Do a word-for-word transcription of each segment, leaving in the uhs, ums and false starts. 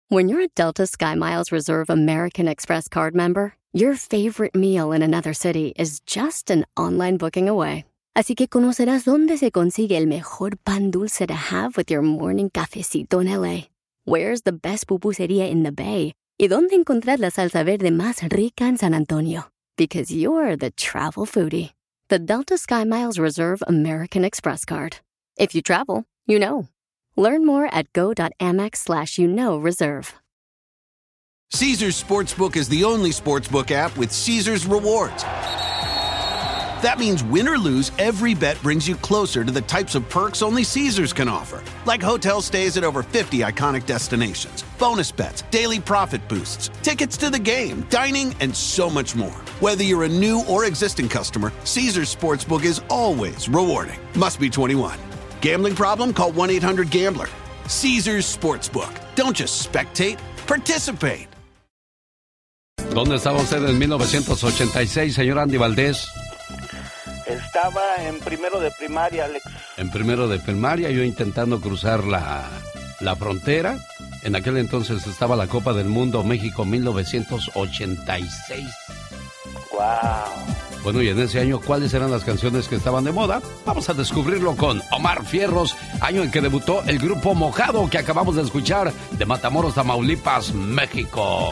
When you're a Delta SkyMiles Reserve American Express card member, your favorite meal in another city is just an online booking away. Así que conocerás dónde se consigue el mejor pan dulce to have with your morning cafecito en L A. Where's the best pupusería in the Bay? Y dónde encontrar la salsa verde más rica en San Antonio. Because you're the travel foodie. The Delta SkyMiles Reserve American Express card. If you travel, you know. Learn more at go.amex slash you know reserve. Caesars Sportsbook is the only sportsbook app with Caesars Rewards. That means win or lose, every bet brings you closer to the types of perks only Caesars can offer. Like hotel stays at over fifty iconic destinations, bonus bets, daily profit boosts, tickets to the game, dining, and so much more. Whether you're a new or existing customer, Caesars Sportsbook is always rewarding. Must be twenty-one. Gambling problem? Call one eight hundred gambler. Caesars Sportsbook. Don't just spectate, participate. ¿Dónde estaba usted en mil novecientos ochenta y seis, señor Andy Valdés? Estaba en primero de primaria, Alex. En primero de primaria, yo intentando cruzar la, la frontera. En aquel entonces estaba la Copa del Mundo México mil novecientos ochenta y seis. ¡Wow! Bueno, y en ese año, ¿cuáles eran las canciones que estaban de moda? Vamos a descubrirlo con Omar Fierros, año en que debutó el grupo Mojado, que acabamos de escuchar, de Matamoros, Tamaulipas, México.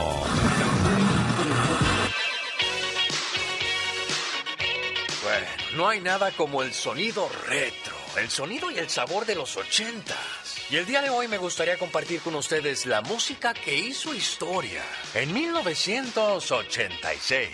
Bueno, no hay nada como el sonido retro, el sonido y el sabor de los ochentas. Y el día de hoy me gustaría compartir con ustedes la música que hizo historia en mil novecientos ochenta y seis.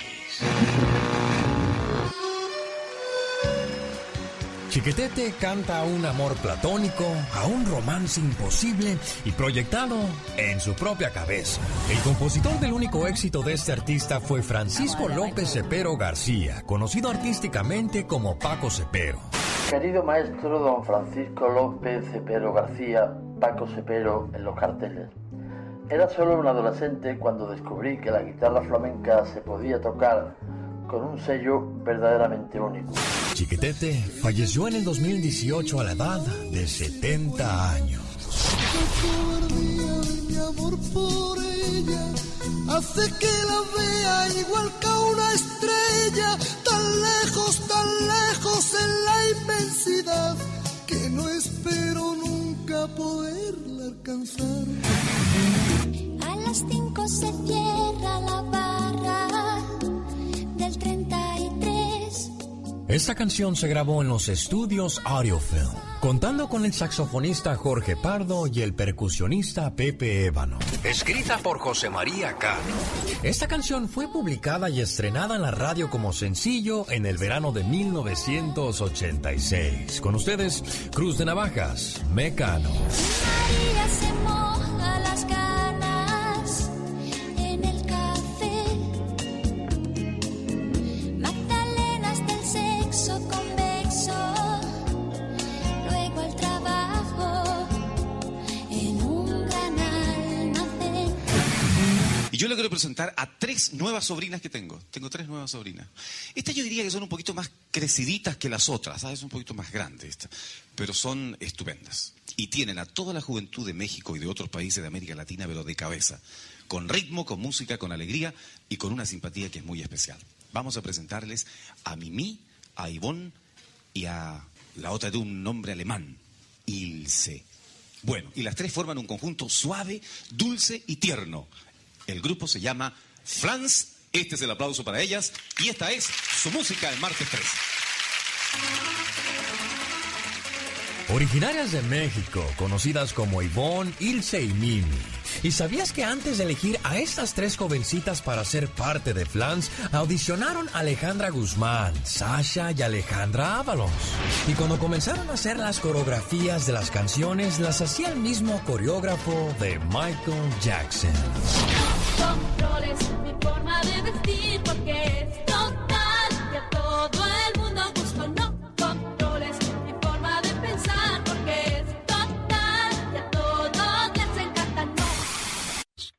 Chiquetete canta un amor platónico, a un romance imposible y proyectado en su propia cabeza. El compositor del único éxito de este artista fue Francisco López Cepero García, conocido artísticamente como Paco Cepero. Querido maestro don Francisco López Cepero García, Paco Cepero en los carteles. Era solo un adolescente cuando descubrí que la guitarra flamenca se podía tocar con un sello verdaderamente único. Chiquetete falleció en el dos mil dieciocho a la edad de setenta años. La cobardía de mi amor por ella hace que la vea igual que a una estrella, tan lejos, tan lejos en la inmensidad, que no espero nunca poderla alcanzar. A las cinco se cierra la barra del treinta y tres. Esta canción se grabó en los estudios Audiofilm, contando con el saxofonista Jorge Pardo y el percusionista Pepe Ébano. Escrita por José María Cano. Esta canción fue publicada y estrenada en la radio como sencillo en el verano de mil novecientos ochenta y seis. Con ustedes, Cruz de Navajas, Mecano. María se moja las canas en el café. Magdalenas del sexo convexo. Luego al trabajo en un gran almacén. Y yo le quiero presentar a tres nuevas sobrinas que tengo. Tengo tres nuevas sobrinas. Estas yo diría que son un poquito más creciditas que las otras, ¿sabes? Un poquito más grandes estas. Pero son estupendas. Y tienen a toda la juventud de México y de otros países de América Latina, pero de cabeza. Con ritmo, con música, con alegría y con una simpatía que es muy especial. Vamos a presentarles a Mimi, a Ivonne y a la otra de un nombre alemán, Ilse. Bueno, y las tres forman un conjunto suave, dulce y tierno. El grupo se llama Flans. Este es el aplauso para ellas. Y esta es su música el martes trece. Originarias de México, conocidas como Ivonne, Ilse y Mimi. ¿Y sabías que antes de elegir a estas tres jovencitas para ser parte de Flans, audicionaron a Alejandra Guzmán, Sasha y Alejandra Ábalos? Y cuando comenzaron a hacer las coreografías de las canciones, las hacía el mismo coreógrafo de Michael Jackson. No controles mi forma de vestir porque es total y a todo el mundo gusto. No controles mi forma de pensar porque es total y a todos les encanta. No.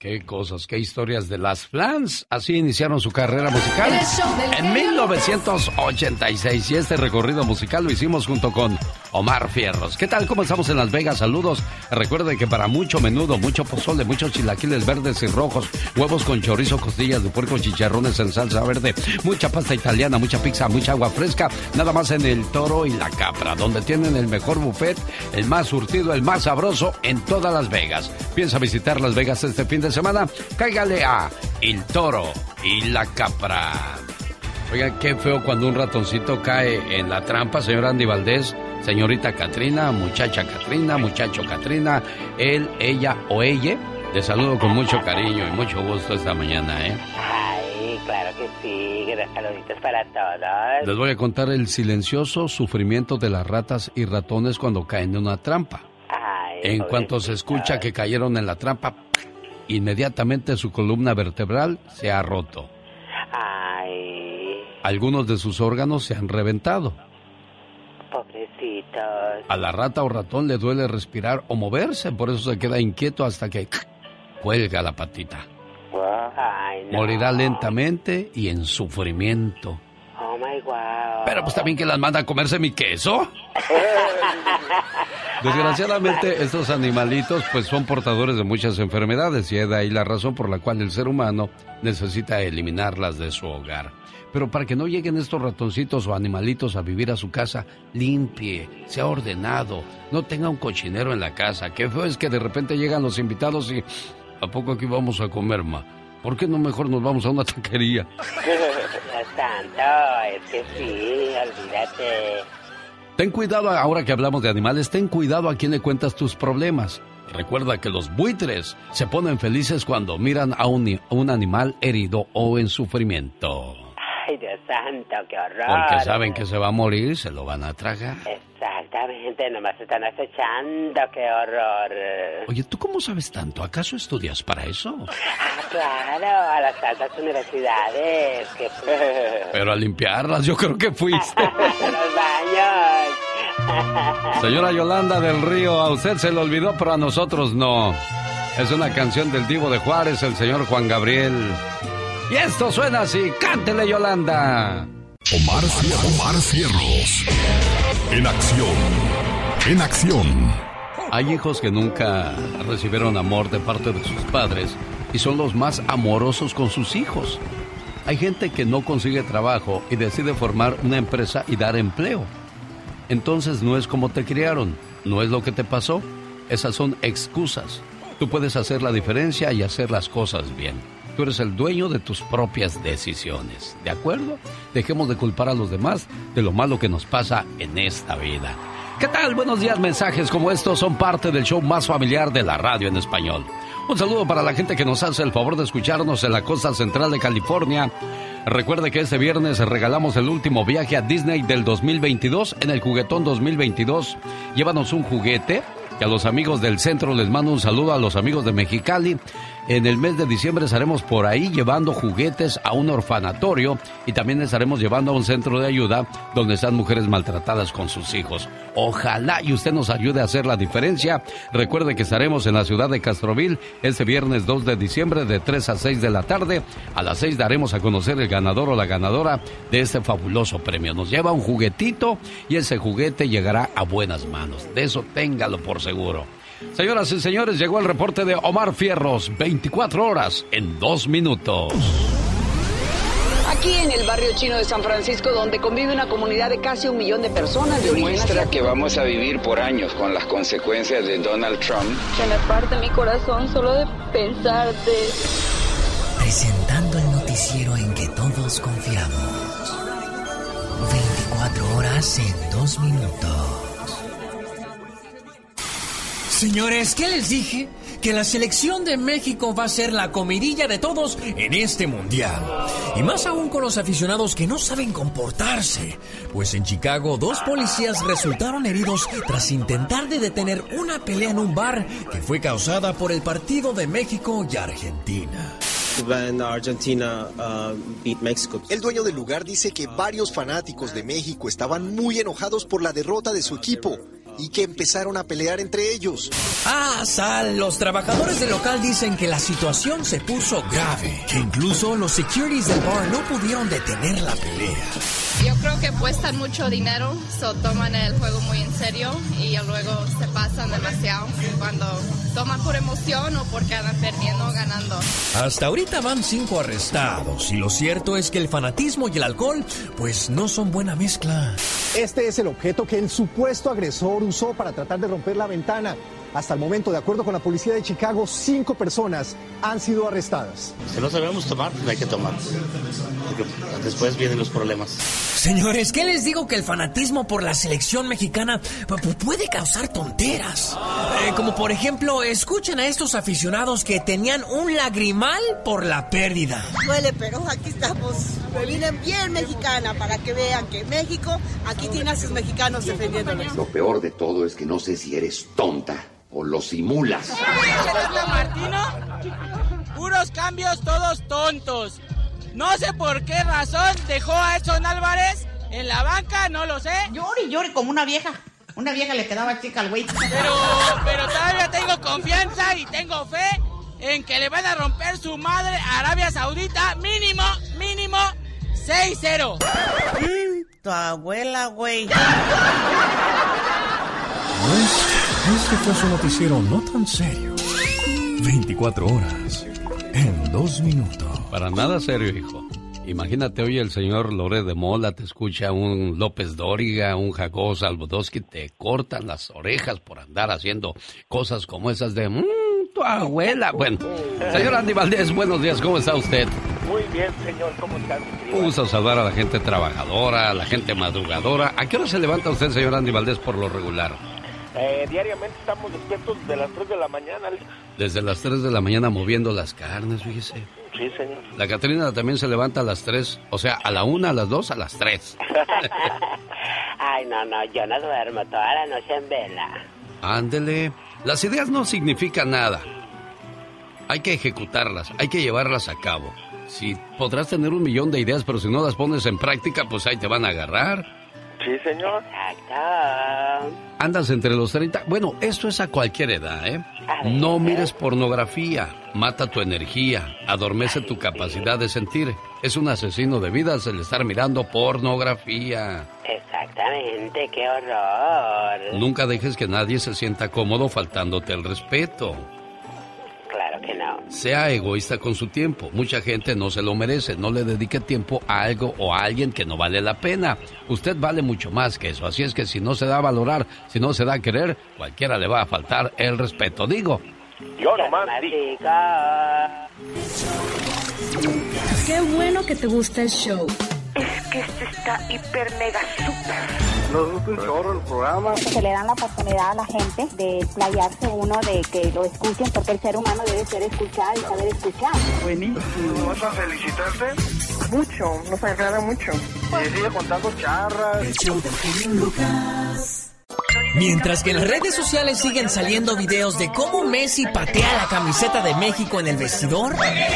Qué cosas, qué historias de las Flans. Así iniciaron su carrera musical en mil novecientos ochenta y seis. Y este recorrido musical lo hicimos junto con Omar Fierros. ¿Qué tal? ¿Cómo estamos en Las Vegas? Saludos. Recuerden que para mucho menudo, mucho pozole, muchos chilaquiles verdes y rojos, huevos con chorizo, costillas de puerco, chicharrones en salsa verde, mucha pasta italiana, mucha pizza, mucha agua fresca, nada más en El Toro y La Capra, donde tienen el mejor buffet, el más surtido, el más sabroso en todas Las Vegas. ¿Piensa visitar Las Vegas este fin de semana? Cáigale a El Toro y La Capra. Oigan, qué feo cuando un ratoncito cae en la trampa, señor Andy Valdés, señorita Catrina, muchacha Catrina, muchacho Catrina, él, ella o ella. Les saludo con mucho cariño y mucho gusto esta mañana, ¿eh? Ay, claro que sí, que saluditos para todos. Les voy a contar el silencioso sufrimiento de las ratas y ratones cuando caen en una trampa. Ay, en cuanto se escucha que cayeron en la trampa, inmediatamente su columna vertebral se ha roto. Ay. Algunos de sus órganos se han reventado. Pobrecitos. A la rata o ratón le duele respirar o moverse, por eso se queda inquieto hasta que cuelga la patita. Ay, no. Morirá lentamente y en sufrimiento. Oh my God. Pero pues también que las manda a comerse mi queso. Desgraciadamente estos animalitos pues son portadores de muchas enfermedades y es de ahí la razón por la cual el ser humano necesita eliminarlas de su hogar. Pero para que no lleguen estos ratoncitos o animalitos a vivir a su casa, limpie, sea ordenado, no tenga un cochinero en la casa. Qué feo es que de repente llegan los invitados y ¿a poco aquí vamos a comer, ma? ¿Por qué no mejor nos vamos a una taquería? Dios santo, es que sí, olvídate. Ten cuidado, ahora que hablamos de animales, ten cuidado a quién le cuentas tus problemas. Recuerda que los buitres se ponen felices cuando miran a un, a un animal herido o en sufrimiento. Ay, Dios santo, qué horror. Porque saben que se va a morir, se lo van a tragar. Exactamente, nomás están acechando, qué horror. Oye, ¿tú cómo sabes tanto? ¿Acaso estudias para eso? Ah, claro, a las altas universidades. Que... Pero a limpiarlas, yo creo que fuiste. Los baños. Señora Yolanda del Río, a usted se le olvidó, pero a nosotros no. Es una canción del Divo de Juárez, el señor Juan Gabriel. Y esto suena así, cántele, Yolanda. Omar, Omar Fierros. En acción. En acción. Hay hijos que nunca recibieron amor de parte de sus padres y son los más amorosos con sus hijos. Hay gente que no consigue trabajo y decide formar una empresa y dar empleo. Entonces no es como te criaron, no es lo que te pasó. Esas son excusas. Tú puedes hacer la diferencia y hacer las cosas bien. Tú eres el dueño de tus propias decisiones, ¿de acuerdo? Dejemos de culpar a los demás de lo malo que nos pasa en esta vida. ¿Qué tal? Buenos días, mensajes como estos son parte del show más familiar de la radio en español. Un saludo para la gente que nos hace el favor de escucharnos en la costa central de California. Recuerde que este viernes regalamos el último viaje a Disney del dos mil veintidós en el Juguetón dos mil veintidós. Llévanos un juguete. Y a los amigos del centro les mando un saludo a los amigos de Mexicali. En el mes de diciembre estaremos por ahí llevando juguetes a un orfanatorio y también estaremos llevando a un centro de ayuda donde están mujeres maltratadas con sus hijos. Ojalá y usted nos ayude a hacer la diferencia. Recuerde que estaremos en la ciudad de Castroville este viernes dos de diciembre de tres a seis de la tarde. A las seis daremos a conocer el ganador o la ganadora de este fabuloso premio. Nos lleva un juguetito y ese juguete llegará a buenas manos. De eso téngalo por seguro. Señoras y señores, llegó el reporte de Omar Fierros, veinticuatro horas en dos minutos. Aquí en el barrio chino de San Francisco, donde convive una comunidad de casi un millón de personas de origen Muestra asiático. que vamos a vivir por años con las consecuencias de Donald Trump. Se me parte mi corazón solo de pensarte. Presentando el noticiero en que todos confiamos. veinticuatro horas en dos minutos. Señores, ¿qué les dije? Que la selección de México va a ser la comidilla de todos en este mundial. Y más aún con los aficionados que no saben comportarse. Pues en Chicago, dos policías resultaron heridos tras intentar de detener una pelea en un bar que fue causada por el partido de México y Argentina. Argentina uh, beat Mexico. El dueño del lugar dice que varios fanáticos de México estaban muy enojados por la derrota de su equipo y que empezaron a pelear entre ellos. Ah, Sal, los trabajadores del local dicen que la situación se puso grave, que incluso los securities del bar no pudieron detener la pelea. Yo creo que apuestan mucho dinero, so toman el juego muy en serio y luego se pasan demasiado cuando toman por emoción o porque andan perdiendo o ganando. Hasta ahorita van cinco arrestados y lo cierto es que el fanatismo y el alcohol pues no son buena mezcla. Este es el objeto que el supuesto agresor usó para tratar de romper la ventana. Hasta el momento, de acuerdo con la policía de Chicago, cinco personas han sido arrestadas. Si no sabemos tomar, no hay que tomar, porque después vienen los problemas. Señores, ¿qué les digo? Que el fanatismo por la selección mexicana puede causar tonteras. Eh, como por ejemplo, escuchen a estos aficionados que tenían un lagrimal por la pérdida. Duele, pero aquí estamos. Me vienen bien mexicana para que vean que México aquí tiene a sus mexicanos defendiéndolos. Lo peor de todo es que no sé si eres tonta o lo simulas. Martino, puros cambios todos tontos. No sé por qué razón dejó a Edson Álvarez en la banca, no lo sé. Llore y llore como una vieja. Una vieja le quedaba chica al güey. Pero, pero todavía tengo confianza y tengo fe en que le van a romper su madre a Arabia Saudita mínimo, mínimo seis cero. Mm, tu abuela, güey. Este fue su noticiero no tan serio. veinticuatro horas en dos minutos. Para nada serio, hijo. Imagínate, hoy el señor Loret de Mola, te escucha un López Dóriga, un Jacobo Salvodowski, te cortan las orejas por andar haciendo cosas como esas de mmm, tu abuela. Bueno, señor Andy Valdés, buenos días, ¿cómo está usted? Muy bien, señor, ¿cómo está, mi querido? Un gusto saludar a la gente trabajadora, a la gente madrugadora. ¿A qué hora se levanta usted, señor Andy Valdés, por lo regular? Eh, diariamente estamos despiertos de las tres de la mañana, Alex. Desde las tres de la mañana moviendo las carnes, fíjese. Sí, señor. La Catrina también se levanta a las tres, o sea, a la una, a las dos, a las tres. Ay, no, no, yo no duermo toda la noche en vela. Ándele. Las ideas no significan nada. Hay que ejecutarlas, hay que llevarlas a cabo. Si podrás tener un millón de ideas, pero si no las pones en práctica, pues ahí te van a agarrar. Sí, señor. Exacto. Andas entre los treinta. Bueno, esto es a cualquier edad, ¿eh? No mires pornografía. Mata tu energía. Adormece tu capacidad de sentir. Es un asesino de vidas el estar mirando pornografía. Exactamente, qué horror. Nunca dejes que nadie se sienta cómodo faltándote el respeto. Claro que no. Sea egoísta con su tiempo. Mucha gente no se lo merece. No le dedique tiempo a algo o a alguien que no vale la pena. Usted vale mucho más que eso. Así es que si no se da a valorar, si no se da a querer, cualquiera le va a faltar el respeto. Digo. Yo nomás digo. Qué bueno que te gusta el show. Es que este está hiper mega super. Nos gusta un chorro el programa. Se le dan la oportunidad a la gente de explayarse uno, de que lo escuchen, porque el ser humano debe ser escuchado y saber escuchar. Buenísimo. ¿Vas a felicitarte? Mucho, nos agrada mucho. Y sigue contando charras. El show del genio Lucas. Mientras que en las redes sociales siguen saliendo videos de cómo Messi patea la camiseta de México en el vestidor.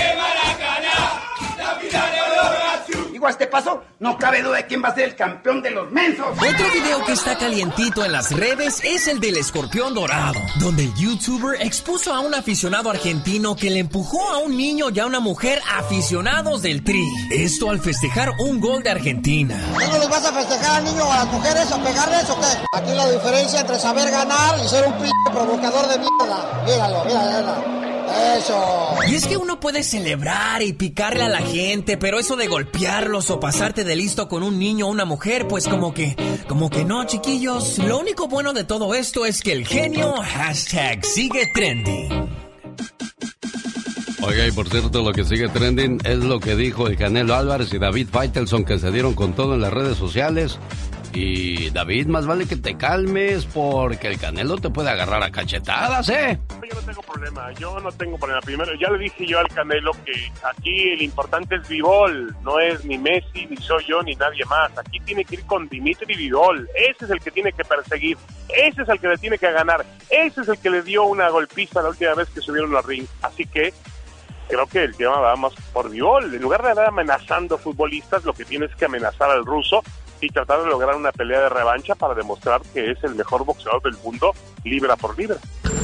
Digo, a este paso, no cabe duda de quién va a ser el campeón de los mensos. Otro video que está calientito en las redes es el del escorpión dorado, donde el youtuber expuso a un aficionado argentino que le empujó a un niño y a una mujer aficionados del Tri. Esto al festejar un gol de Argentina. ¿Qué no les vas a festejar al niño o a las mujeres o pegarles o qué? Aquí la diferencia entre saber ganar y ser un p*** provocador de mierda. Míralo, míralo, míralo. Eso. Y es que uno puede celebrar y picarle a la gente, pero eso de golpearlos o pasarte de listo con un niño o una mujer, pues como que, como que no, chiquillos. Lo único bueno de todo esto es que el genio hashtag sigue trending. Oiga, y por cierto, lo que sigue trending es lo que dijo el Canelo Álvarez y David Faitelson, que se dieron con todo en las redes sociales. Y David, más vale que te calmes porque el Canelo te puede agarrar a cachetadas, ¿eh? Yo no tengo problema, yo no tengo problema. Primero, ya le dije yo al Canelo que aquí el importante es Bivol, no es ni Messi, ni soy yo, ni nadie más. Aquí tiene que ir con Dimitri Bivol, ese es el que tiene que perseguir, ese es el que le tiene que ganar, ese es el que le dio una golpiza la última vez que subieron al ring. Así que creo que el tema va más por Bivol. En lugar de andar amenazando futbolistas, lo que tienes que amenazar al ruso y tratar de lograr una pelea de revancha para demostrar que es el mejor boxeador del mundo, libra por libra.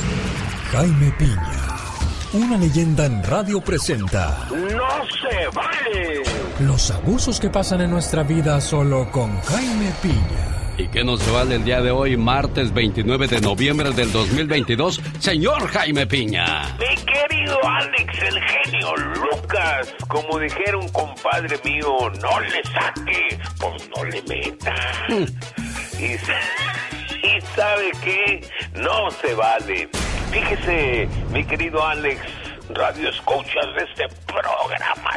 Jaime Piña, una leyenda en radio presenta. ¡No se vale! Los abusos que pasan en nuestra vida solo con Jaime Piña. ¿Y qué no se vale el día de hoy, martes veintinueve de noviembre del dos mil veintidós, señor Jaime Piña? Mi querido Alex, el genio Lucas, como dijera un compadre mío, no le saque, pues no le meta. y, y ¿sabe qué? No se vale. Fíjese, mi querido Alex, radio escuchas de este programa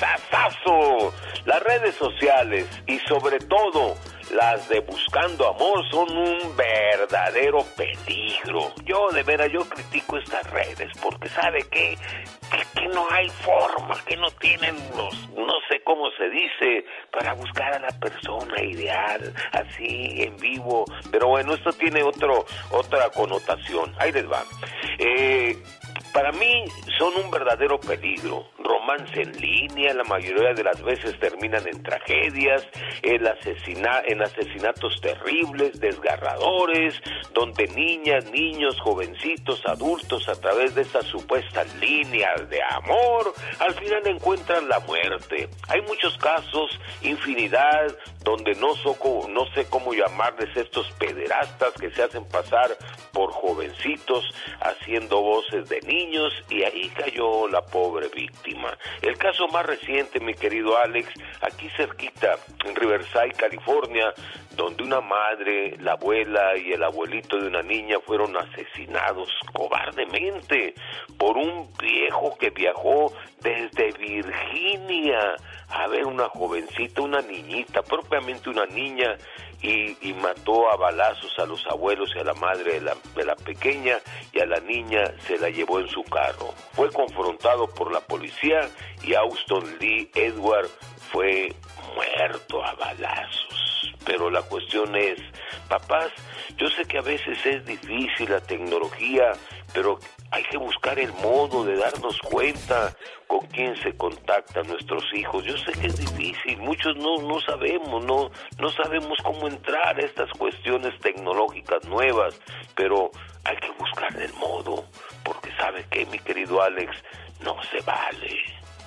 sasasazo. Las redes sociales y sobre todo las de Buscando Amor son un verdadero peligro. Yo de veras, yo critico estas redes porque sabe que, que, que no hay forma, que no tienen los, no sé cómo se dice, para buscar a la persona ideal, así, en vivo. Pero bueno, esto tiene otro, otra connotación. Ahí les va. Eh... Para mí son un verdadero peligro. Romance en línea, la mayoría de las veces terminan en tragedias, en, asesina- en asesinatos terribles, desgarradores, donde niñas, niños, jovencitos, adultos, a través de estas supuestas líneas de amor, al final encuentran la muerte. Hay muchos casos, infinidad, donde no, so- no sé cómo llamarles estos pederastas que se hacen pasar por jovencitos haciendo voces de niños, y ahí cayó la pobre víctima. El caso más reciente, mi querido Alex, aquí cerquita, en Riverside, California, donde una madre, la abuela y el abuelito de una niña fueron asesinados cobardemente por un viejo que viajó desde Virginia a ver una jovencita, una niñita, propiamente una niña, y, y mató a balazos a los abuelos y a la madre de la, de la pequeña, y a la niña se la llevó en su carro. Fue confrontado por la policía y Austin Lee Edward fue muerto a balazos. Pero la cuestión es, papás, yo sé que a veces es difícil la tecnología, pero hay que buscar el modo de darnos cuenta con quién se contactan nuestros hijos. Yo sé que es difícil, muchos no, no sabemos, no, no sabemos cómo entrar a estas cuestiones tecnológicas nuevas, pero hay que buscar el modo, porque ¿sabe qué, mi querido Alex? No se vale.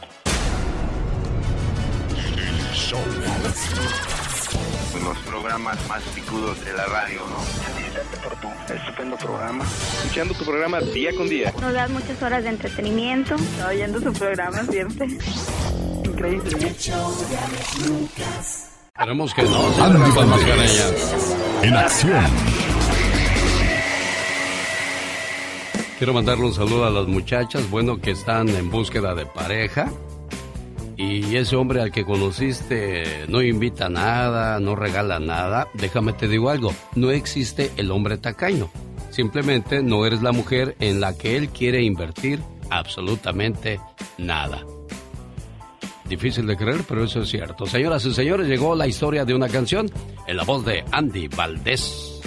Los programas más picudos de la radio, ¿no? Felicitarte por tu estupendo programa. Escuchando tu programa día con día. Nos das muchas horas de entretenimiento. Estaba oyendo su programa siempre. Increíble. Esperemos que no se las mascarillas. En acción. Quiero mandarle un saludo a las muchachas, bueno, que están en búsqueda de pareja. Y ese hombre al que conociste no invita nada, no regala nada. Déjame te digo algo, no existe el hombre tacaño. Simplemente no eres la mujer en la que él quiere invertir absolutamente nada. Difícil de creer, pero eso es cierto. Señoras y señores, llegó la historia de una canción en la voz de Andy Valdés.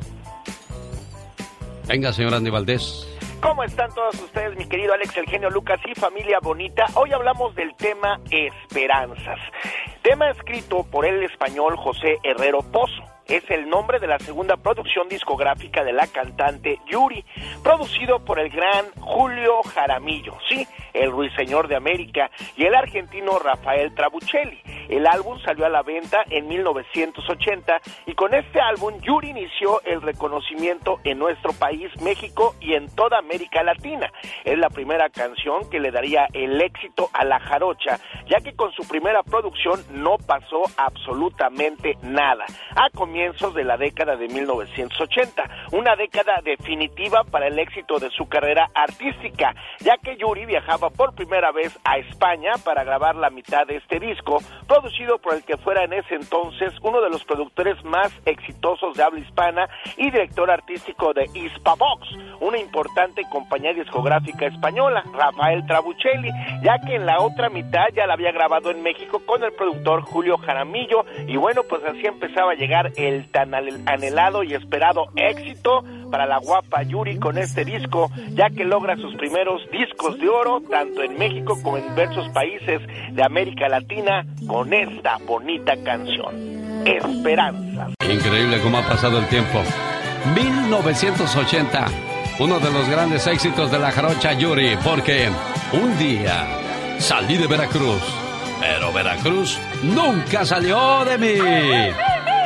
Venga, señor Andy Valdés. ¿Cómo están todos ustedes, mi querido Alex, el genio Lucas y familia bonita? Hoy hablamos del tema Esperanzas. Tema escrito por el español José Herrero Pozo. Es el nombre de la segunda producción discográfica de la cantante Yuri, producido por el gran Julio Jaramillo, sí, el ruiseñor de América, y el argentino Rafael Trabuccelli. El álbum salió a la venta en mil novecientos ochenta y con este álbum Yuri inició el reconocimiento en nuestro país, México, y en toda América Latina. Es la primera canción que le daría el éxito a la jarocha, ya que con su primera producción no pasó absolutamente nada. A comienzos de la década de mil novecientos ochenta, una década definitiva para el éxito de su carrera artística, ya que Yuri viajaba por primera vez a España para grabar la mitad de este disco, producido por el que fuera en ese entonces uno de los productores más exitosos de habla hispana y director artístico de Hispavox, una importante compañía discográfica española, Rafael Trabuccelli, ya que en la otra mitad ya la había grabado en México con el productor Julio Jaramillo, y bueno, pues así empezaba a llegar el tan anhelado y esperado éxito para la guapa Yuri con este disco, ya que logra sus primeros discos de oro tanto en México como en diversos países de América Latina con esta bonita canción. esperanzas. Increíble cómo ha pasado el tiempo. mil novecientos ochenta, uno de los grandes éxitos de la jarocha Yuri, porque un día salí de Veracruz, pero Veracruz nunca salió de mí.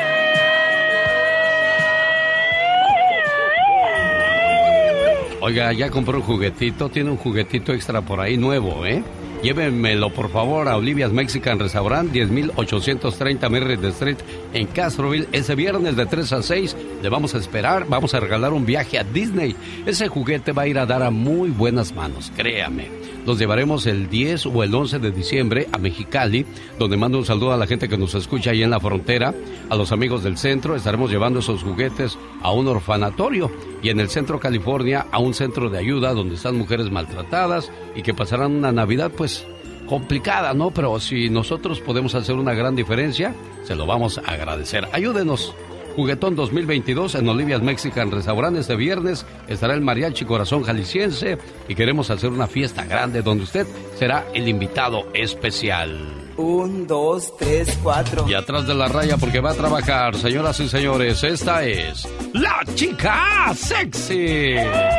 Oiga, ya compró un juguetito, tiene un juguetito extra por ahí nuevo, ¿eh? Llévenmelo, por favor, a Olivia's Mexican Restaurant, diez mil ochocientos treinta Merritt Street, en Castroville. Ese viernes de tres a seis le vamos a esperar, vamos a regalar un viaje a Disney. Ese juguete va a ir a dar a muy buenas manos, créame. Los llevaremos el diez o el once de diciembre a Mexicali, donde mando un saludo a la gente que nos escucha ahí en la frontera, a los amigos del centro. Estaremos llevando esos juguetes a un orfanatorio y en el centro California a un centro de ayuda donde están mujeres maltratadas y que pasarán una Navidad pues complicada, ¿no? Pero si nosotros podemos hacer una gran diferencia, se lo vamos a agradecer. Ayúdenos. Juguetón dos mil veintidós en Olivia's Mexican Restaurant. Este viernes estará el Mariachi Corazón Jalisciense y queremos hacer una fiesta grande donde usted será el invitado especial. Un, dos, tres, cuatro. Y atrás de la raya porque va a trabajar, señoras y señores, esta es la chica sexy.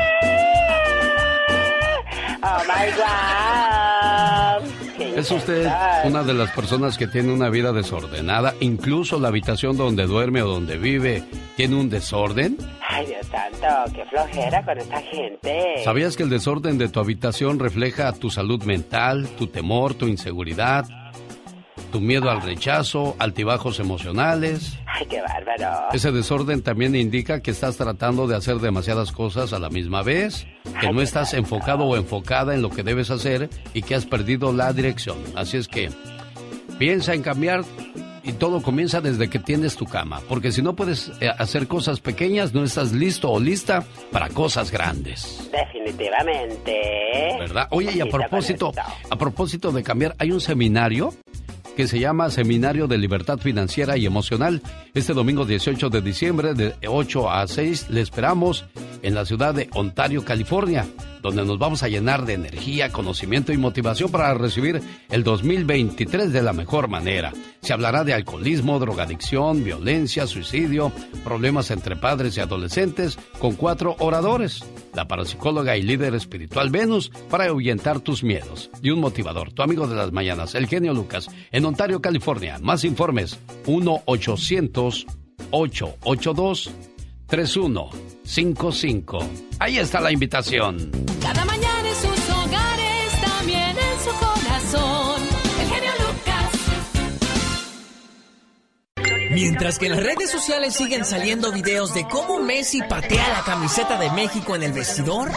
Oh my God. ¿Es usted una de las personas que tiene una vida desordenada? Incluso la habitación donde duerme o donde vive tiene un desorden. Ay, Dios santo, qué flojera con esta gente. ¿Sabías que el desorden de tu habitación refleja tu salud mental, tu temor, tu inseguridad, tu miedo al rechazo, altibajos emocionales? Ay, qué bárbaro. Ese desorden también indica que estás tratando de hacer demasiadas cosas a la misma vez, que no estás enfocado o enfocada en lo que debes hacer y que has perdido la dirección. Así es que piensa en cambiar y todo comienza desde que tienes tu cama, porque si no puedes hacer cosas pequeñas, no estás listo o lista para cosas grandes. Definitivamente. ¿Verdad? Oye, y a propósito, a propósito de cambiar, hay un seminario que se llama Seminario de Libertad Financiera y Emocional. Este domingo dieciocho de diciembre, de ocho a seis, le esperamos en la ciudad de Ontario, California, donde nos vamos a llenar de energía, conocimiento y motivación para recibir el dos mil veintitrés de la mejor manera. Se hablará de alcoholismo, drogadicción, violencia, suicidio, problemas entre padres y adolescentes, con cuatro oradores. La parapsicóloga y líder espiritual Venus, para ahuyentar tus miedos. Y un motivador, tu amigo de las mañanas, el genio Lucas, en Ontario, California. Más informes, uno ochocientos, ocho ocho dos, tres uno cinco cinco. Ahí está la invitación. Cada mañana en sus hogares, también en su corazón. El genio Lucas. Mientras que en las redes sociales siguen saliendo videos de cómo Messi patea la camiseta de México en el vestidor.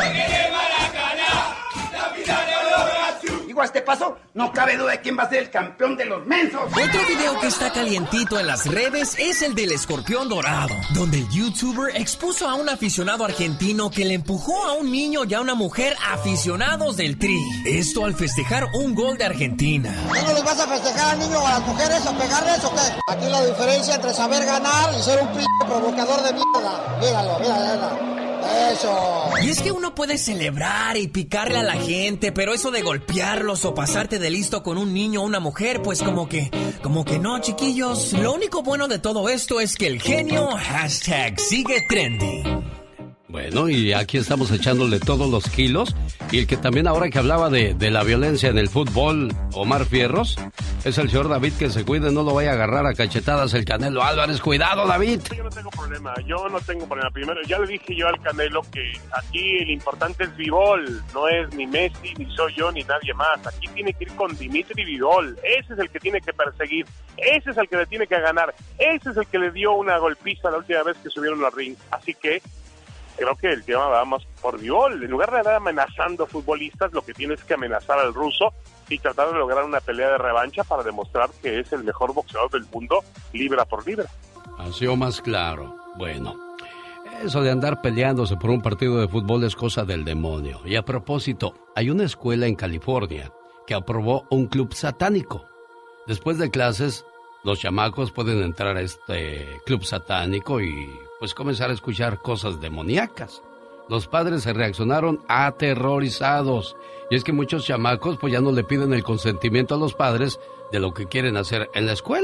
Digo, a este paso, no cabe duda de quién va a ser el campeón de los mensos. Otro video que está calientito en las redes es el del escorpión dorado, donde el youtuber expuso a un aficionado argentino que le empujó a un niño y a una mujer aficionados del Tri. Esto al festejar un gol de Argentina. ¿Qué no les vas a festejar al niño o a las mujeres o pegarles o qué? Aquí la diferencia entre saber ganar y ser un p*** provocador de mierda. Míralo, míralo, míralo. Eso. Y es que uno puede celebrar y picarle a la gente, pero eso de golpearlos o pasarte de listo con un niño o una mujer, pues como que, como que no, chiquillos. Lo único bueno de todo esto es que el genio hashtag sigue trending. Bueno, y aquí estamos echándole todos los kilos. Y el que también ahora que hablaba de, de la violencia en el fútbol, Omar Fierros, es el señor David, que se cuide, no lo vaya a agarrar a cachetadas el Canelo Álvarez. Cuidado, David. Yo no tengo problema, yo no tengo problema. Primero, ya le dije yo al Canelo que aquí el importante es Bivol, no es ni Messi, ni soy yo, ni nadie más. Aquí tiene que ir con Dimitri Bivol, ese es el que tiene que perseguir, ese es el que le tiene que ganar, ese es el que le dio una golpiza la última vez que subieron al ring. Así que creo que el tema va más por Bivol. En lugar de andar amenazando futbolistas, lo que tiene es que amenazar al ruso y tratar de lograr una pelea de revancha para demostrar que es el mejor boxeador del mundo, libra por libra. Ha sido más claro. Bueno, eso de andar peleándose por un partido de fútbol es cosa del demonio. Y a propósito, hay una escuela en California que aprobó un club satánico. Después de clases, los chamacos pueden entrar a este club satánico y pues comenzar a escuchar cosas demoníacas. Los padres se reaccionaron aterrorizados. Y es que muchos chamacos pues ya no le piden el consentimiento a los padres de lo que quieren hacer en la escuela.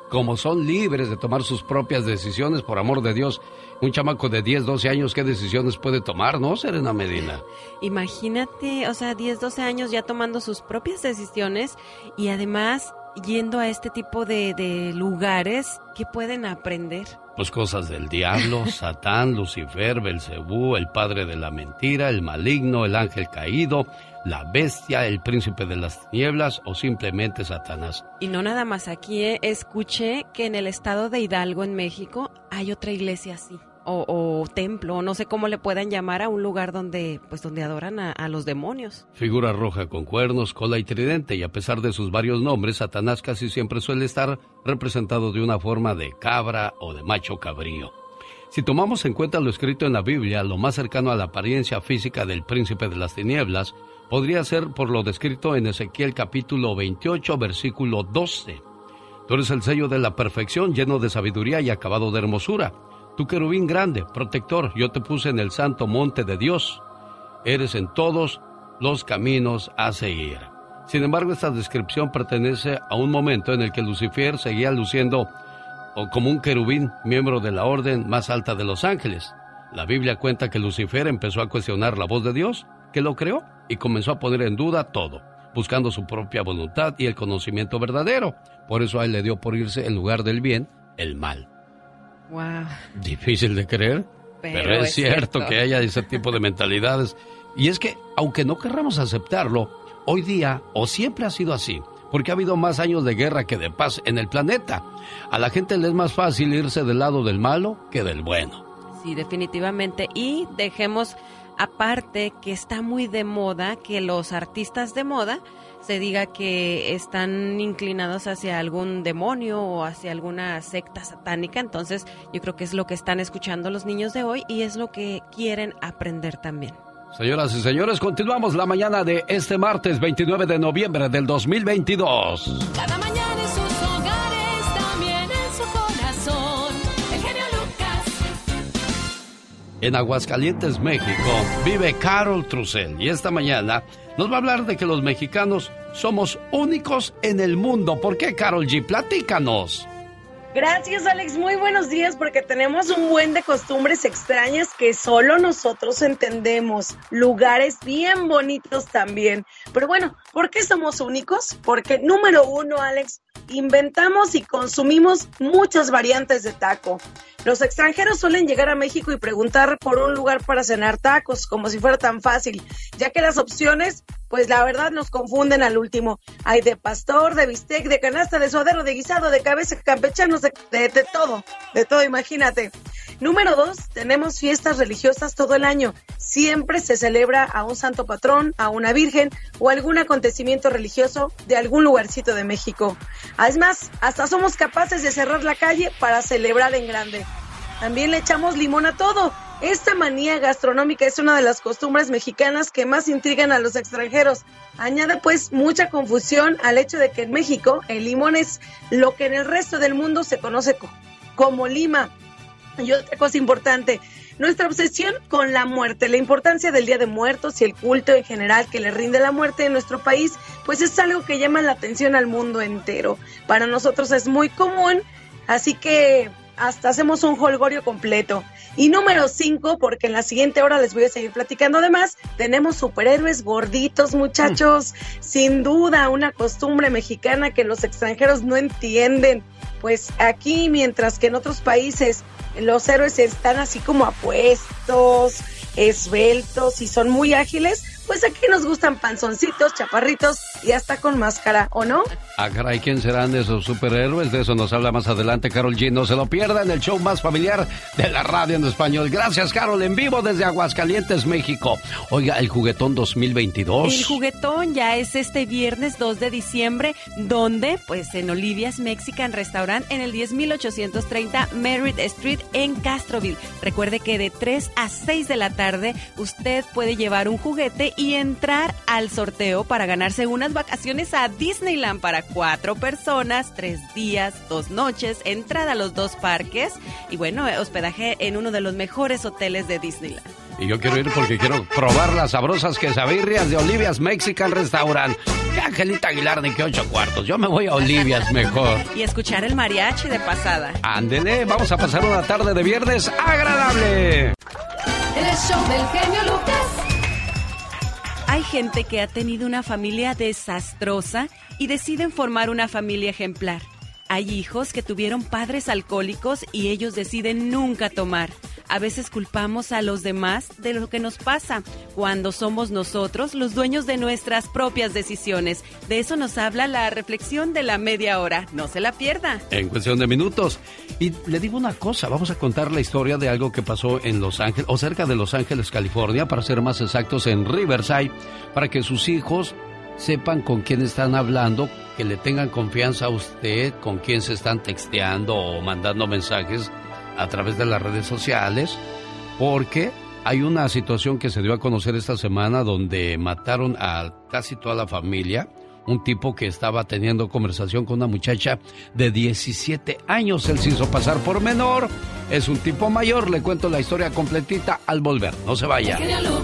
como son libres de tomar sus propias decisiones, por amor de Dios, un chamaco de diez, doce años, ¿qué decisiones puede tomar, no, Serena Medina? Imagínate, o sea, diez, doce años ya tomando sus propias decisiones y además yendo a este tipo de, de lugares, ¿qué pueden aprender? Pues cosas del diablo, Satán, Lucifer, Belcebú, el padre de la mentira, el maligno, el ángel caído, la bestia, el príncipe de las tinieblas o simplemente Satanás. Y no nada más aquí, ¿eh? Escuché que en el estado de Hidalgo, en México, hay otra iglesia así. O, o templo, no sé cómo le puedan llamar a un lugar donde, pues, donde adoran a, a los demonios. Figura roja con cuernos, cola y tridente, y a pesar de sus varios nombres, Satanás casi siempre suele estar representado de una forma de cabra o de macho cabrío. Si tomamos en cuenta lo escrito en la Biblia, lo más cercano a la apariencia física del príncipe de las tinieblas podría ser por lo descrito en Ezequiel capítulo veintiocho, versículo doce. Tú eres el sello de la perfección, lleno de sabiduría y acabado de hermosura. Tu querubín grande, protector, yo te puse en el santo monte de Dios. Eres en todos los caminos a seguir. Sin embargo, esta descripción pertenece a un momento en el que Lucifer seguía luciendo como un querubín, miembro de la orden más alta de los ángeles. La Biblia cuenta que Lucifer empezó a cuestionar la voz de Dios, que lo creó, y comenzó a poner en duda todo, buscando su propia voluntad y el conocimiento verdadero. Por eso a él le dio por irse en lugar del bien, el mal. Wow. Difícil de creer, pero, pero es, es cierto, cierto que haya ese tipo de mentalidades. Y es que, aunque no querramos aceptarlo, hoy día, o siempre ha sido así, porque ha habido más años de guerra que de paz en el planeta. A la gente le es más fácil irse del lado del malo que del bueno. Sí, definitivamente. Y dejemos aparte que está muy de moda que los artistas de moda se diga que están inclinados hacia algún demonio o hacia alguna secta satánica. Entonces yo creo que es lo que están escuchando los niños de hoy y es lo que quieren aprender también. Señoras y señores, continuamos la mañana de este martes veintinueve de noviembre del dos mil veintidós. Cada mañana en sus hogares, también en su corazón, el genio Lucas. En Aguascalientes, México, vive Carol Trussell y esta mañana nos va a hablar de que los mexicanos somos únicos en el mundo. ¿Por qué, Carol G? Platícanos. Gracias, Alex. Muy buenos días, porque tenemos un buen de costumbres extrañas que solo nosotros entendemos. Lugares bien bonitos también. Pero bueno, ¿por qué somos únicos? Porque, número uno, Alex, inventamos y consumimos muchas variantes de taco. Los extranjeros suelen llegar a México y preguntar por un lugar para cenar tacos, como si fuera tan fácil, ya que las opciones, pues la verdad nos confunden al último. Hay de pastor, de bistec, de canasta, de suadero, de guisado, de cabeza, campechanos, de, de, de todo, de todo, imagínate. Número dos, tenemos fiestas religiosas todo el año. Siempre se celebra a un santo patrón, a una virgen o algún acontecimiento religioso de algún lugarcito de México. Además, hasta somos capaces de cerrar la calle para celebrar en grande. También le echamos limón a todo. Esta manía gastronómica es una de las costumbres mexicanas que más intrigan a los extranjeros. Añade pues mucha confusión al hecho de que en México el limón es lo que en el resto del mundo se conoce co- como lima. Y otra cosa importante, nuestra obsesión con la muerte, la importancia del Día de Muertos y el culto en general que le rinde la muerte en nuestro país, pues es algo que llama la atención al mundo entero. Para nosotros es muy común, así que hasta hacemos un jolgorio completo. Y número cinco, porque en la siguiente hora les voy a seguir platicando de más, tenemos superhéroes gorditos, muchachos. Mm. Sin duda, una costumbre mexicana que los extranjeros no entienden. Pues aquí, mientras que en otros países los héroes están así como apuestos, esbeltos y son muy ágiles, pues aquí nos gustan panzoncitos, chaparritos y hasta con máscara, ¿o no? Ah, caray, ¿quién serán esos superhéroes? De eso nos habla más adelante Karol G. No se lo pierdan, el show más familiar de la radio en español. Gracias, Carol, en vivo desde Aguascalientes, México. Oiga, el Juguetón dos mil veintidós. El Juguetón ya es este viernes dos de diciembre, donde, pues, en Olivia's Mexican Restaurant, en el diez mil ochocientos treinta Merritt Street en Castroville. Recuerde que de tres a seis de la tarde usted puede llevar un juguete y entrar al sorteo para ganarse unas vacaciones a Disneyland para cuatro personas, tres días, dos noches, entrada a los dos parques y bueno, hospedaje en uno de los mejores hoteles de Disneyland. Y yo quiero ir porque quiero probar las sabrosas quesabirrias de Olivia's Mexican Restaurant. Que Angelita Aguilar ni que ocho cuartos. Yo me voy a Olivia's mejor. Y escuchar el mariachi de pasada. Ándele, vamos a pasar una tarde de viernes agradable. El show del genio Lucas. Hay gente que ha tenido una familia desastrosa y deciden formar una familia ejemplar. Hay hijos que tuvieron padres alcohólicos y ellos deciden nunca tomar. A veces culpamos a los demás de lo que nos pasa, cuando somos nosotros los dueños de nuestras propias decisiones. De eso nos habla la reflexión de la media hora. No se la pierda. En cuestión de minutos. Y le digo una cosa, vamos a contar la historia de algo que pasó en Los Ángeles, o cerca de Los Ángeles, California, para ser más exactos, en Riverside, para que sus hijos sepan con quién están hablando, que le tengan confianza a usted, con quién se están texteando o mandando mensajes a través de las redes sociales, porque hay una situación que se dio a conocer esta semana donde mataron a casi toda la familia. Un tipo que estaba teniendo conversación con una muchacha de diecisiete años. Él se hizo pasar por menor. Es un tipo mayor. Le cuento la historia completita al volver. No se vaya.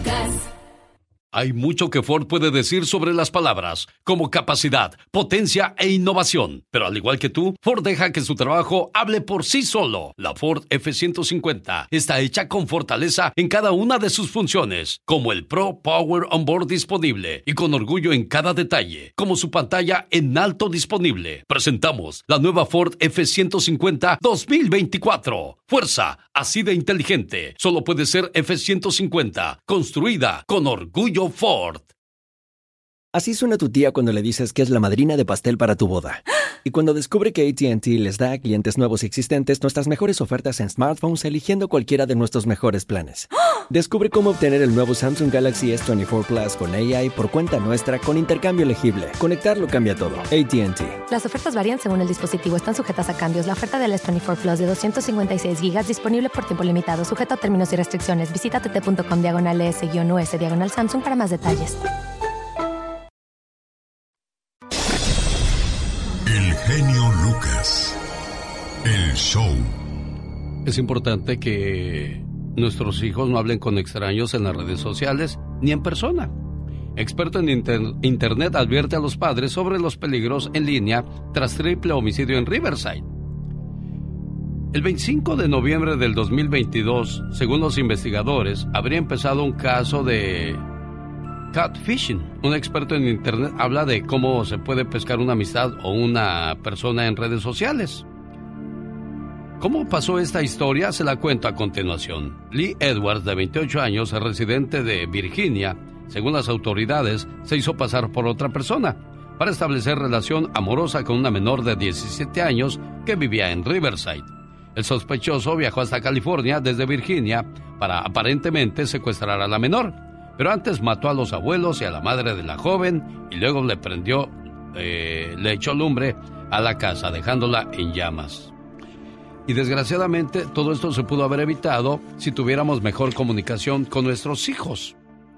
Hay mucho que Ford puede decir sobre las palabras, como capacidad, potencia e innovación. Pero al igual que tú, Ford deja que su trabajo hable por sí solo. La Ford F ciento cincuenta está hecha con fortaleza en cada una de sus funciones, como el Pro Power Onboard disponible y con orgullo en cada detalle, como su pantalla en alto disponible. Presentamos la nueva Ford F ciento cincuenta dos mil veinticuatro. Fuerza así de inteligente. Solo puede ser F ciento cincuenta, construida con orgullo Ford. Así suena tu tía cuando le dices que es la madrina de pastel para tu boda. Y cuando descubre que A T and T les da a clientes nuevos y existentes nuestras mejores ofertas en smartphones eligiendo cualquiera de nuestros mejores planes. Descubre cómo obtener el nuevo Samsung Galaxy S veinticuatro Plus con A I por cuenta nuestra con intercambio elegible. Conectarlo cambia todo. A T and T. Las ofertas varían según el dispositivo. Están sujetas a cambios. La oferta del S veinticuatro Plus de doscientos cincuenta y seis gigas disponible por tiempo limitado. Sujeto a términos y restricciones. Visita tt.com diagonal S-U S diagonal Samsung para más detalles. El genio Lucas. El show. Es importante que nuestros hijos no hablen con extraños en las redes sociales ni en persona. Experto en inter Internet advierte a los padres sobre los peligros en línea tras triple homicidio en Riverside. El veinticinco de noviembre del dos mil veintidós, según los investigadores, habría empezado un caso de catfishing. Un experto en Internet habla de cómo se puede pescar una amistad o una persona en redes sociales. ¿Cómo pasó esta historia? Se la cuento a continuación. Lee Edwards, de veintiocho años, residente de Virginia, según las autoridades, se hizo pasar por otra persona para establecer relación amorosa con una menor de diecisiete años que vivía en Riverside. El sospechoso viajó hasta California desde Virginia para aparentemente secuestrar a la menor, pero antes mató a los abuelos y a la madre de la joven y luego le prendió, eh, le echó lumbre a la casa, dejándola en llamas. Y desgraciadamente todo esto se pudo haber evitado si tuviéramos mejor comunicación con nuestros hijos.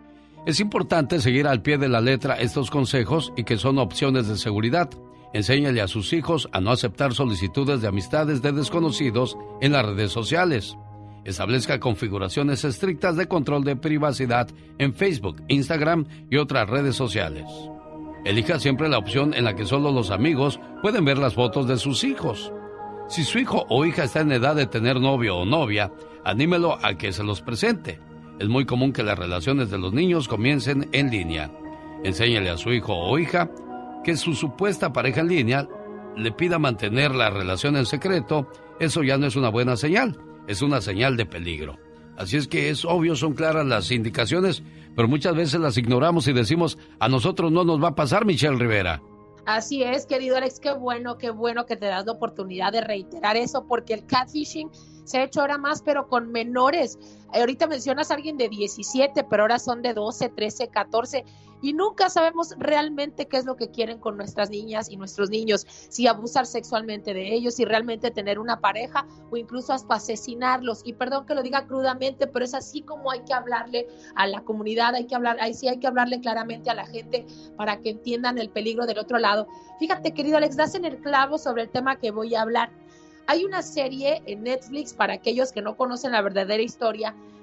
Es importante seguir al pie de la letra estos consejos y que son opciones de seguridad. Enséñale a sus hijos a no aceptar solicitudes de amistades de desconocidos en las redes sociales. Establezca configuraciones estrictas de control de privacidad en Facebook, Instagram y otras redes sociales. Elija siempre la opción en la que solo los amigos pueden ver las fotos de sus hijos. Si su hijo o hija está en edad de tener novio o novia, anímelo a que se los presente. Es muy común que las relaciones de los niños comiencen en línea. Enséñale a su hijo o hija que su supuesta pareja en línea le pida mantener la relación en secreto. Eso ya no es una buena señal, es una señal de peligro. Así es que es obvio, son claras las indicaciones, pero muchas veces las ignoramos y decimos, a nosotros no nos va a pasar, Michelle Rivera. Así es, querido Alex, qué bueno, qué bueno que te das la oportunidad de reiterar eso, porque el catfishing se ha hecho ahora más, pero con menores. Ahorita mencionas a alguien de diecisiete, pero ahora son de doce, trece, catorce, y nunca sabemos realmente qué es lo que quieren con nuestras niñas y nuestros niños, si abusar sexualmente de ellos, si realmente tener una pareja, o incluso hasta asesinarlos. Y perdón que lo diga crudamente, pero es así como hay que hablarle a la comunidad, hay que hablar, ahí sí hay que hablarle claramente a la gente para que entiendan el peligro del otro lado. Fíjate, querido Alex, das en el clavo sobre el tema que voy a hablar. Hay una serie en Netflix, para aquellos que no conocen la verdadera historia,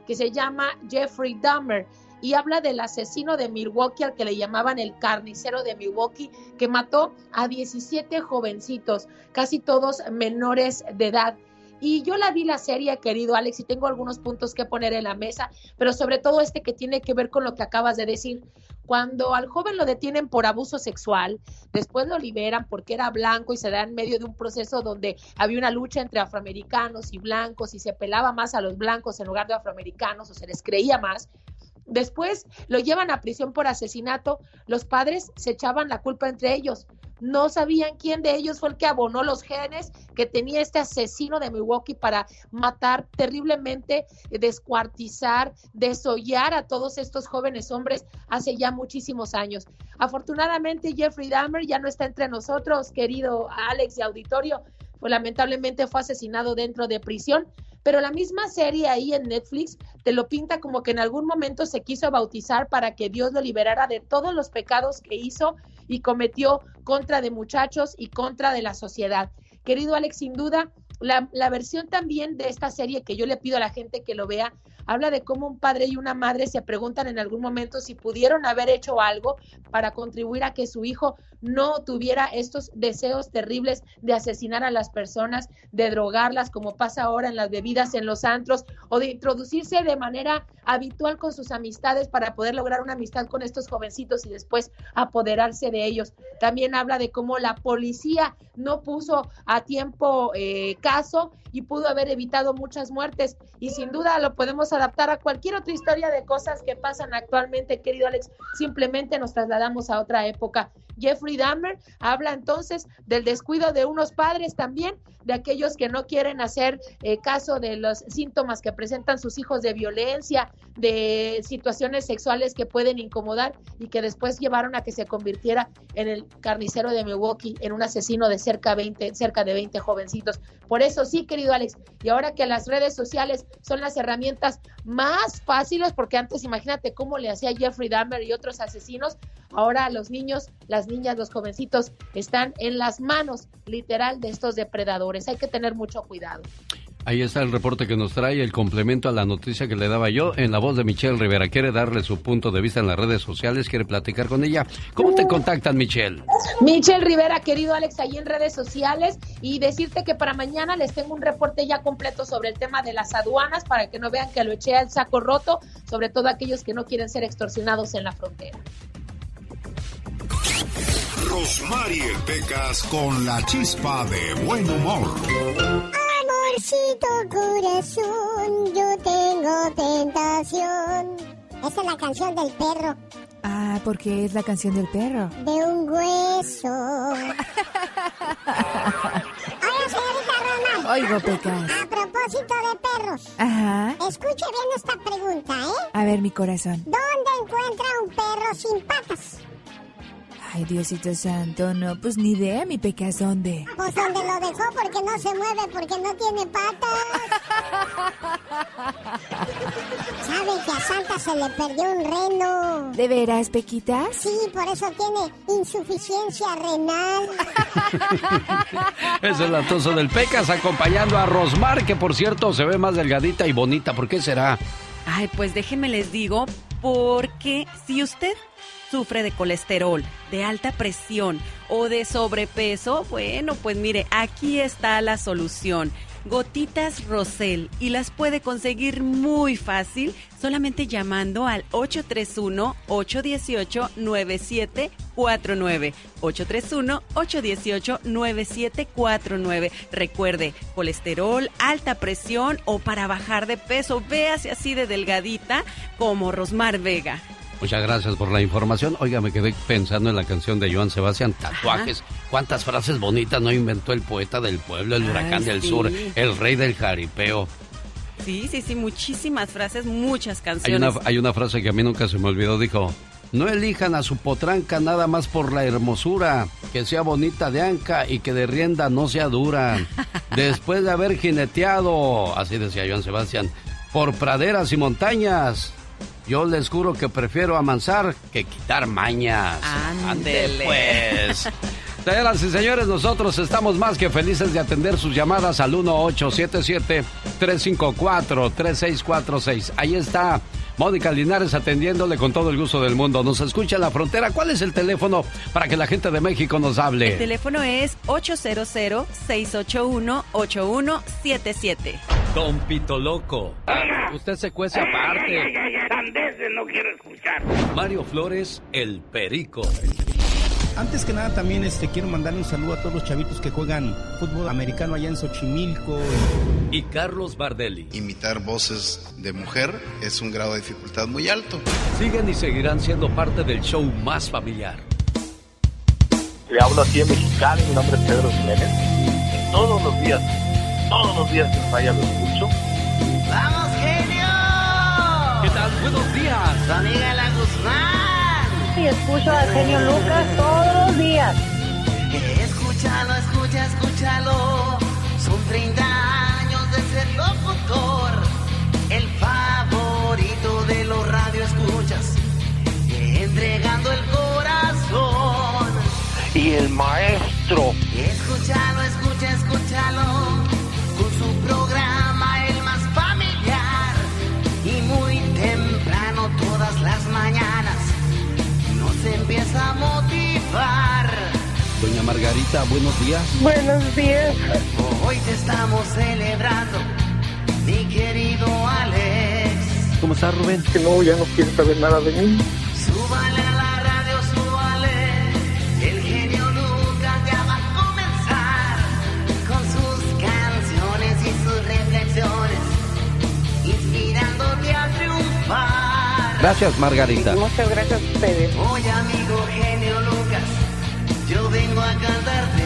que se llama Jeffrey Dahmer, y habla del asesino de Milwaukee, al que le llamaban el carnicero de Milwaukee, que mató a diecisiete jovencitos, casi todos menores de edad. Y yo la vi la serie, querido Alex, y tengo algunos puntos que poner en la mesa, pero sobre todo este que tiene que ver con lo que acabas de decir. Cuando al joven lo detienen por abuso sexual, después lo liberan porque era blanco y se da en medio de un proceso donde había una lucha entre afroamericanos y blancos y se pelaba más a los blancos en lugar de afroamericanos, o se les creía más. Después lo llevan a prisión por asesinato. Los padres se echaban la culpa entre ellos. No sabían quién de ellos fue el que abonó los genes que tenía este asesino de Milwaukee para matar terriblemente, descuartizar, desollar a todos estos jóvenes hombres hace ya muchísimos años. Afortunadamente, Jeffrey Dahmer ya no está entre nosotros, querido Alex y auditorio, pues lamentablemente fue asesinado dentro de prisión. Pero la misma serie ahí en Netflix te lo pinta como que en algún momento se quiso bautizar para que Dios lo liberara de todos los pecados que hizo y cometió contra de muchachos y contra de la sociedad. Querido Alex, sin duda, la, la versión también de esta serie que yo le pido a la gente que lo vea, habla de cómo un padre y una madre se preguntan en algún momento si pudieron haber hecho algo para contribuir a que su hijo no tuviera estos deseos terribles de asesinar a las personas, de drogarlas, como pasa ahora en las bebidas, en los antros, o de introducirse de manera habitual con sus amistades para poder lograr una amistad con estos jovencitos y después apoderarse de ellos. También habla de cómo la policía no puso a tiempo eh, caso y pudo haber evitado muchas muertes, y sin duda lo podemos adaptar a cualquier otra historia de cosas que pasan actualmente, querido Alex. Simplemente nos trasladamos a otra época. Jeffrey Dahmer habla entonces del descuido de unos padres también, de aquellos que no quieren hacer eh, caso de los síntomas que presentan sus hijos de violencia, de situaciones sexuales que pueden incomodar y que después llevaron a que se convirtiera en el carnicero de Milwaukee, en un asesino de cerca, veinte, cerca de veinte jovencitos. Por eso sí, querido Alex, y ahora que las redes sociales son las herramientas más fáciles, porque antes imagínate cómo le hacía Jeffrey Dahmer y otros asesinos, ahora los niños, las niñas, los jovencitos están en las manos literal de estos depredadores. Hay que tener mucho cuidado. Ahí está el reporte que nos trae, el complemento a la noticia que le daba yo en la voz de Michelle Rivera. Quiere darle su punto de vista en las redes sociales, quiere platicar con ella. ¿Cómo te contactan, Michelle? Michelle Rivera, querido Alex, ahí en redes sociales, y decirte que para mañana les tengo un reporte ya completo sobre el tema de las aduanas, para que no vean que lo eché al saco roto, sobre todo aquellos que no quieren ser extorsionados en la frontera. Rosmarie Pecas con la chispa de buen humor. Amorcito corazón, yo tengo tentación. Esa es la canción del perro. Ah, ¿por qué es la canción del perro? De un hueso. Oiga, señorita Roma. Oigo, Pecas. A propósito de perros. Ajá. Escuche bien esta pregunta, ¿eh? A ver, mi corazón. ¿Dónde encuentra un perro sin patas? Ay, Diosito santo, no, pues ni idea, mi Pecas, ¿dónde? Pues donde lo dejó, porque no se mueve, porque no tiene patas. ¿Sabe que a Santa se le perdió un reno? ¿De veras, Pequita? Sí, por eso tiene insuficiencia renal. Es el latoso del Pecas acompañando a Rosmar, que por cierto se ve más delgadita y bonita. ¿Por qué será? Ay, pues déjenme les digo, porque si usted sufre de colesterol, de alta presión o de sobrepeso, bueno, pues mire, aquí está la solución. Gotitas Rosel, y las puede conseguir muy fácil solamente llamando al ocho tres uno, ocho uno ocho, nueve siete cuatro nueve. ocho tres uno, ocho uno ocho, nueve siete cuatro nueve. Recuerde, colesterol, alta presión o para bajar de peso, véase así de delgadita como Rosmar Vega. Muchas gracias por la información. Oiga, me quedé pensando en la canción de Joan Sebastián, Tatuajes. Ajá. ¿Cuántas frases bonitas no inventó el poeta del pueblo, el huracán Ay, del sí. sur, el rey del jaripeo? Sí, sí, sí, muchísimas frases, muchas canciones. Hay una, hay una frase que a mí nunca se me olvidó, dijo: no elijan a su potranca nada más por la hermosura, que sea bonita de anca y que de rienda no sea dura. Después de haber jineteado, así decía Joan Sebastián, por praderas y montañas, yo les juro que prefiero amansar que quitar mañas. Ándele. Pues. Señoras y señores, nosotros estamos más que felices de atender sus llamadas al uno ocho siete siete, tres cinco cuatro, tres seis cuatro seis. Ahí está Mónica Linares atendiéndole con todo el gusto del mundo. Nos escucha en la frontera. ¿Cuál es el teléfono para que la gente de México nos hable? El teléfono es ocho cero cero, seis ocho uno, ocho uno siete siete. Don Pito Loco, usted se cuece aparte. Ay, ay, ay, ay, sandeces, no quiero escuchar. Mario Flores, el Perico. Antes que nada también este, quiero mandarle un saludo a todos los chavitos que juegan fútbol americano allá en Xochimilco. Y Carlos Bardelli. Imitar voces de mujer es un grado de dificultad muy alto. Siguen y seguirán siendo parte del show más familiar. Le hablo aquí en Mexicali, mi nombre es Pedro Jiménez. Y todos los días, todos los días en Falla lo escucho. ¡Vamos, genio! ¿Qué tal? Buenos días. Su amiga La Guzmán. Y escucho al genio Lucas todos los días. Escúchalo, escucha, escúchalo. Son treinta años de ser locutor. El favorito de los radioescuchas. Entregando el corazón. Y el maestro. Escúchalo, escucha, escúchalo. Con su programa el más familiar. Y muy temprano todas las mañanas se empieza a motivar. Doña Margarita, buenos días. Buenos días. Hoy te estamos celebrando, mi querido Alex. ¿Cómo estás, Rubén? Que no, ya no quiere saber nada de mí. Súbale a la radio, súbale. El genio Lucas ya va a comenzar con sus canciones y sus reflexiones, inspirándote a triunfar. Gracias, Margarita. Muchas gracias a ustedes. Oye, amigo genio Lucas, yo vengo a cantarte,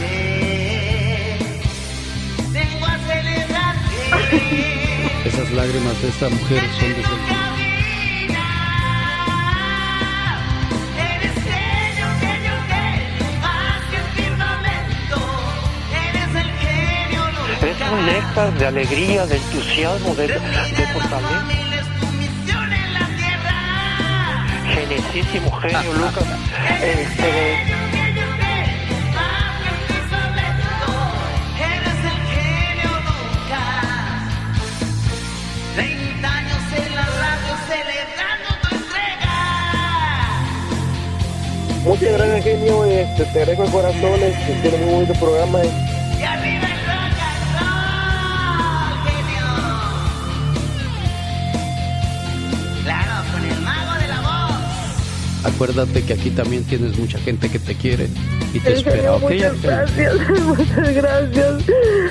vengo a celebrarte. Esas lágrimas de esta mujer son de... Eres genio, genio, genio, más que el firmamento. Eres el genio Lucas. Es un néctar de alegría, de entusiasmo, de, de fortaleza. Genesísimo genio Lucas. Este, Eres el genio Lucas. treinta años en la radio celebrando tu entrega. Muchas gracias, genio. Este, te agradezco de corazón. Este, tiene muy bonito programa. Y arriba el rock and roll, genio. Claro, con el mago de la voz. Acuérdate que aquí también tienes mucha gente que te quiere y te espera. ¿Okay? Muchas gracias, muchas gracias.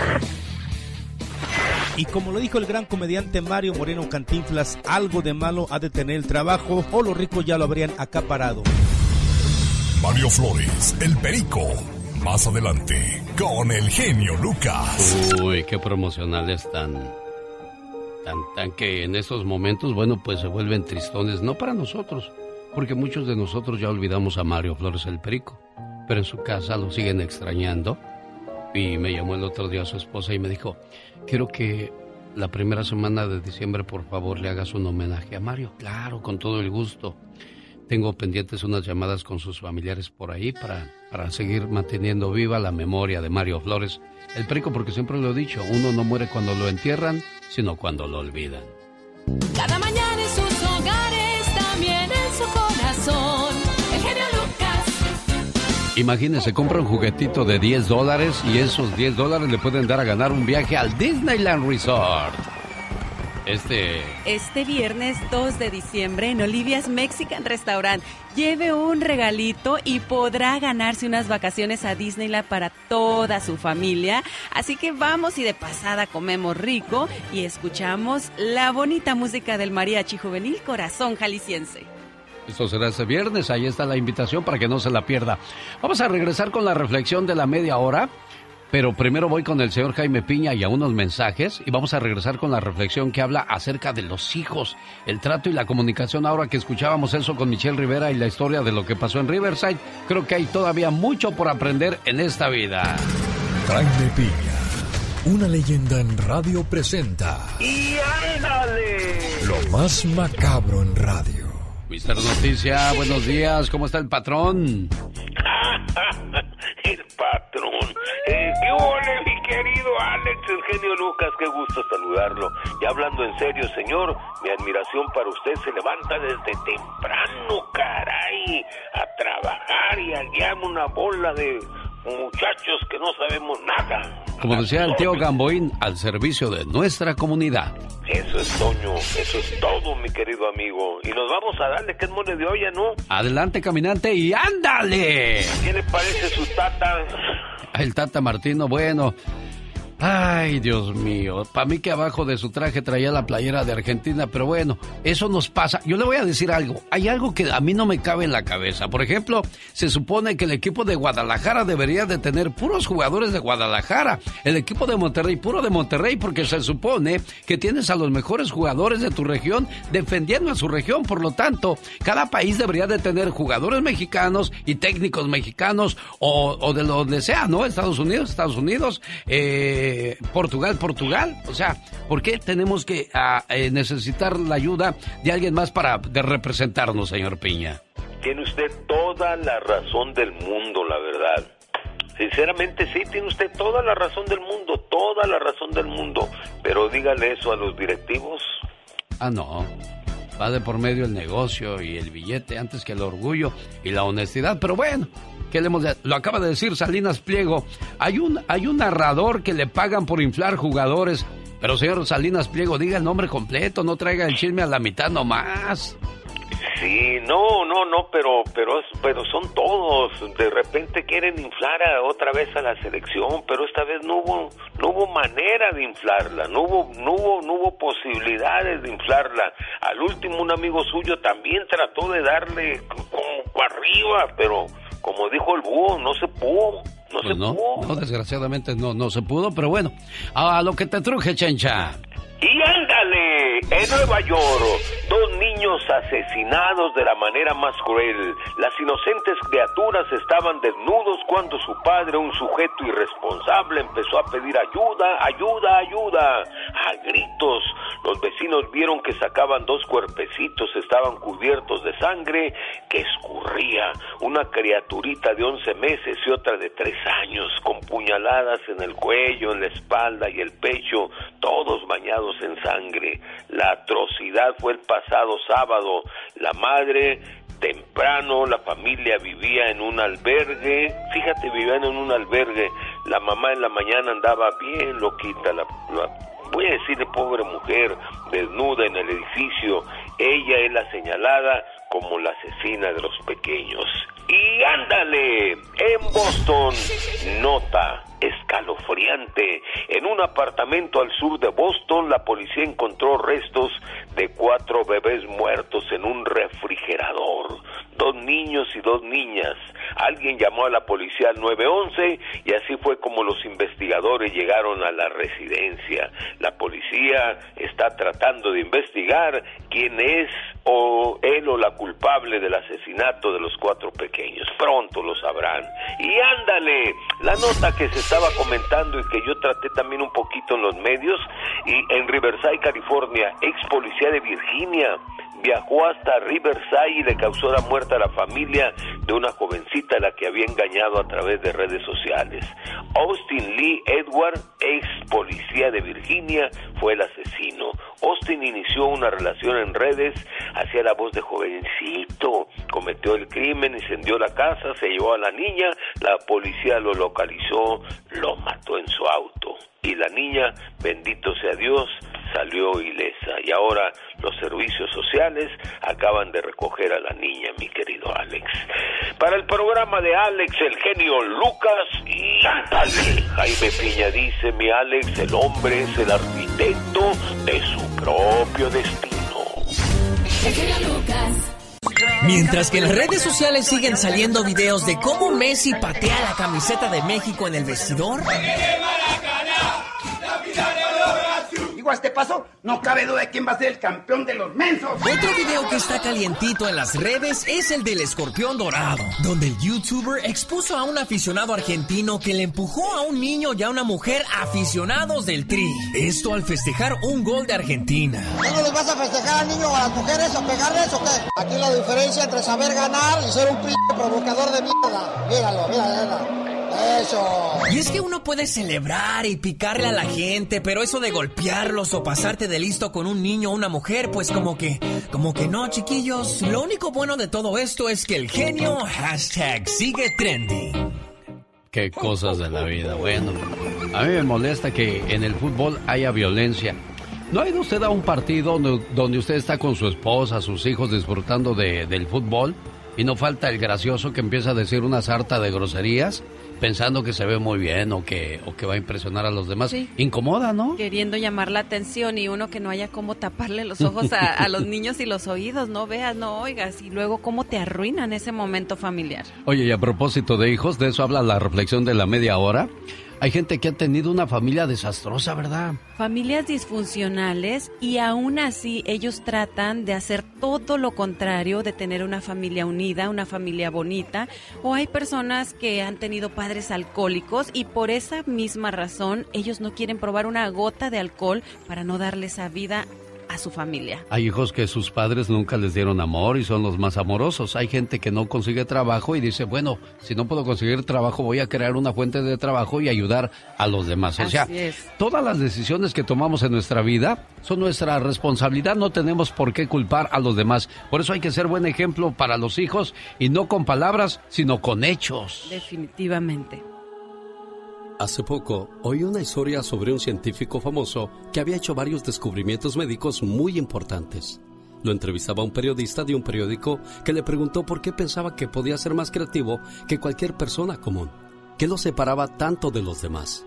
Y como lo dijo el gran comediante Mario Moreno Cantinflas, algo de malo ha de tener el trabajo o los ricos ya lo habrían acaparado. Mario Flores, el Perico. Más adelante, con el genio Lucas. Uy, qué promocionales tan, tan, tan que en estos momentos, bueno, pues se vuelven tristones, no para nosotros, porque muchos de nosotros ya olvidamos a Mario Flores el Perico, pero en su casa lo siguen extrañando. Y me llamó el otro día a su esposa y me dijo, quiero que la primera semana de diciembre por favor le hagas un homenaje a Mario. Claro, con todo el gusto. Tengo pendientes unas llamadas con sus familiares por ahí para, para seguir manteniendo viva la memoria de Mario Flores el Perico, porque siempre lo he dicho, uno no muere cuando lo entierran, sino cuando lo olvidan. Cada mañana en sus hogares, también en su corazón, el genio Lucas. Imagínense, compra un juguetito de diez dólares y esos diez dólares le pueden dar a ganar un viaje al Disneyland Resort. Este... Este viernes dos de diciembre en Olivia's Mexican Restaurant. Lleve un regalito y podrá ganarse unas vacaciones a Disneyland para toda su familia. Así que vamos y de pasada comemos rico y escuchamos la bonita música del mariachi juvenil Corazón Jalisciense. Esto será este viernes, ahí está la invitación para que no se la pierda. Vamos a regresar con la reflexión de la media hora. Pero primero voy con el señor Jaime Piña y a unos mensajes y vamos a regresar con la reflexión que habla acerca de los hijos, el trato y la comunicación. Ahora que escuchábamos eso con Michelle Rivera y la historia de lo que pasó en Riverside, creo que hay todavía mucho por aprender en esta vida. Jaime Piña, una leyenda en radio presenta. ¡Y ándale! Lo más macabro en radio. mister Noticia, buenos días, ¿cómo está el patrón? El Lucas, qué gusto saludarlo. Y hablando en serio, señor, mi admiración para usted se levanta desde temprano, caray, a trabajar y a guiar una bola de muchachos que no sabemos nada. Como decía el tío Gamboín, al servicio de nuestra comunidad. Eso es, Toño, eso es todo, mi querido amigo. Y nos vamos a darle, que es mole de olla, ¿no? Adelante, caminante, y ándale. ¿Qué le parece su tata? El Tata Martino, bueno... Ay, Dios mío, para mí que abajo de su traje traía la playera de Argentina, pero bueno, eso nos pasa. Yo le voy a decir algo, hay algo que a mí no me cabe en la cabeza. Por ejemplo, se supone que el equipo de Guadalajara debería de tener puros jugadores de Guadalajara, el equipo de Monterrey, puro de Monterrey, porque se supone que tienes a los mejores jugadores de tu región defendiendo a su región. Por lo tanto, cada país debería de tener jugadores mexicanos y técnicos mexicanos o, o de donde sea, ¿no? Estados Unidos, Estados Unidos, eh... Portugal, Portugal. O sea, ¿por qué tenemos que a, eh, necesitar la ayuda de alguien más para de representarnos, señor Piña? Tiene usted toda la razón del mundo, la verdad. Sinceramente, sí, tiene usted toda la razón del mundo, toda la razón del mundo. Pero dígale eso a los directivos. Ah, no. Va de por medio el negocio y el billete antes que el orgullo y la honestidad. Pero bueno, ¿qué le hemos de... Lo acaba de decir Salinas Pliego. Hay un, hay un narrador que le pagan por inflar jugadores. Pero señor Salinas Pliego, diga el nombre completo, no traiga el chisme a la mitad nomás. Sí, no, no, no, pero, pero, pero son todos. De repente quieren inflar a, otra vez a la selección, pero esta vez no hubo, no hubo manera de inflarla, no hubo, no hubo, no hubo posibilidades de inflarla. Al último un amigo suyo también trató de darle como arriba, pero como dijo el búho, no se pudo. No pues se no, pudo. no, desgraciadamente no, no se pudo, pero bueno, a lo que te truje, Chencha. Y ándale, en Nueva York, dos niños asesinados de la manera más cruel. Las inocentes criaturas estaban desnudos cuando su padre, un sujeto irresponsable, empezó a pedir ayuda, ayuda, ayuda. A gritos, los vecinos vieron que sacaban dos cuerpecitos, estaban cubiertos de sangre que escurría. Una criaturita de once meses y otra de tres años, con puñaladas en el cuello, en la espalda y el pecho, todos bañados en sangre. La atrocidad fue el pasado sábado. La madre, temprano, la familia vivía en un albergue. Fíjate, vivían en un albergue. La mamá en la mañana andaba bien loquita. La, la, voy a decirle, pobre mujer, desnuda en el edificio. Ella es la señalada como la asesina de los pequeños. Y ándale, en Boston, nota escalofriante. En un apartamento al sur de Boston, la policía encontró restos de cuatro bebés muertos en un refrigerador. Dos niños y dos niñas. Alguien llamó a la policía al nueve once y así fue como los investigadores llegaron a la residencia. La policía está tratando de investigar quién es o él o la culpable del asesinato de los cuatro pequeños. Pronto lo sabrán. Y ándale, la nota que se estaba comentando y que yo traté también un poquito en los medios, y en Riverside, California, ex policía de Virginia viajó hasta Riverside y le causó la muerte a la familia de una jovencita a la que había engañado a través de redes sociales. Austin Lee Edward, ex policía de Virginia, fue el asesino. Austin inició una relación en redes, hacía la voz de jovencito, cometió el crimen, incendió la casa, se llevó a la niña, la policía lo localizó, lo mató en su auto. Y la niña, bendito sea Dios, salió ilesa. Y ahora los servicios sociales acaban de recoger a la niña, mi querido Alex. Para el programa de Alex, el genio Lucas, y ándale, Jaime Piña dice, mi Alex, el hombre es el arquitecto de su propio destino. El genio Lucas. Mientras que en las redes sociales siguen saliendo videos de cómo Messi patea la camiseta de México en el vestidor. Digo, a este paso, no cabe duda de quién va a ser el campeón de los mensos. Otro video que está calientito en las redes es el del escorpión dorado, donde el youtuber expuso a un aficionado argentino que le empujó a un niño y a una mujer aficionados del Tri. Esto al festejar un gol de Argentina. ¿Qué no les vas a festejar al niño o a las mujeres o pegarles o qué? Aquí la diferencia entre saber ganar y ser un p*** provocador de mierda. Míralo, míralo, míralo. Eso. Y es que uno puede celebrar y picarle a la gente, pero eso de golpearlos o pasarte de listo con un niño o una mujer, pues como que, como que no, chiquillos. Lo único bueno de todo esto es que el genio hashtag sigue trending. Qué cosas de la vida. Bueno, a mí me molesta que en el fútbol haya violencia. ¿No ha ido usted a un partido donde, donde usted está con su esposa, sus hijos disfrutando de, del fútbol y no falta el gracioso que empieza a decir una sarta de groserías pensando que se ve muy bien o que, o que va a impresionar a los demás? Sí. Incomoda, ¿no? Queriendo llamar la atención y uno que no haya cómo taparle los ojos a, a los niños y los oídos, no veas, no oigas, y luego cómo te arruinan ese momento familiar. Oye, y a propósito de hijos, de eso habla la reflexión de la media hora. Hay gente que ha tenido una familia desastrosa, ¿verdad? Familias disfuncionales y aún así ellos tratan de hacer todo lo contrario, de tener una familia unida, una familia bonita. O hay personas que han tenido padres alcohólicos y por esa misma razón ellos no quieren probar una gota de alcohol para no darle esa vida a su familia. Hay hijos que sus padres nunca les dieron amor y son los más amorosos. Hay gente que no consigue trabajo y dice, bueno, si no puedo conseguir trabajo voy a crear una fuente de trabajo y ayudar a los demás. O Así sea, es. Todas las decisiones que tomamos en nuestra vida son nuestra responsabilidad, no tenemos por qué culpar a los demás. Por eso hay que ser buen ejemplo para los hijos y no con palabras, sino con hechos. Definitivamente. Hace poco oí una historia sobre un científico famoso que había hecho varios descubrimientos médicos muy importantes. Lo entrevistaba un periodista de un periódico que le preguntó por qué pensaba que podía ser más creativo que cualquier persona común. ¿Qué lo separaba tanto de los demás?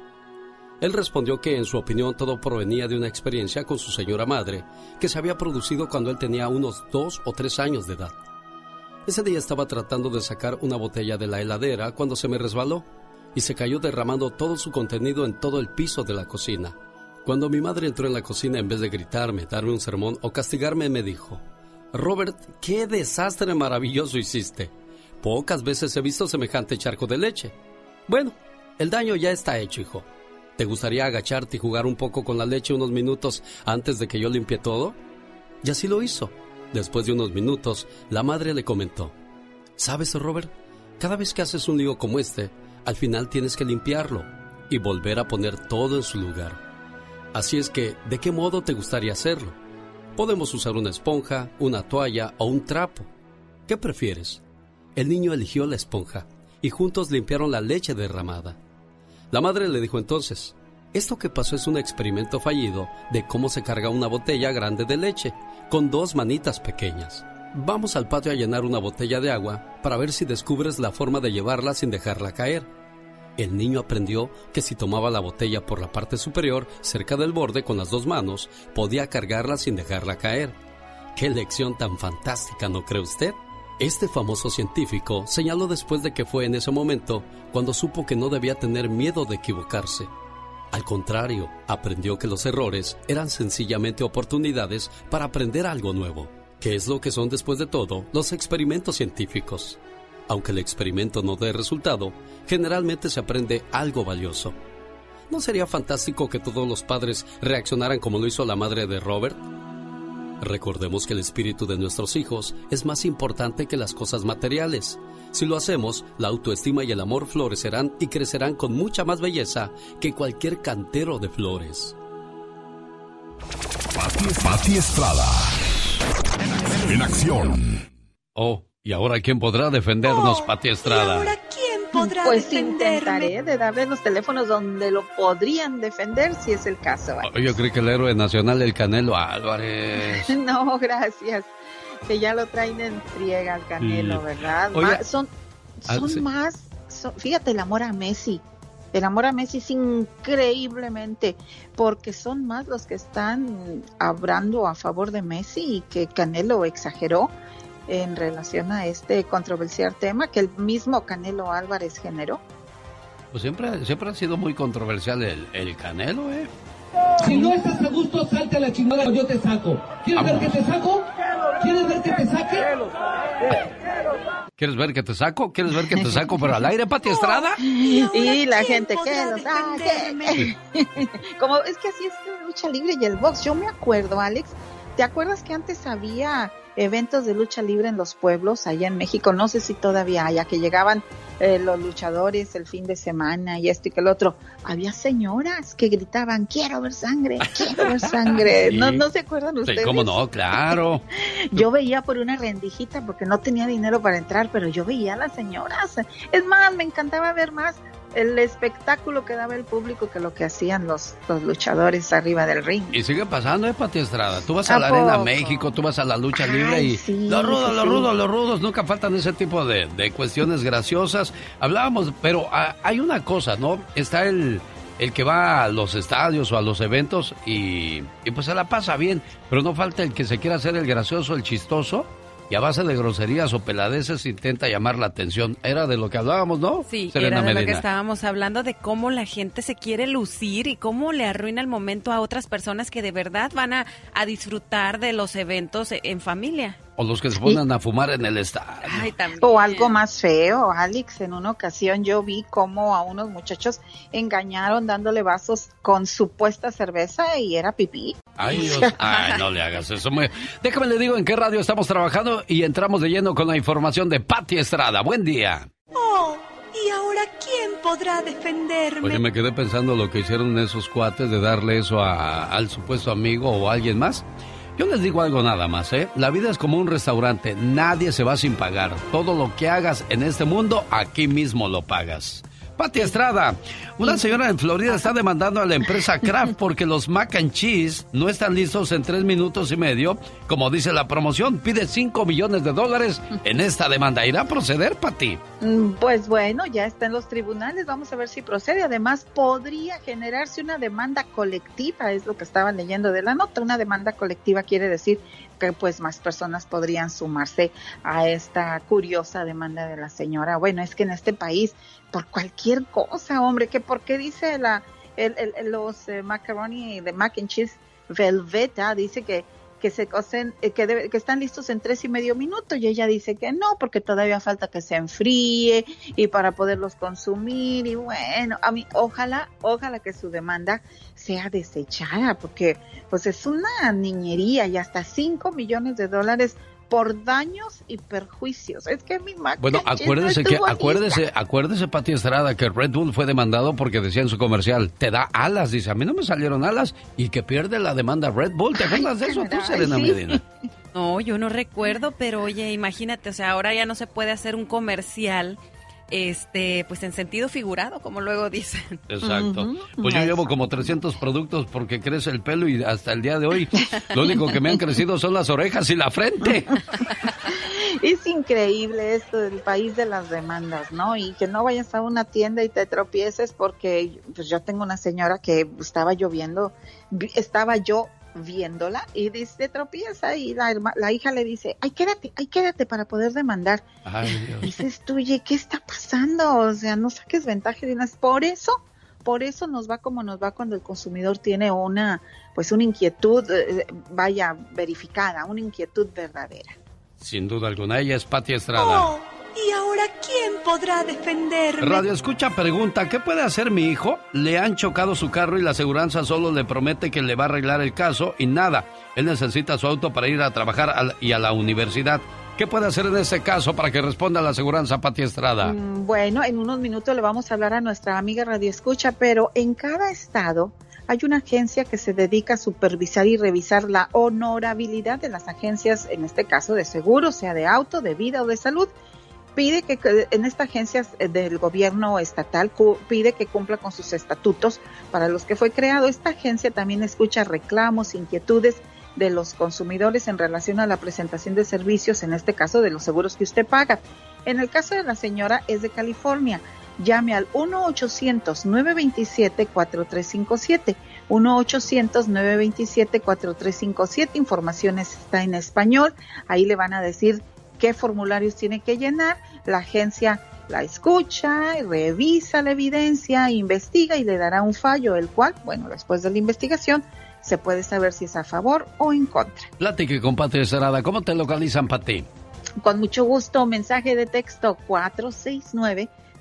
Él respondió que en su opinión todo provenía de una experiencia con su señora madre que se había producido cuando él tenía unos dos o tres años de edad. Ese día estaba tratando de sacar una botella de la heladera cuando se me resbaló y se cayó derramando todo su contenido en todo el piso de la cocina. Cuando mi madre entró en la cocina, en vez de gritarme, darme un sermón o castigarme, me dijo: Robert, qué desastre maravilloso hiciste. Pocas veces he visto semejante charco de leche. Bueno, el daño ya está hecho, hijo. ¿Te gustaría agacharte y jugar un poco con la leche unos minutos antes de que yo limpie todo? Y así lo hizo. Después de unos minutos, la madre le comentó: ¿Sabes, Robert? Cada vez que haces un lío como este, al final tienes que limpiarlo y volver a poner todo en su lugar. Así es que, ¿de qué modo te gustaría hacerlo? Podemos usar una esponja, una toalla o un trapo. ¿Qué prefieres? El niño eligió la esponja y juntos limpiaron la leche derramada. La madre le dijo entonces: esto que pasó es un experimento fallido de cómo se carga una botella grande de leche con dos manitas pequeñas. Vamos al patio a llenar una botella de agua para ver si descubres la forma de llevarla sin dejarla caer. El niño aprendió que si tomaba la botella por la parte superior, cerca del borde con las dos manos, podía cargarla sin dejarla caer. ¡Qué lección tan fantástica, ¿no cree usted? Este famoso científico señaló después de que fue en ese momento cuando supo que no debía tener miedo de equivocarse. Al contrario, aprendió que los errores eran sencillamente oportunidades para aprender algo nuevo. ¿Qué es lo que son, después de todo, los experimentos científicos? Aunque el experimento no dé resultado, generalmente se aprende algo valioso. ¿No sería fantástico que todos los padres reaccionaran como lo hizo la madre de Robert? Recordemos que el espíritu de nuestros hijos es más importante que las cosas materiales. Si lo hacemos, la autoestima y el amor florecerán y crecerán con mucha más belleza que cualquier cantero de flores. Pati, Pati Estrada. En acción. Oh, ¿y ahora quién podrá defendernos, oh, Pati Estrada? ¿Y ahora quién podrá pues defenderme? Intentaré de darles los teléfonos donde lo podrían defender, si es el caso. Oh, yo creí que el héroe nacional, el Canelo Álvarez. No, gracias. Que ya lo traen en friega al Canelo, sí. ¿Verdad? Oye, Ma- son son ah, sí. más... Son, fíjate, el amor a Messi. El amor a Messi es increíblemente, porque son más los que están hablando a favor de Messi y que Canelo exageró en relación a este controversial tema que el mismo Canelo Álvarez generó. Pues siempre, siempre ha sido muy controversial el, el Canelo, ¿eh? Si no estás a gusto, salte a la chingada o yo te saco. ¿Quieres ver que te saco? ¿Quieres ver que te saque? ¿Quieres ver que te saco? ¿Quieres ver que te saco, pero al aire, Pati Estrada? Y la gente que lo saque. Como es que así es la lucha libre y el box. Yo me acuerdo, Alex, ¿te acuerdas que antes había eventos de lucha libre en los pueblos, allá en México, no sé si todavía haya, que llegaban eh, los luchadores el fin de semana y esto y que el otro. Había señoras que gritaban, quiero ver sangre, quiero ver sangre. Sí. ¿No, ¿No se acuerdan ustedes? Sí, cómo no, claro. Yo veía por una rendijita porque no tenía dinero para entrar, pero yo veía a las señoras. Es más, me encantaba ver más el espectáculo que daba el público que lo que hacían los, los luchadores arriba del ring. Y sigue pasando, ¿eh, Pati Estrada? Tú vas a, a la poco? Arena México, tú vas a la lucha Ay, libre y sí, los rudos, sí, los sí. rudos, los rudos, nunca faltan ese tipo de, de cuestiones graciosas. Hablábamos, pero a, hay una cosa, ¿no? Está el, el que va a los estadios o a los eventos y, y pues se la pasa bien, pero no falta el que se quiera hacer el gracioso, el chistoso, y a base de groserías o peladeces intenta llamar la atención. Era de lo que hablábamos, ¿no? Sí, Serena era de Medina. lo que estábamos hablando, de cómo la gente se quiere lucir y cómo le arruina el momento a otras personas que de verdad van a, a disfrutar de los eventos en familia. O los que se ponen a fumar en el estadio. Ay, también. O algo más feo, Alex. En una ocasión yo vi cómo a unos muchachos engañaron dándole vasos con supuesta cerveza y era pipí. Ay, Dios. Ay, no le hagas eso. Me... Déjame le digo en qué radio estamos trabajando y entramos de lleno con la información de Pati Estrada. Buen día. Oh, ¿y ahora quién podrá defenderme? Oye, me quedé pensando lo que hicieron esos cuates de darle eso a, al supuesto amigo o a alguien más. Yo les digo algo nada más, ¿eh? La vida es como un restaurante, nadie se va sin pagar. Todo lo que hagas en este mundo, aquí mismo lo pagas. Pati Estrada, una señora en Florida está demandando a la empresa Kraft porque los mac and cheese no están listos en tres minutos y medio, como dice la promoción. Pide cinco millones de dólares en esta demanda. ¿Irá a proceder, Pati? Pues bueno, ya está en los tribunales, vamos a ver si procede. Además, podría generarse una demanda colectiva, es lo que estaban leyendo de la nota. Una demanda colectiva quiere decir que pues más personas podrían sumarse a esta curiosa demanda de la señora. Bueno, es que en este país, por cualquier cosa, hombre, que por qué dice la el, el, los eh, macaroni de mac and cheese Velveeta, dice que que se cocen, eh, que, debe, que están listos en tres y medio minutos, y ella dice que no, porque todavía falta que se enfríe y para poderlos consumir. Y bueno, a mí ojalá, ojalá que su demanda sea desechada, porque pues es una niñería y hasta cinco millones de dólares por daños y perjuicios. Es que mi mac Bueno, acuérdese no que, acuérdese, acuérdese, Pati Estrada, que Red Bull fue demandado porque decía en su comercial, te da alas, dice, a mí no me salieron alas, y que pierde la demanda Red Bull. ¿Te acuerdas de eso tú, Serena sí. Medina? No, yo no recuerdo, pero oye, imagínate, o sea, ahora ya no se puede hacer un comercial este, pues en sentido figurado, como luego dicen. Exacto. Uh-huh. Pues yo llevo como trescientos productos porque crece el pelo y hasta el día de hoy lo único que me han crecido son las orejas y la frente. Es increíble esto del país de las demandas, ¿no? Y que no vayas a una tienda y te tropieces porque pues yo tengo una señora que estaba lloviendo, estaba yo viéndola y dice, tropieza y la, la hija le dice, ay, quédate, ay, quédate para poder demandar. Ay, Dios. Dices tú, oye, ¿qué está pasando? O sea, no saques ventaja de unas. Por eso, por eso nos va como nos va cuando el consumidor tiene una, pues una inquietud, eh, vaya, verificada, una inquietud verdadera. Sin duda alguna, ella es Pati Estrada. Oh, ¿y ahora quién podrá defenderme? Radio Escucha pregunta, ¿qué puede hacer mi hijo? Le han chocado su carro y la aseguranza solo le promete que le va a arreglar el caso y nada. Él necesita su auto para ir a trabajar a la, y a la universidad. ¿Qué puede hacer en ese caso para que responda la aseguranza, Pati Estrada? Mm, bueno, en unos minutos le vamos a hablar a nuestra amiga Radio Escucha, pero en cada estado hay una agencia que se dedica a supervisar y revisar la honorabilidad de las agencias, en este caso de seguro, sea de auto, de vida o de salud. Pide que en esta agencia del gobierno estatal pide que cumpla con sus estatutos para los que fue creado. Esta agencia también escucha reclamos, inquietudes de los consumidores en relación a la presentación de servicios, en este caso de los seguros que usted paga. En el caso de la señora es de California. Llame al uno ochocientos, nueve veintisiete, cuatro tres cinco siete, uno ochocientos, nueve veintisiete, cuatro tres cinco siete. Información está en español. Ahí le van a decir qué formularios tiene que llenar. La agencia la escucha, revisa la evidencia, investiga y le dará un fallo, el cual, bueno, después de la investigación, se puede saber si es a favor o en contra. Platique con Pati Estrada. ¿Cómo te localizan, Pati? Con mucho gusto, mensaje de texto cuatro seis nueve,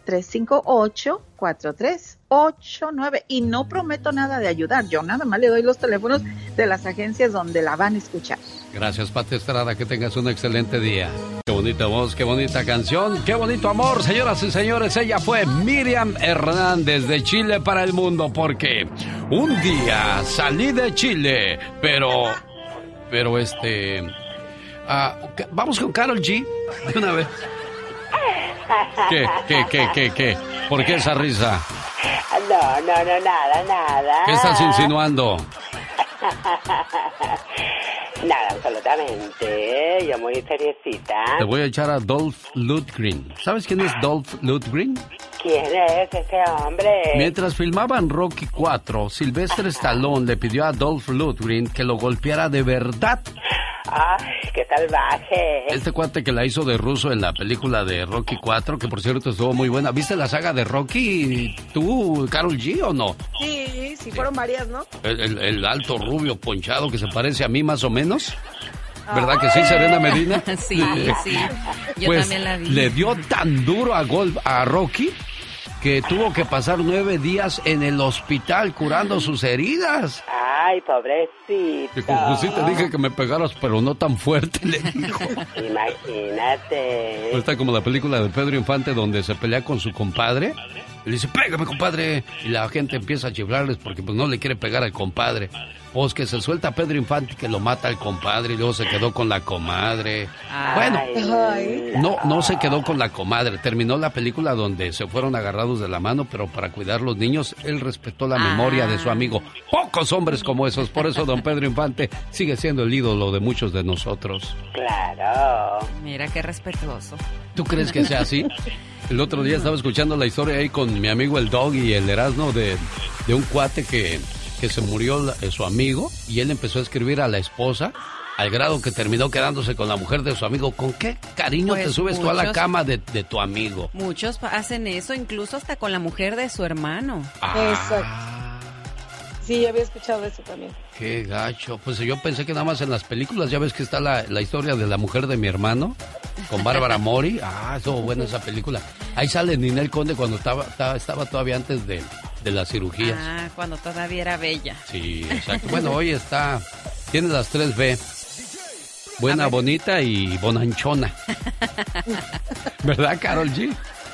tres cinco ocho, cuatro tres ocho nueve. Y no prometo nada de ayudar, yo nada más le doy los teléfonos de las agencias donde la van a escuchar. Gracias, Pati Estrada, que tengas un excelente día. Qué bonita voz, qué bonita canción, qué bonito amor, señoras y señores. Ella fue Miriam Hernández, de Chile para el mundo, porque un día salí de Chile, pero, pero este, uh, vamos con Karol G de una vez. ¿Qué, qué, qué, qué, qué? ¿Por qué esa risa? No, no, no, nada, nada. ¿Qué estás insinuando? Nada, absolutamente. Yo muy seriecita. Te voy a echar a Dolph Lundgren. ¿Sabes quién es Dolph Lundgren? ¿Quién es ese hombre? Mientras filmaban Rocky cuatro, Sylvester Stallone le pidió a Dolph Lundgren que lo golpeara de verdad. ¡Ay, qué salvaje! Este cuate que la hizo de ruso en la película de Rocky cuatro, que por cierto estuvo muy buena. ¿Viste la saga de Rocky tú, Karol G, o no? Sí, sí, fueron varias, ¿no? El, el, el alto rubio ponchado que se parece a mí más o menos. ¿Verdad que sí, Serena Medina? Sí, sí. Yo pues, también la vi. Le dio tan duro a, Gol, a Rocky que tuvo que pasar nueve días en el hospital curando sus heridas. Ay, pobrecito. Dijo, pues sí te dije que me pegaras, pero no tan fuerte, le dijo. Imagínate. Pues está como la película de Pedro Infante donde se pelea con su compadre. Y le dice, pégame, compadre. Y la gente empieza a chiflarles porque pues no le quiere pegar al compadre. Pues que se suelta a Pedro Infante, que lo mata al compadre, y luego se quedó con la comadre. Ay. Bueno, no, no se quedó con la comadre. Terminó la película donde se fueron agarrados de la mano, pero para cuidar los niños, él respetó la ah. memoria de su amigo. Pocos hombres como esos. Por eso don Pedro Infante sigue siendo el ídolo de muchos de nosotros. Claro. Mira qué respetuoso. ¿Tú crees que sea así? El otro día estaba escuchando la historia ahí con mi amigo el Dog y el Erasmo de, de un cuate que... que se murió la, su amigo y él empezó a escribir a la esposa al grado que terminó quedándose con la mujer de su amigo. ¿Con qué cariño pues te subes muchos, tú a la cama de, de tu amigo? Muchos hacen eso, incluso hasta con la mujer de su hermano. Ah, exacto. Sí, yo había escuchado eso también. Qué gacho. Pues yo pensé que nada más en las películas, ya ves que está la, la historia de la mujer de mi hermano con Bárbara Mori. Ah, estuvo buena esa película. Ahí sale Ninel Conde cuando estaba, estaba, estaba todavía antes de... de las cirugías. Ah, cuando todavía era bella. Sí, exacto. Bueno, hoy está, tiene las tres B. Buena, bonita y bonanchona. ¿Verdad, Karol G?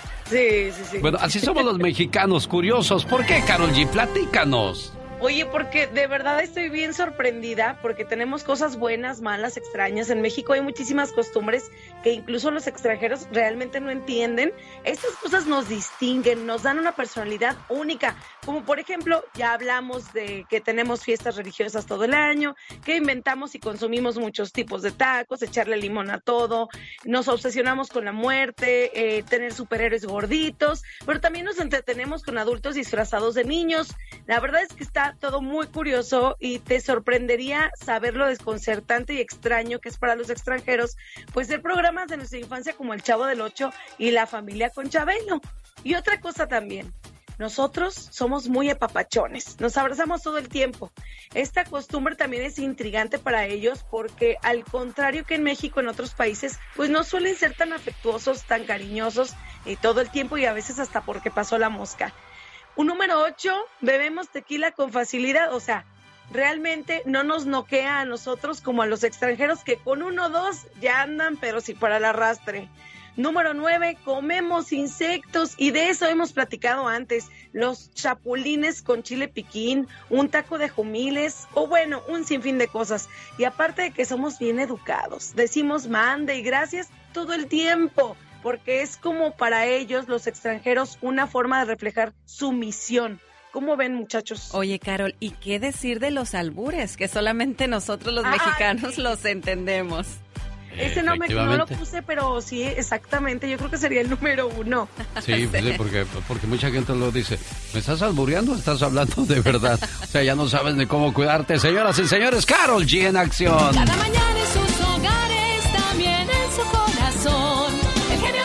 Sí, sí, sí. Bueno, así somos los mexicanos, curiosos. ¿Por qué, Karol G? Platícanos. Oye, porque de verdad estoy bien sorprendida porque tenemos cosas buenas, malas, extrañas. En México hay muchísimas costumbres que incluso los extranjeros realmente no entienden. Estas cosas nos distinguen, nos dan una personalidad única. Como por ejemplo, ya hablamos de que tenemos fiestas religiosas todo el año, que inventamos y consumimos muchos tipos de tacos, echarle limón a todo, nos obsesionamos con la muerte, eh, tener superhéroes gorditos, pero también nos entretenemos con adultos disfrazados de niños. La verdad es que está todo muy curioso y te sorprendería saber lo desconcertante y extraño que es para los extranjeros, pues ver programas de nuestra infancia como El Chavo del Ocho y La Familia con Chabelo. Y otra cosa también, nosotros somos muy apapachones, nos abrazamos todo el tiempo. Esta costumbre también es intrigante para ellos porque al contrario que en México, en otros países, pues no suelen ser tan afectuosos, tan cariñosos y todo el tiempo y a veces hasta porque pasó la mosca. Un número ocho, bebemos tequila con facilidad, o sea, realmente no nos noquea a nosotros como a los extranjeros que con uno o dos ya andan, pero sí para el arrastre. Número nueve, comemos insectos y de eso hemos platicado antes, los chapulines con chile piquín, un taco de jumiles o bueno, un sinfín de cosas. Y aparte de que somos bien educados, decimos mande y gracias todo el tiempo, porque es como para ellos, los extranjeros, una forma de reflejar su misión. ¿Cómo ven, muchachos? Oye, Carol, ¿y qué decir de los albures? Que solamente nosotros los Ay, mexicanos sí. los entendemos. Ese no, me, no lo puse, pero sí, exactamente. Yo creo que sería el número uno. Sí, pues sí, porque, porque mucha gente lo dice. ¿Me estás albureando o estás hablando de verdad? O sea, ya no sabes de cómo cuidarte. Señoras y señores, Karol G en acción. Cada mañana en sus hogares, también en su corazón. El genio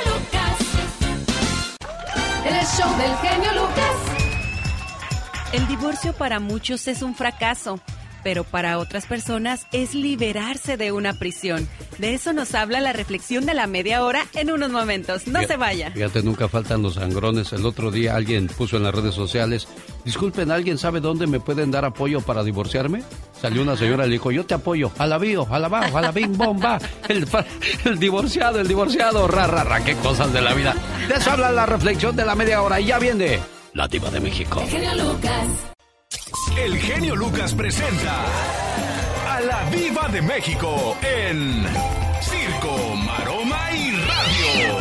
Lucas. En el show del genio Lucas. El divorcio para muchos es un fracaso. pero para otras personas es liberarse de una prisión. De eso nos habla la reflexión de la media hora en unos momentos. No fíjate, se vaya. Fíjate, nunca faltan los sangrones. El otro día alguien puso en las redes sociales, disculpen, ¿alguien sabe dónde me pueden dar apoyo para divorciarme? Salió una señora y le dijo, yo te apoyo, a la bio, a la bajo, a la bing bomba, el, el divorciado, el divorciado, ra, ra, ra, qué cosas de la vida. De eso habla la reflexión de la media hora y ya viene la Diva de México. El genio Lucas. El genio Lucas presenta a la Diva de México en Circo, Maroma y Radio.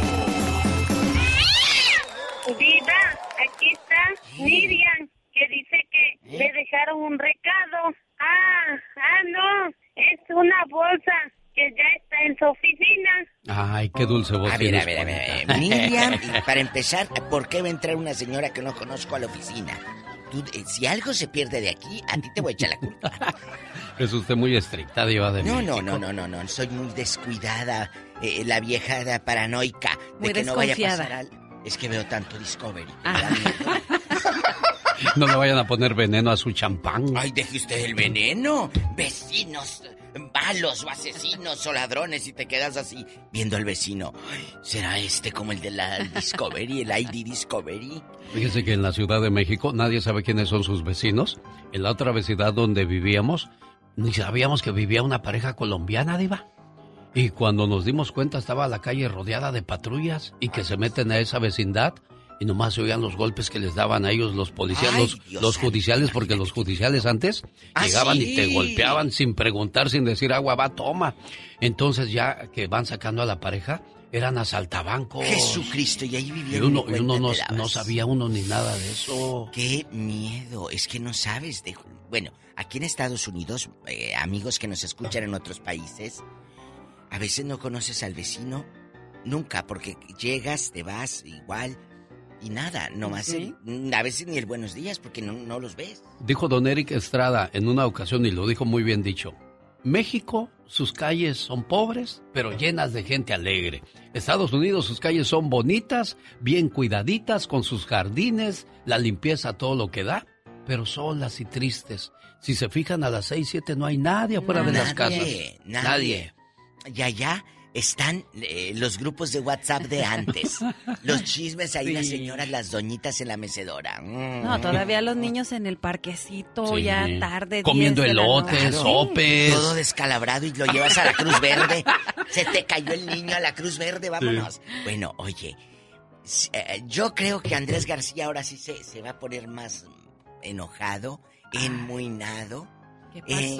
Diva, aquí está Miriam, que dice que le dejaron un recado. Ah, ah, no, es una bolsa que ya está en su oficina. Ay, qué dulce voz A ver, tienes, a ver, a ver, a ver. Juanita. Miriam, y para empezar, ¿por qué va a entrar una señora que no conozco a la oficina? Tú, eh, si algo se pierde de aquí, a ti te voy a echar la culpa. Es usted muy estricta, Diva de No, México. no, no, no, no, no, soy muy descuidada, eh, la vieja de paranoica, Muy de que no vaya a desconfiada. pasar al... Es que veo tanto Discovery. Ah. me da miedo. No le vayan a poner veneno a su champán. Ay, deje usted el veneno. Vecinos malos o asesinos o ladrones y te quedas así viendo al vecino. Ay, ¿será este como el de la Discovery, el I D Discovery? Fíjese que en la Ciudad de México nadie sabe quiénes son sus vecinos. En la otra vecindad donde vivíamos, ni sabíamos que vivía una pareja colombiana, Diva. Y cuando nos dimos cuenta estaba la calle rodeada de patrullas y que se meten a esa vecindad y nomás se oían los golpes que les daban a ellos los policías, Ay, los, Dios los santo, judiciales, porque los judiciales antes ¿Ah, llegaban sí? y te golpeaban sin preguntar, sin decir agua va, toma. Entonces ya que van sacando a la pareja, eran asaltabancos. Jesucristo, y ahí Y vivieron. uno, ni y uno cuenta no, te dabas. no sabía uno ni nada de eso. Qué miedo, es que no sabes de... Bueno, aquí en Estados Unidos, eh, amigos que nos escuchan en otros países, a veces no conoces al vecino, nunca, porque llegas, te vas, igual, y nada, nomás, ¿Sí? el- a veces ni el buenos días, porque no, no los ves. Dijo don Eric Estrada en una ocasión, y lo dijo muy bien dicho, México, sus calles son pobres, pero llenas de gente alegre. Estados Unidos, sus calles son bonitas, bien cuidaditas, con sus jardines, la limpieza, todo lo que da, pero solas y tristes. Si se fijan, a las seis, siete no hay nadie afuera de las casas. Nadie, nadie. Y allá están eh, los grupos de WhatsApp de antes. Los chismes ahí, Sí. las señoras, las doñitas en la mecedora. Mm. No, todavía los niños en el parquecito, Sí. ya tarde. Comiendo diez de la elotes, noche. sopes. Todo descalabrado y lo llevas a la Cruz Verde. Se te cayó el niño a la Cruz Verde, vámonos. Bueno, oye, s- eh, yo creo que Andrés García ahora sí se, se va a poner más enojado, enmuinado, ¿Qué pasó?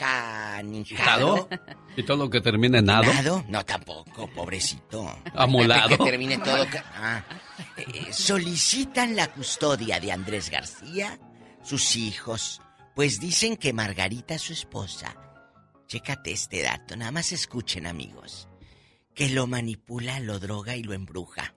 encanijado. Y todo lo que termine en nado. ¿Nado? No, tampoco, pobrecito. Amolado. Que termine todo. ca- Ah. Eh, solicitan la custodia de Andrés García, sus hijos, pues dicen que Margarita, su esposa, chécate este dato, nada más escuchen, amigos, que lo manipula, lo droga y lo embruja.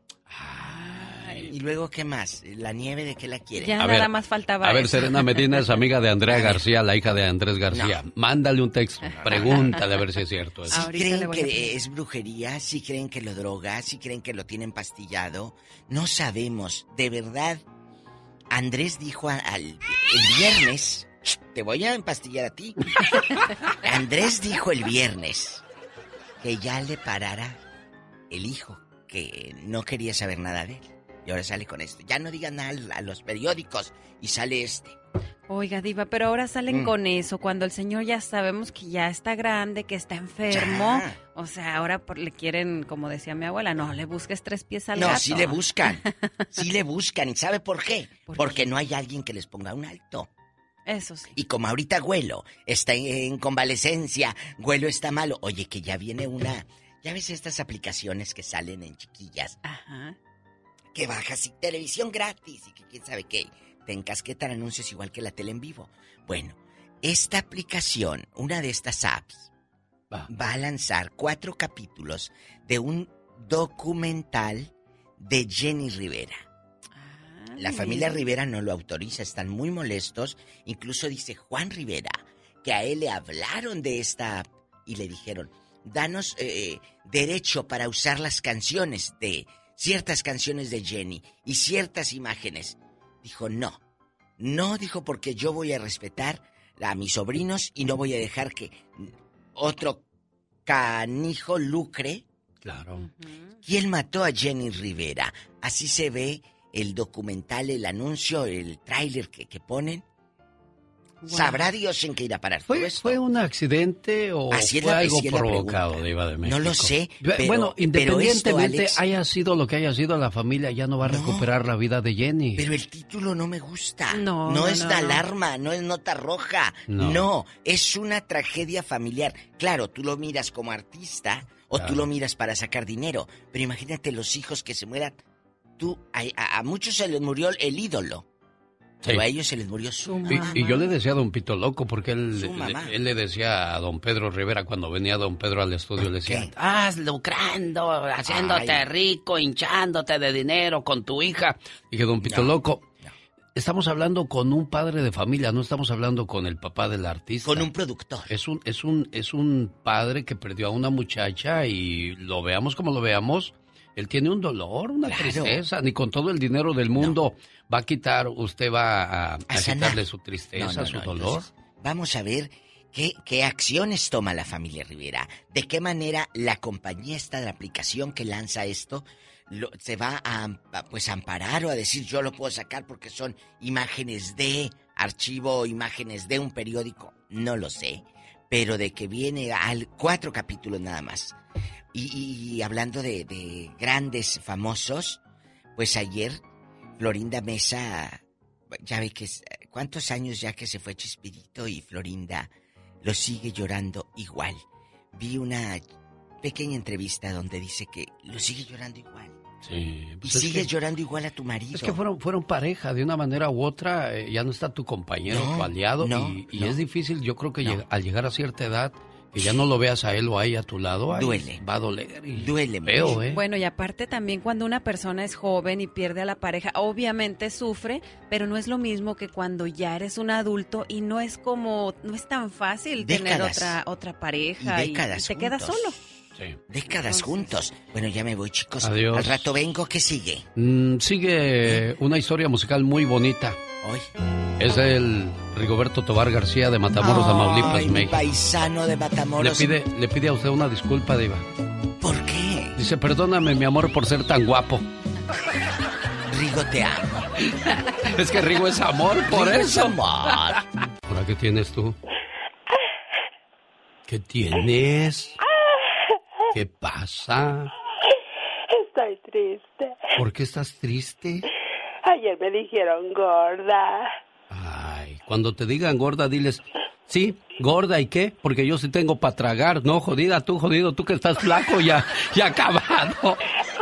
¿Y luego qué más? ¿La nieve de qué la quiere? Ya A nada ver, más faltaba A ver, eso. Serena Medina es amiga de Andrea García, la hija de Andrés García. Mándale un texto, pregúntale a ver si es cierto eso. ¿Sí Ahorita le creen voy a pedir. que es brujería? ¿Sí creen que lo droga? ¿Sí creen que lo tiene empastillado? No sabemos. De verdad, Andrés dijo a- al, el viernes... Te voy a empastillar a ti. Andrés dijo el viernes que ya le parara el hijo, que no quería saber nada de él. Y ahora sale con esto. Ya no digan nada a los periódicos. Y sale este. Oiga, Diva, pero ahora salen Mm. con eso, cuando el señor ya sabemos que ya está grande, que está enfermo. Ya. O sea, ahora por- le quieren, como decía mi abuela, no le busques tres pies al No, gato. sí le buscan. Sí le buscan. ¿Y sabe por qué? Porque no hay alguien que les ponga un alto. Eso sí. Y como ahorita Güelo está en, en convalecencia, Güelo está malo. Oye, que ya viene una... Ya ves estas aplicaciones que salen en chiquillas. Ajá. Que bajas y televisión gratis y que quién sabe qué. Te encasquetan anuncios igual que la tele en vivo. Bueno, esta aplicación, una de estas apps, Va. va a lanzar cuatro capítulos de un documental de Jenny Rivera. La familia Rivera no lo autoriza, están muy molestos. Incluso dice Juan Rivera que a él le hablaron de esta app y le dijeron, danos eh, derecho para usar las canciones de ciertas canciones de Jenny y ciertas imágenes. Dijo, no, no, dijo, porque yo voy a respetar a mis sobrinos y no voy a dejar que otro canijo lucre. Claro. ¿Quién mató a Jenny Rivera? Así se ve el documental, el anuncio, el tráiler que, que ponen. Wow. ¿Sabrá Dios en qué irá a parar ¿Fue, todo esto? ¿Fue un accidente o así fue la, algo la provocado, Diva de México? No lo sé, pero, bueno, independientemente pero esto, Alex, haya sido lo que haya sido, la familia ya no va a no, recuperar la vida de Jenny. Pero el título no me gusta. No, no, no es no, de no. alarma, no es nota roja. No. no, es una tragedia familiar. Claro, tú lo miras como artista o claro. tú lo miras para sacar dinero. Pero imagínate los hijos que se mueran. Tú, a, a, a muchos se les murió el ídolo. Sí. Pero a ellos se les murió su mamá. Y, y yo le decía a don Pito Loco, porque él, le, él le decía a don Pedro Rivera, cuando venía don Pedro al estudio, le decía, estás lucrando, haciéndote Ay. rico, hinchándote de dinero con tu hija. Dije, don Pito no, Loco, no. estamos hablando con un padre de familia, no estamos hablando con el papá del artista. Con un productor. Es un, es un, es un padre que perdió a una muchacha y lo veamos como lo veamos. Él tiene un dolor, una claro. tristeza, ni con todo el dinero del mundo no. va a quitar, usted va a, a, a quitarle su tristeza, no, no, su no, dolor. Entonces, vamos a ver qué, qué acciones toma la familia Rivera, de qué manera la compañía esta de la aplicación que lanza esto lo, se va a, a pues a amparar o a decir yo lo puedo sacar porque son imágenes de archivo, imágenes de un periódico, no lo sé, pero de que viene al cuatro capítulos nada más. Y, y hablando de, de grandes famosos, pues ayer Florinda Mesa, ya ve que es, cuántos años ya que se fue Chespirito y Florinda lo sigue llorando igual. Vi una pequeña entrevista donde dice que lo sigue llorando igual. Sí, pues y sigues que, llorando igual a tu marido. Es que fueron, fueron pareja, de una manera u otra, eh, ya no está tu compañero, no, tu aliado, no, y, y no. es difícil, yo creo que no. lleg- al llegar a cierta edad, que ya no lo veas a él o a ella a tu lado, ay, duele. Va a doler. Y duele feo, mucho. ¿eh? Bueno, y aparte también cuando una persona es joven y pierde a la pareja, obviamente sufre, pero no es lo mismo que cuando ya eres un adulto y no es como, no es tan fácil décadas. tener otra otra pareja y, décadas y te juntos. quedas solo. Sí. Décadas Entonces, juntos. Bueno, ya me voy, chicos. Adiós. Al rato vengo, ¿qué sigue? Mm, sigue ¿Eh? una historia musical muy bonita. Hoy. Es el Rigoberto Tobar García de Matamoros, Tamaulipas, Ay, México. Paisano de Matamoros. Le pide, le pide a usted una disculpa, Diva. ¿Por qué? Dice, perdóname, mi amor, por ser tan guapo. Rigo, te amo. Es que Rigo es amor, por Rigo eso. Es amor. ¿Ahora qué tienes tú? ¿Qué tienes? ¿Qué pasa? Estoy triste. ¿Por qué estás triste? Ayer me dijeron gorda. Ay, cuando te digan gorda, diles, sí, gorda, ¿y qué? Porque yo sí tengo para tragar. No, jodida, tú, jodido, tú que estás flaco ya, ya acabado.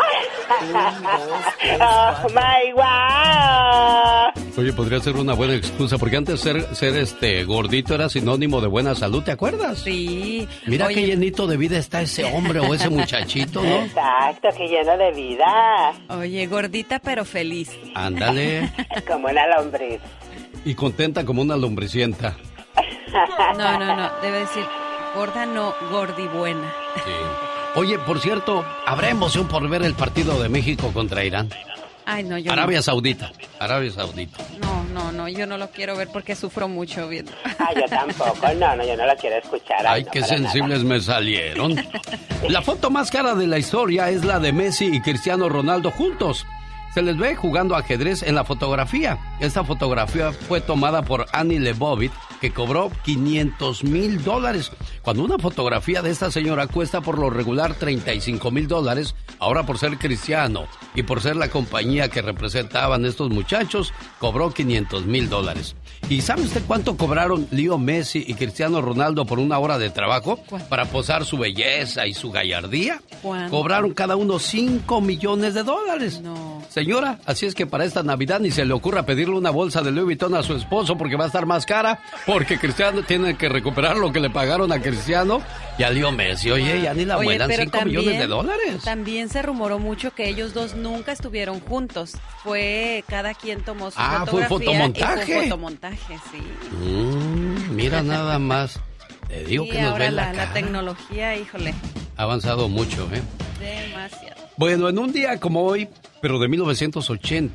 Oh my God. Oye, podría ser una buena excusa, porque antes ser, ser este gordito era sinónimo de buena salud, ¿te acuerdas? Sí. Mira Oye, qué llenito de vida está ese hombre o ese muchachito, ¿no? Exacto, que lleno de vida. Oye, gordita pero feliz. Ándale. Como una lombriz. Y contenta como una lombricienta. No, no, no, debe decir gorda no, gordibuena. Sí. Oye, por cierto, ¿habrá emoción por ver el partido de México contra Irán? Ay, no, yo Arabia no. Saudita, Arabia Saudita. No, no, no, yo no lo quiero ver porque sufro mucho viendo. Ah, yo tampoco, no, no, yo no lo quiero escuchar. Ay, no, qué sensibles nada. me salieron. La foto más cara de la historia es la de Messi y Cristiano Ronaldo juntos. Se les ve jugando ajedrez en la fotografía. Esta fotografía fue tomada por Annie Leibovitz, que cobró quinientos mil dólares. Cuando una fotografía de esta señora cuesta por lo regular treinta y cinco mil dólares, ahora por ser cristiano y por ser la compañía que representaban estos muchachos, cobró quinientos mil dólares. ¿Y sabe usted cuánto cobraron Leo Messi y Cristiano Ronaldo por una hora de trabajo para posar su belleza y su gallardía? ¿Cuánto? Cobraron cada uno cinco millones de dólares. No. Señora, así es que para esta Navidad ni se le ocurra pedirle una bolsa de Louis Vuitton a su esposo porque va a estar más cara, porque Cristiano tiene que recuperar lo que le pagaron a Cristiano y a Leo Messi. Oye, ya ni la Oye, vuelan pero cinco también- millones de dólares. También se rumoró mucho que ellos dos nunca estuvieron juntos. Fue cada quien tomó su Ah, fue fotografía fotomontaje. y fue fotomontaje, sí. Mm, mira nada más. Te digo Y que nos ahora ven la, la, la cara. tecnología, híjole, Ha avanzado mucho, ¿eh? demasiado. Bueno, en un día como hoy, pero de mil novecientos ochenta,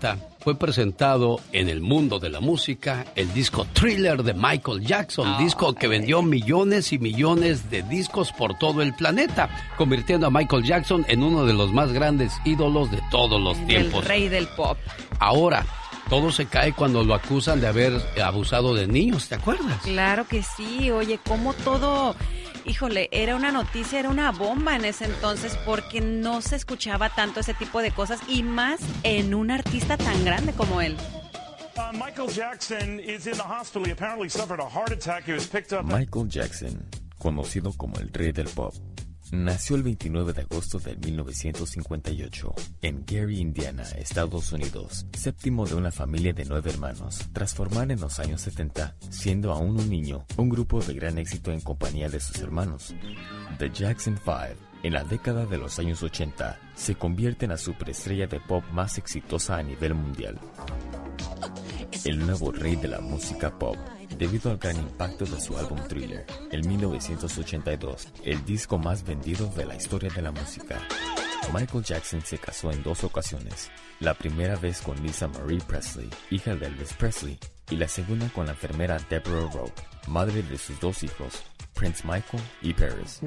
fue presentado en el mundo de la música el disco Thriller de Michael Jackson, oh, disco que vendió millones y millones de discos por todo el planeta, convirtiendo a Michael Jackson en uno de los más grandes ídolos de todos los tiempos. El rey del pop. Ahora, todo se cae cuando lo acusan de haber abusado de niños, ¿te acuerdas? Claro que sí, oye, cómo todo... Híjole, era una noticia, era una bomba en ese entonces porque no se escuchaba tanto ese tipo de cosas y más en un artista tan grande como él. Uh, Michael Jackson is in the hospital. He apparently suffered a heart attack. He was picked up. Michael Jackson, conocido como el rey del pop, nació el veintinueve de agosto de mil novecientos cincuenta y ocho en Gary, Indiana, Estados Unidos, séptimo de una familia de nueve hermanos. Tras formar en los años setenta, siendo aún un niño, un grupo de gran éxito en compañía de sus hermanos, The Jackson Five, en la década de los años ochenta, se convierte en la superestrella de pop más exitosa a nivel mundial. El nuevo rey de la música pop, debido al gran impacto de su álbum Thriller, en mil novecientos ochenta y dos, el disco más vendido de la historia de la música. Michael Jackson se casó en dos ocasiones, la primera vez con Lisa Marie Presley, hija de Elvis Presley, y la segunda con la enfermera Deborah Rowe, madre de sus dos hijos, Prince Michael y Paris.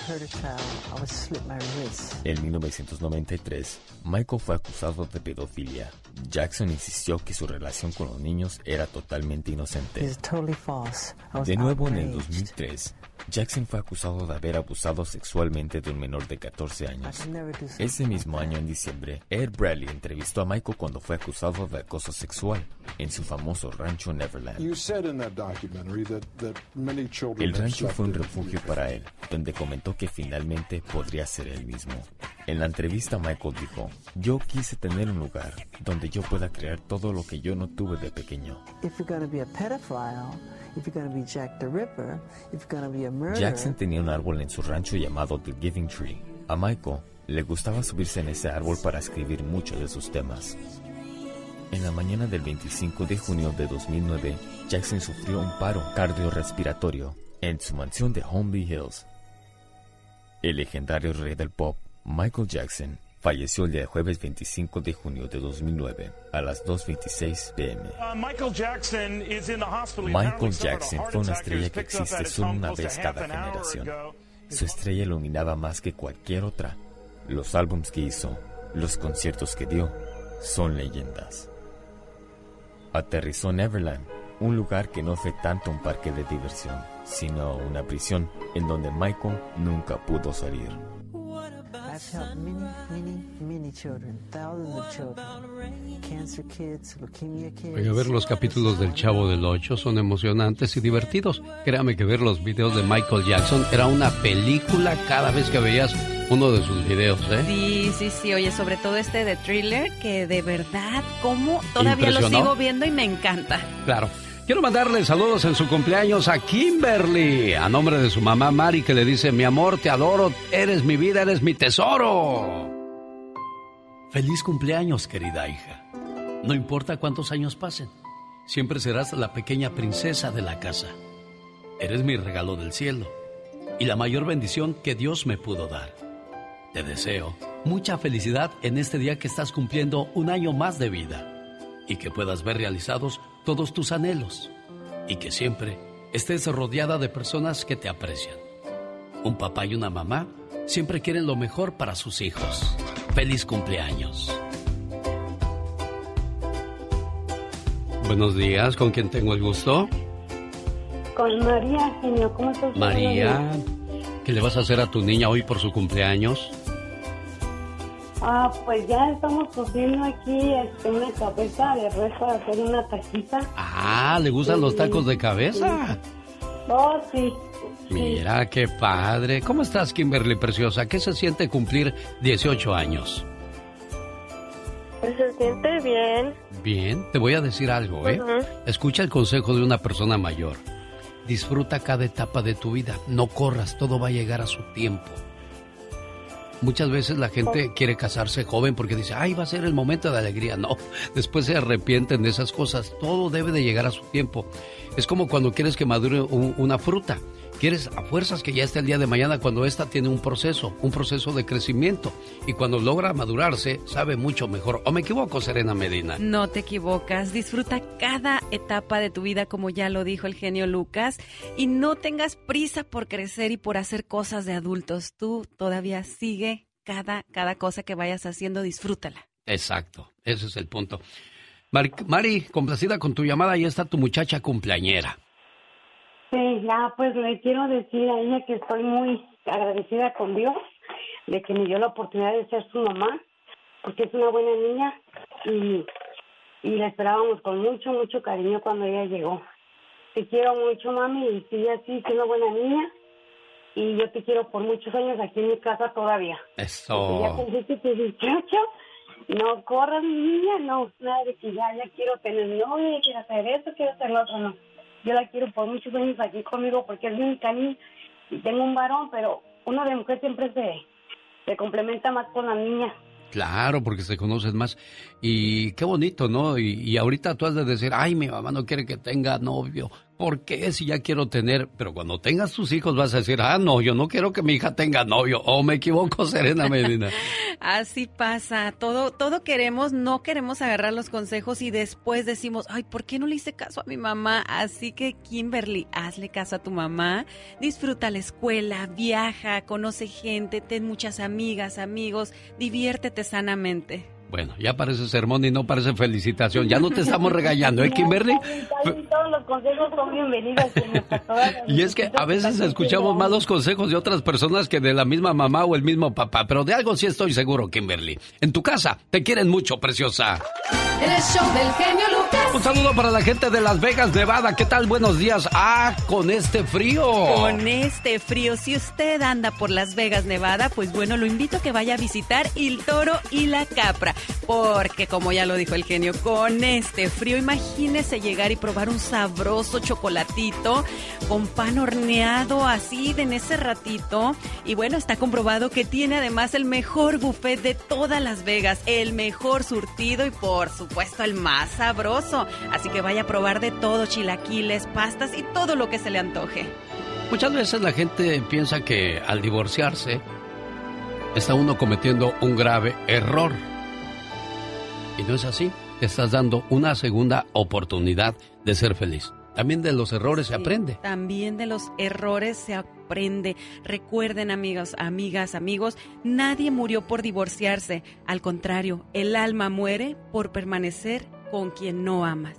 En mil novecientos noventa y tres, Michael fue acusado de pedofilia. Jackson insistió que su relación con los niños era totalmente inocente. De nuevo, en el dos mil tres, Jackson fue acusado de haber abusado sexualmente de un menor de catorce años. Ese mismo año, en diciembre, Ed Bradley entrevistó a Michael cuando fue acusado de acoso sexual en su famoso rancho Neverland. El rancho fue un refugio para él, donde comentó que finalmente podría ser él mismo. En la entrevista, Michael dijo: "Yo quise tener un lugar donde yo pueda crear todo lo que yo no tuve de pequeño". Jackson tenía un árbol en su rancho llamado The Giving Tree. A Michael le gustaba subirse en ese árbol para escribir muchos de sus temas. En la mañana del veinticinco de junio de dos mil nueve, Jackson sufrió un paro cardiorrespiratorio en su mansión de Holmby Hills. El legendario rey del pop, Michael Jackson, falleció el día jueves veinticinco de junio de dos mil nueve a las dos veintiséis p m Uh, Michael Jackson is in the hospital. Michael Jackson fue una estrella que existe solo una vez cada generación. Su estrella iluminaba más que cualquier otra. Los álbumes que hizo, los conciertos que dio, son leyendas. Aterrizó en Neverland, un lugar que no fue tanto un parque de diversión, sino una prisión en donde Michael nunca pudo salir. I've helped many, many, many children, thousands of children, cancer kids, leukemia kids. Oye, ver los capítulos del Chavo del Ocho son emocionantes y divertidos. Créame que ver los videos de Michael Jackson era una película cada vez que veías uno de sus videos, ¿eh? Sí, sí, sí. Oye, sobre todo este de Thriller, que de verdad, como todavía lo sigo viendo y me encanta. Claro. Quiero mandarle saludos en su cumpleaños a Kimberly, a nombre de su mamá Mari, que le dice: mi amor, te adoro, eres mi vida, eres mi tesoro. Feliz cumpleaños, querida hija. No importa cuántos años pasen, siempre serás la pequeña princesa de la casa. Eres mi regalo del cielo y la mayor bendición que Dios me pudo dar. Te deseo mucha felicidad en este día que estás cumpliendo un año más de vida y que puedas ver realizados todos tus anhelos y que siempre estés rodeada de personas que te aprecian. Un papá y una mamá siempre quieren lo mejor para sus hijos. ¡Feliz cumpleaños! Buenos días, ¿con quién tengo el gusto? Con María, genio, ¿cómo estás? María, ¿qué le vas a hacer a tu niña hoy por su cumpleaños? Ah, pues ya estamos cociendo aquí este, una cabeza de res para hacer una taquita. Ah, ¿le gustan sí, los tacos de cabeza? Sí. Oh, sí. Mira, qué padre. ¿Cómo estás, Kimberly, preciosa? ¿Qué se siente cumplir dieciocho años? Pues se siente bien. Bien, te voy a decir algo, ¿eh? Uh-huh. Escucha el consejo de una persona mayor. Disfruta cada etapa de tu vida. No corras, todo va a llegar a su tiempo. Muchas veces la gente quiere casarse joven porque dice: ay, va a ser el momento de alegría. No, después se arrepienten de esas cosas. Todo debe de llegar a su tiempo. Es como cuando quieres que madure un, una fruta. quieres a fuerzas que ya esté el día de mañana cuando esta tiene un proceso, un proceso de crecimiento. Y cuando logra madurarse, sabe mucho mejor. ¿O me equivoco, Serena Medina? No te equivocas. Disfruta cada etapa de tu vida, como ya lo dijo el genio Lucas. Y no tengas prisa por crecer y por hacer cosas de adultos. Tú todavía sigue cada, cada cosa que vayas haciendo, disfrútala. Exacto, ese es el punto. Mari, Mari, complacida con tu llamada, ahí está tu muchacha cumpleañera. Sí, ya pues le quiero decir a ella que estoy muy agradecida con Dios de que me dio la oportunidad de ser su mamá, porque es una buena niña y, y la esperábamos con mucho, mucho cariño cuando ella llegó. Te quiero mucho, mami, y sigue así, siendo buena niña, y yo te quiero por muchos años aquí en mi casa todavía. Eso. Porque ya cumpliste tus dieciocho, no corras, mi niña, no, nada de que ya, ya quiero tener novia, quiero hacer esto, quiero hacer lo otro, no. Yo la quiero por muchos años aquí conmigo porque es mi única niña y tengo un varón, pero uno de mujer siempre se, se complementa más con la niña. Claro, porque se conocen más. Y qué bonito, ¿no? Y, y ahorita tú has de decir, ay, mi mamá no quiere que tenga novio. ¿Por qué? Si ya quiero tener. Pero cuando tengas tus hijos vas a decir, ah, no, yo no quiero que mi hija tenga novio. ¿O me equivoco, Serena Medina? Así pasa. Todo, todo queremos, no queremos agarrar los consejos y después decimos, ay, ¿por qué no le hice caso a mi mamá? Así que, Kimberly, hazle caso a tu mamá. Disfruta la escuela, viaja, conoce gente, ten muchas amigas, amigos, diviértete sanamente. Bueno, ya parece sermón y no parece felicitación. Ya no te estamos regañando, ¿eh, Kimberly? Todos los consejos son bienvenidos. Y es que a veces escuchamos más los consejos de otras personas que de la misma mamá o el mismo papá. Pero de algo sí estoy seguro, Kimberly. En tu casa te quieren mucho, preciosa. El show del genio Lucas. Un saludo para la gente de Las Vegas, Nevada. ¿Qué tal? Buenos días. Ah, con este frío. Con este frío. Si usted anda por Las Vegas, Nevada, pues bueno, lo invito a que vaya a visitar El Toro y la Capra. Porque, como ya lo dijo el genio, con este frío, imagínese llegar y probar un sabroso chocolatito con pan horneado así de en ese ratito. Y bueno, está comprobado que tiene además el mejor buffet de todas Las Vegas, el mejor surtido y por supuesto el más sabroso. Así que vaya a probar de todo, chilaquiles, pastas y todo lo que se le antoje. Muchas veces la gente piensa que al divorciarse está uno cometiendo un grave error. Y no es así. Te estás dando una segunda oportunidad de ser feliz. También de los errores sí, se aprende. También de los errores se aprende. Recuerden, amigos, amigas, amigos, nadie murió por divorciarse. Al contrario, el alma muere por permanecer con quien no amas.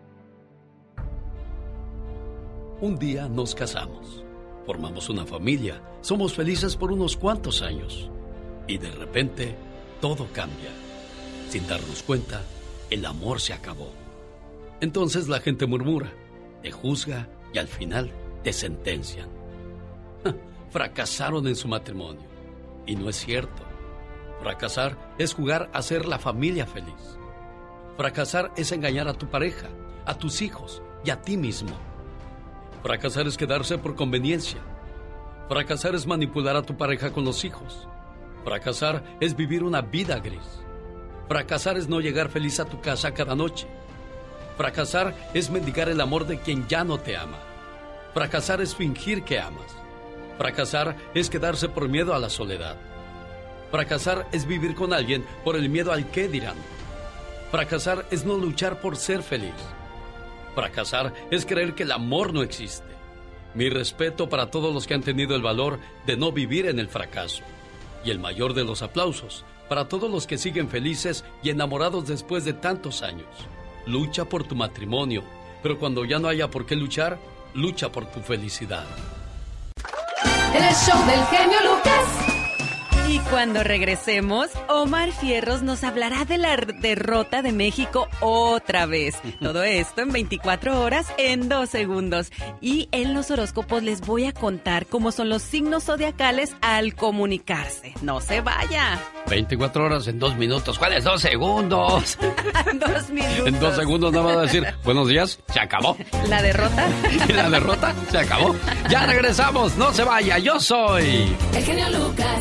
Un día nos casamos, formamos una familia, somos felices por unos cuantos años. Y de repente, todo cambia. Sin darnos cuenta, el amor se acabó. Entonces la gente murmura, te juzga y al final te sentencian. Fracasaron en su matrimonio. Y no es cierto. Fracasar es jugar a ser la familia feliz. Fracasar es engañar a tu pareja, a tus hijos y a ti mismo. Fracasar es quedarse por conveniencia. Fracasar es manipular a tu pareja con los hijos. Fracasar es vivir una vida gris. Fracasar es no llegar feliz a tu casa cada noche. Fracasar es mendigar el amor de quien ya no te ama. Fracasar es fingir que amas. Fracasar es quedarse por miedo a la soledad. Fracasar es vivir con alguien por el miedo al qué dirán. Fracasar es no luchar por ser feliz. Fracasar es creer que el amor no existe. Mi respeto para todos los que han tenido el valor de no vivir en el fracaso. Y el mayor de los aplausos para todos los que siguen felices y enamorados después de tantos años. Lucha por tu matrimonio, pero cuando ya no haya por qué luchar, lucha por tu felicidad. El show del genio Lucas. Y cuando regresemos, Omar Fierros nos hablará de la derrota de México otra vez. Todo esto en veinticuatro horas en dos segundos. Y en los horóscopos les voy a contar cómo son los signos zodiacales al comunicarse. ¡No se vaya! veinticuatro horas en dos minutos. ¿Cuáles dos segundos? Dos minutos. En dos segundos nada más a decir, buenos días, se acabó. ¿La derrota? Y la derrota se acabó. Ya regresamos, no se vaya, yo soy... el genio Lucas.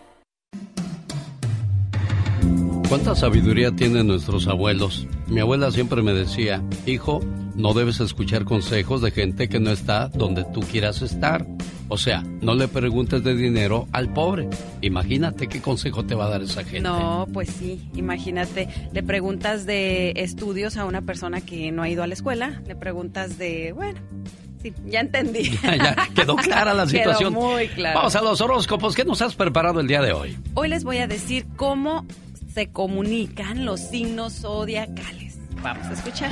¿Cuánta sabiduría tienen nuestros abuelos? Mi abuela siempre me decía, hijo, no debes escuchar consejos de gente que no está donde tú quieras estar. O sea, no le preguntes de dinero al pobre. Imagínate qué consejo te va a dar esa gente. No, pues sí, imagínate. Le preguntas de estudios a una persona que no ha ido a la escuela. Le preguntas de, bueno, sí, ya entendí. Ya quedó clara la situación. Quedó muy clara. Vamos a los horóscopos. ¿Qué nos has preparado el día de hoy? Hoy les voy a decir cómo se comunican los signos zodiacales. Vamos a escuchar.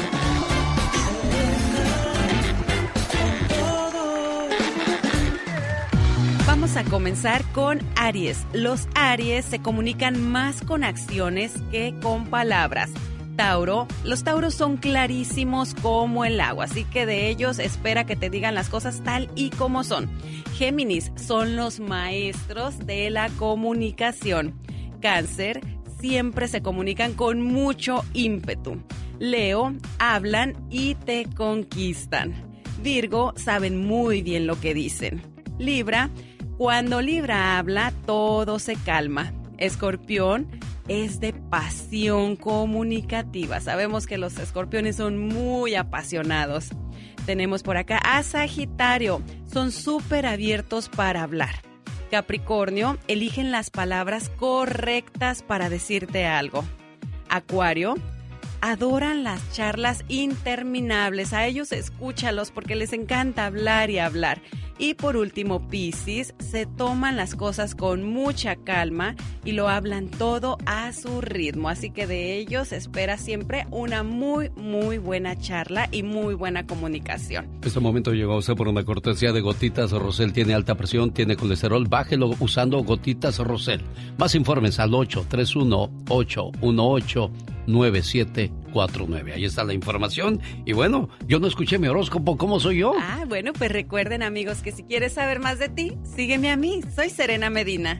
Vamos a comenzar con Aries. Los Aries se comunican más con acciones que con palabras. Tauro, los Tauros son clarísimos como el agua, así que de ellos espera que te digan las cosas tal y como son. Géminis, son los maestros de la comunicación. Cáncer, siempre se comunican con mucho ímpetu. Leo, hablan y te conquistan. Virgo, saben muy bien lo que dicen. Libra, cuando Libra habla, todo se calma. Escorpión, es de pasión comunicativa. Sabemos que los escorpiones son muy apasionados. Tenemos por acá a Sagitario, son súper abiertos para hablar. Capricornio, eligen las palabras correctas para decirte algo. Acuario, adoran las charlas interminables. A ellos escúchalos porque les encanta hablar y hablar. Y por último, Piscis, se toman las cosas con mucha calma y lo hablan todo a su ritmo. Así que de ellos espera siempre una muy, muy buena charla y muy buena comunicación. Este momento llegó a usted por una cortesía de Gotitas Rosel. Tiene alta presión, tiene colesterol, bájelo usando Gotitas Rosel. Más informes al ocho tres uno, ocho uno ocho, nueve siete cuatro nueve. Ahí está la información. Y bueno, yo no escuché mi horóscopo. ¿Cómo soy yo? Ah, bueno, pues recuerden, amigos, que si quieres saber más de ti, sígueme a mí. Soy Serena Medina.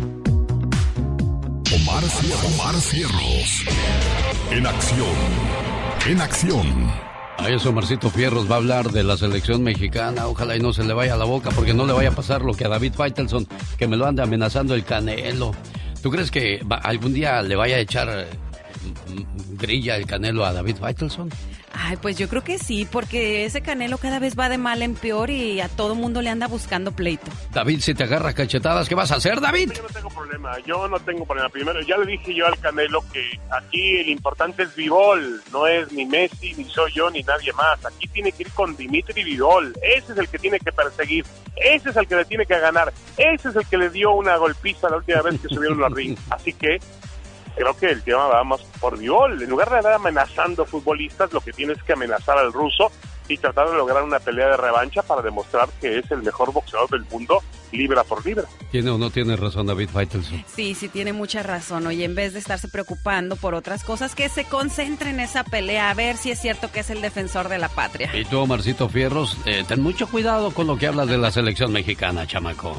Omar Cierros. Omar Cierros. En acción. En acción. Ahí es Omarcito Fierros, va a hablar de la selección mexicana. Ojalá y no se le vaya a la boca, porque no le vaya a pasar lo que a David Faitelson, que me lo anda amenazando el Canelo. ¿Tú crees que va, algún día le vaya a echar grilla el Canelo a David Faitelson? Ay, pues yo creo que sí, porque ese Canelo cada vez va de mal en peor y a todo mundo le anda buscando pleito. David, si te agarra cachetadas, ¿qué vas a hacer, David? Yo no tengo problema, yo no tengo problema. Primero, ya le dije yo al Canelo que aquí el importante es Bivol, no es ni Messi, ni soy yo, ni nadie más. Aquí tiene que ir con Dimitri Bivol, ese es el que tiene que perseguir, ese es el que le tiene que ganar, ese es el que le dio una golpiza la última vez que subieron al ring. Así que creo que el tema va más por Bivol. En lugar de andar amenazando futbolistas, lo que tienes que amenazar al ruso y tratar de lograr una pelea de revancha para demostrar que es el mejor boxeador del mundo, libra por libra. ¿Tiene o no tiene razón David Faitelson? Sí, sí tiene mucha razón. Oye, en vez de estarse preocupando por otras cosas, que se concentre en esa pelea, a ver si es cierto que es el defensor de la patria. Y tú, Omarcito Fierros, eh, ten mucho cuidado con lo que hablas de la selección mexicana, chamaco.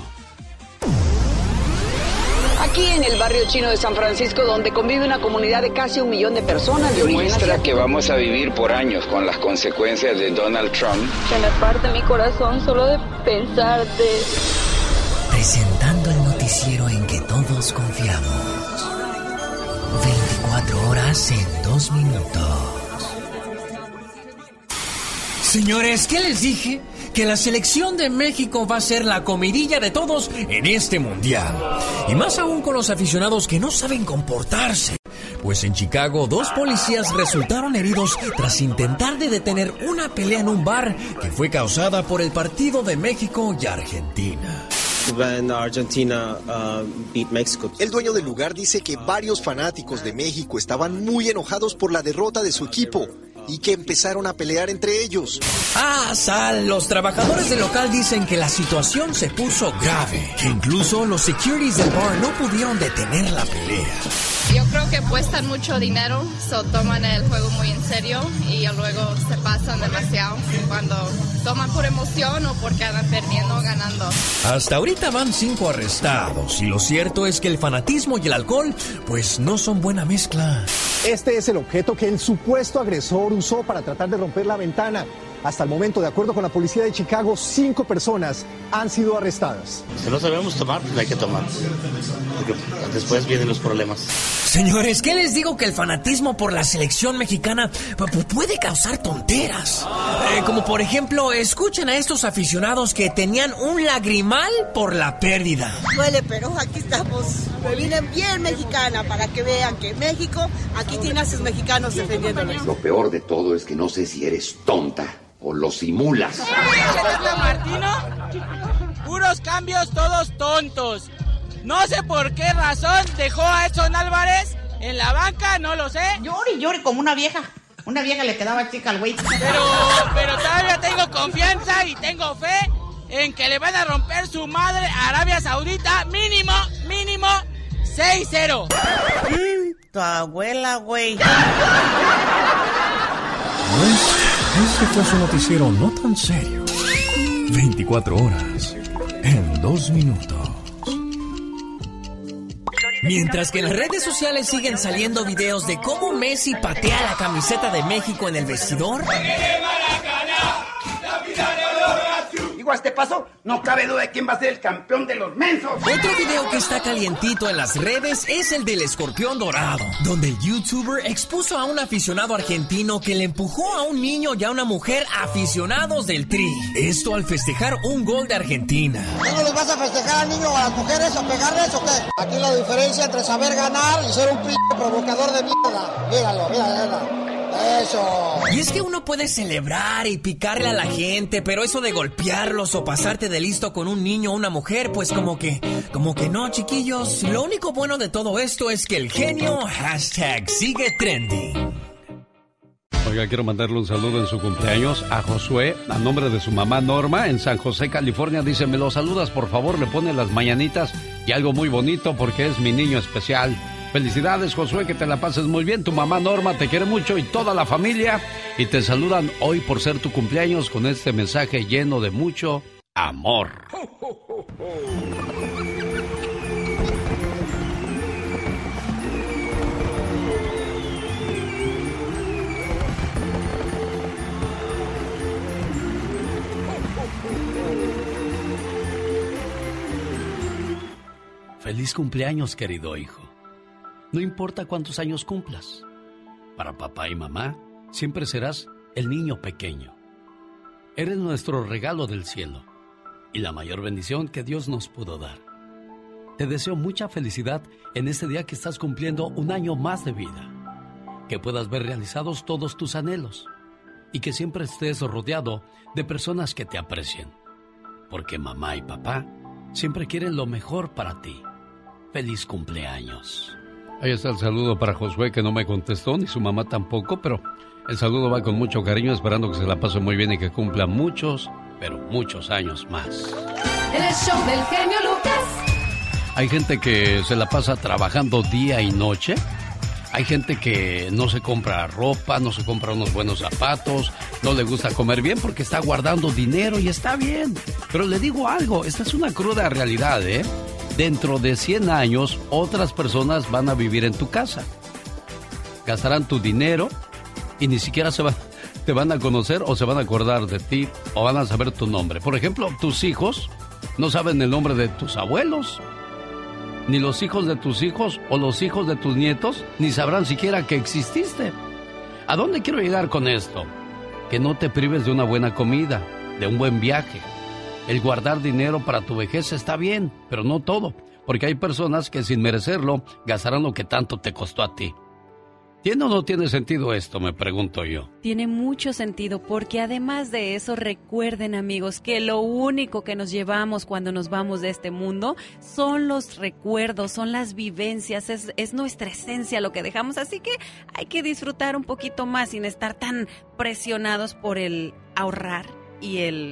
Aquí en el barrio chino de San Francisco, donde convive una comunidad de casi un millón de personas de origen Demuestra asiático. que vamos a vivir por años con las consecuencias de Donald Trump. Se me parte mi corazón solo de pensar de... Presentando el noticiero en que todos confiamos. veinticuatro horas en dos minutos. Señores, ¿qué les dije? Que la selección de México va a ser la comidilla de todos en este mundial. Y más aún con los aficionados que no saben comportarse. Pues en Chicago, dos policías resultaron heridos tras intentar de detener una pelea en un bar que fue causada por el partido de México y Argentina. When Argentina uh, beat Mexico. El dueño del lugar dice que varios fanáticos de México estaban muy enojados por la derrota de su equipo y que empezaron a pelear entre ellos. Ah, Sal, los trabajadores del local dicen que la situación se puso grave, que incluso los securities del bar no pudieron detener la pelea. Yo creo que apuestan mucho dinero, so toman el juego muy en serio y luego se pasan demasiado cuando toman por emoción o porque andan perdiendo o ganando. Hasta ahorita van cinco arrestados y lo cierto es que el fanatismo y el alcohol pues no son buena mezcla. Este es el objeto que el supuesto agresor usó para tratar de romper la ventana. Hasta el momento, de acuerdo con la policía de Chicago, cinco personas han sido arrestadas. Si no sabemos tomar, pues hay que tomar, porque después vienen los problemas. Señores, ¿qué les digo? Que el fanatismo por la selección mexicana puede causar tonteras. Eh, como por ejemplo, escuchen a estos aficionados que tenían un lagrimal por la pérdida. Duele, pero aquí estamos. Me vine bien mexicana para que vean que México aquí tiene a sus mexicanos defendiéndolos. Lo peor de todo es que no sé si eres tonta o lo simulas. Martino, puros cambios todos tontos. No sé por qué razón dejó a Edson Álvarez en la banca, no lo sé. Llore y llore como una vieja. Una vieja le quedaba chica al güey. Pero, pero todavía tengo confianza y tengo fe en que le van a romper su madre a Arabia Saudita mínimo, mínimo seis cero. Mm, tu abuela, güey. Este fue su noticiero no tan serio. veinticuatro horas en dos minutos. Mientras que en las redes sociales siguen saliendo videos de cómo Messi patea la camiseta de México en el vestidor. Digo, a este paso, no cabe duda de quién va a ser el campeón de los mensos. Otro video que está calientito en las redes es el del escorpión dorado, donde el youtuber expuso a un aficionado argentino que le empujó a un niño y a una mujer aficionados del Tri. Esto al festejar un gol de Argentina. ¿Qué no les vas a festejar al niño o a las mujeres o pegarles o qué? Aquí la diferencia entre saber ganar y ser un p*** provocador de mierda. Míralo, míralo, míralo. Eso. Y es que uno puede celebrar y picarle a la gente, pero eso de golpearlos o pasarte de listo con un niño o una mujer, pues como que, como que no, chiquillos. Lo único bueno de todo esto es que el genio hashtag sigue trending. Oiga, quiero mandarle un saludo en su cumpleaños a Josué, a nombre de su mamá Norma, en San José, California. Dice, me lo saludas, por favor, le pone las mañanitas y algo muy bonito porque es mi niño especial. Felicidades, Josué, que te la pases muy bien. Tu mamá Norma te quiere mucho y toda la familia. Y te saludan hoy por ser tu cumpleaños con este mensaje lleno de mucho amor. Feliz cumpleaños, querido hijo. No importa cuántos años cumplas, para papá y mamá siempre serás el niño pequeño. Eres nuestro regalo del cielo y la mayor bendición que Dios nos pudo dar. Te deseo mucha felicidad en este día que estás cumpliendo un año más de vida. Que puedas ver realizados todos tus anhelos y que siempre estés rodeado de personas que te aprecien. Porque mamá y papá siempre quieren lo mejor para ti. Feliz cumpleaños. Ahí está el saludo para Josué, que no me contestó, ni su mamá tampoco, pero el saludo va con mucho cariño, esperando que se la pase muy bien y que cumpla muchos, pero muchos años más. El show del genio Lucas. Hay gente que se la pasa trabajando día y noche. Hay gente que no se compra ropa, no se compra unos buenos zapatos, no le gusta comer bien porque está guardando dinero y está bien. Pero le digo algo, esta es una cruda realidad, ¿eh? Dentro de cien años, otras personas van a vivir en tu casa. Gastarán tu dinero y ni siquiera se van, te van a conocer o se van a acordar de ti o van a saber tu nombre. Por ejemplo, tus hijos no saben el nombre de tus abuelos, ni los hijos de tus hijos o los hijos de tus nietos, ni sabrán siquiera que exististe. ¿A dónde quiero llegar con esto? Que no te prives de una buena comida, de un buen viaje. El guardar dinero para tu vejez está bien, pero no todo, porque hay personas que sin merecerlo gastarán lo que tanto te costó a ti. ¿Tiene o no tiene sentido esto? Me pregunto yo. Tiene mucho sentido, porque además de eso, recuerden, amigos, que lo único que nos llevamos cuando nos vamos de este mundo son los recuerdos, son las vivencias, es, es nuestra esencia lo que dejamos, así que hay que disfrutar un poquito más sin estar tan presionados por el ahorrar y el que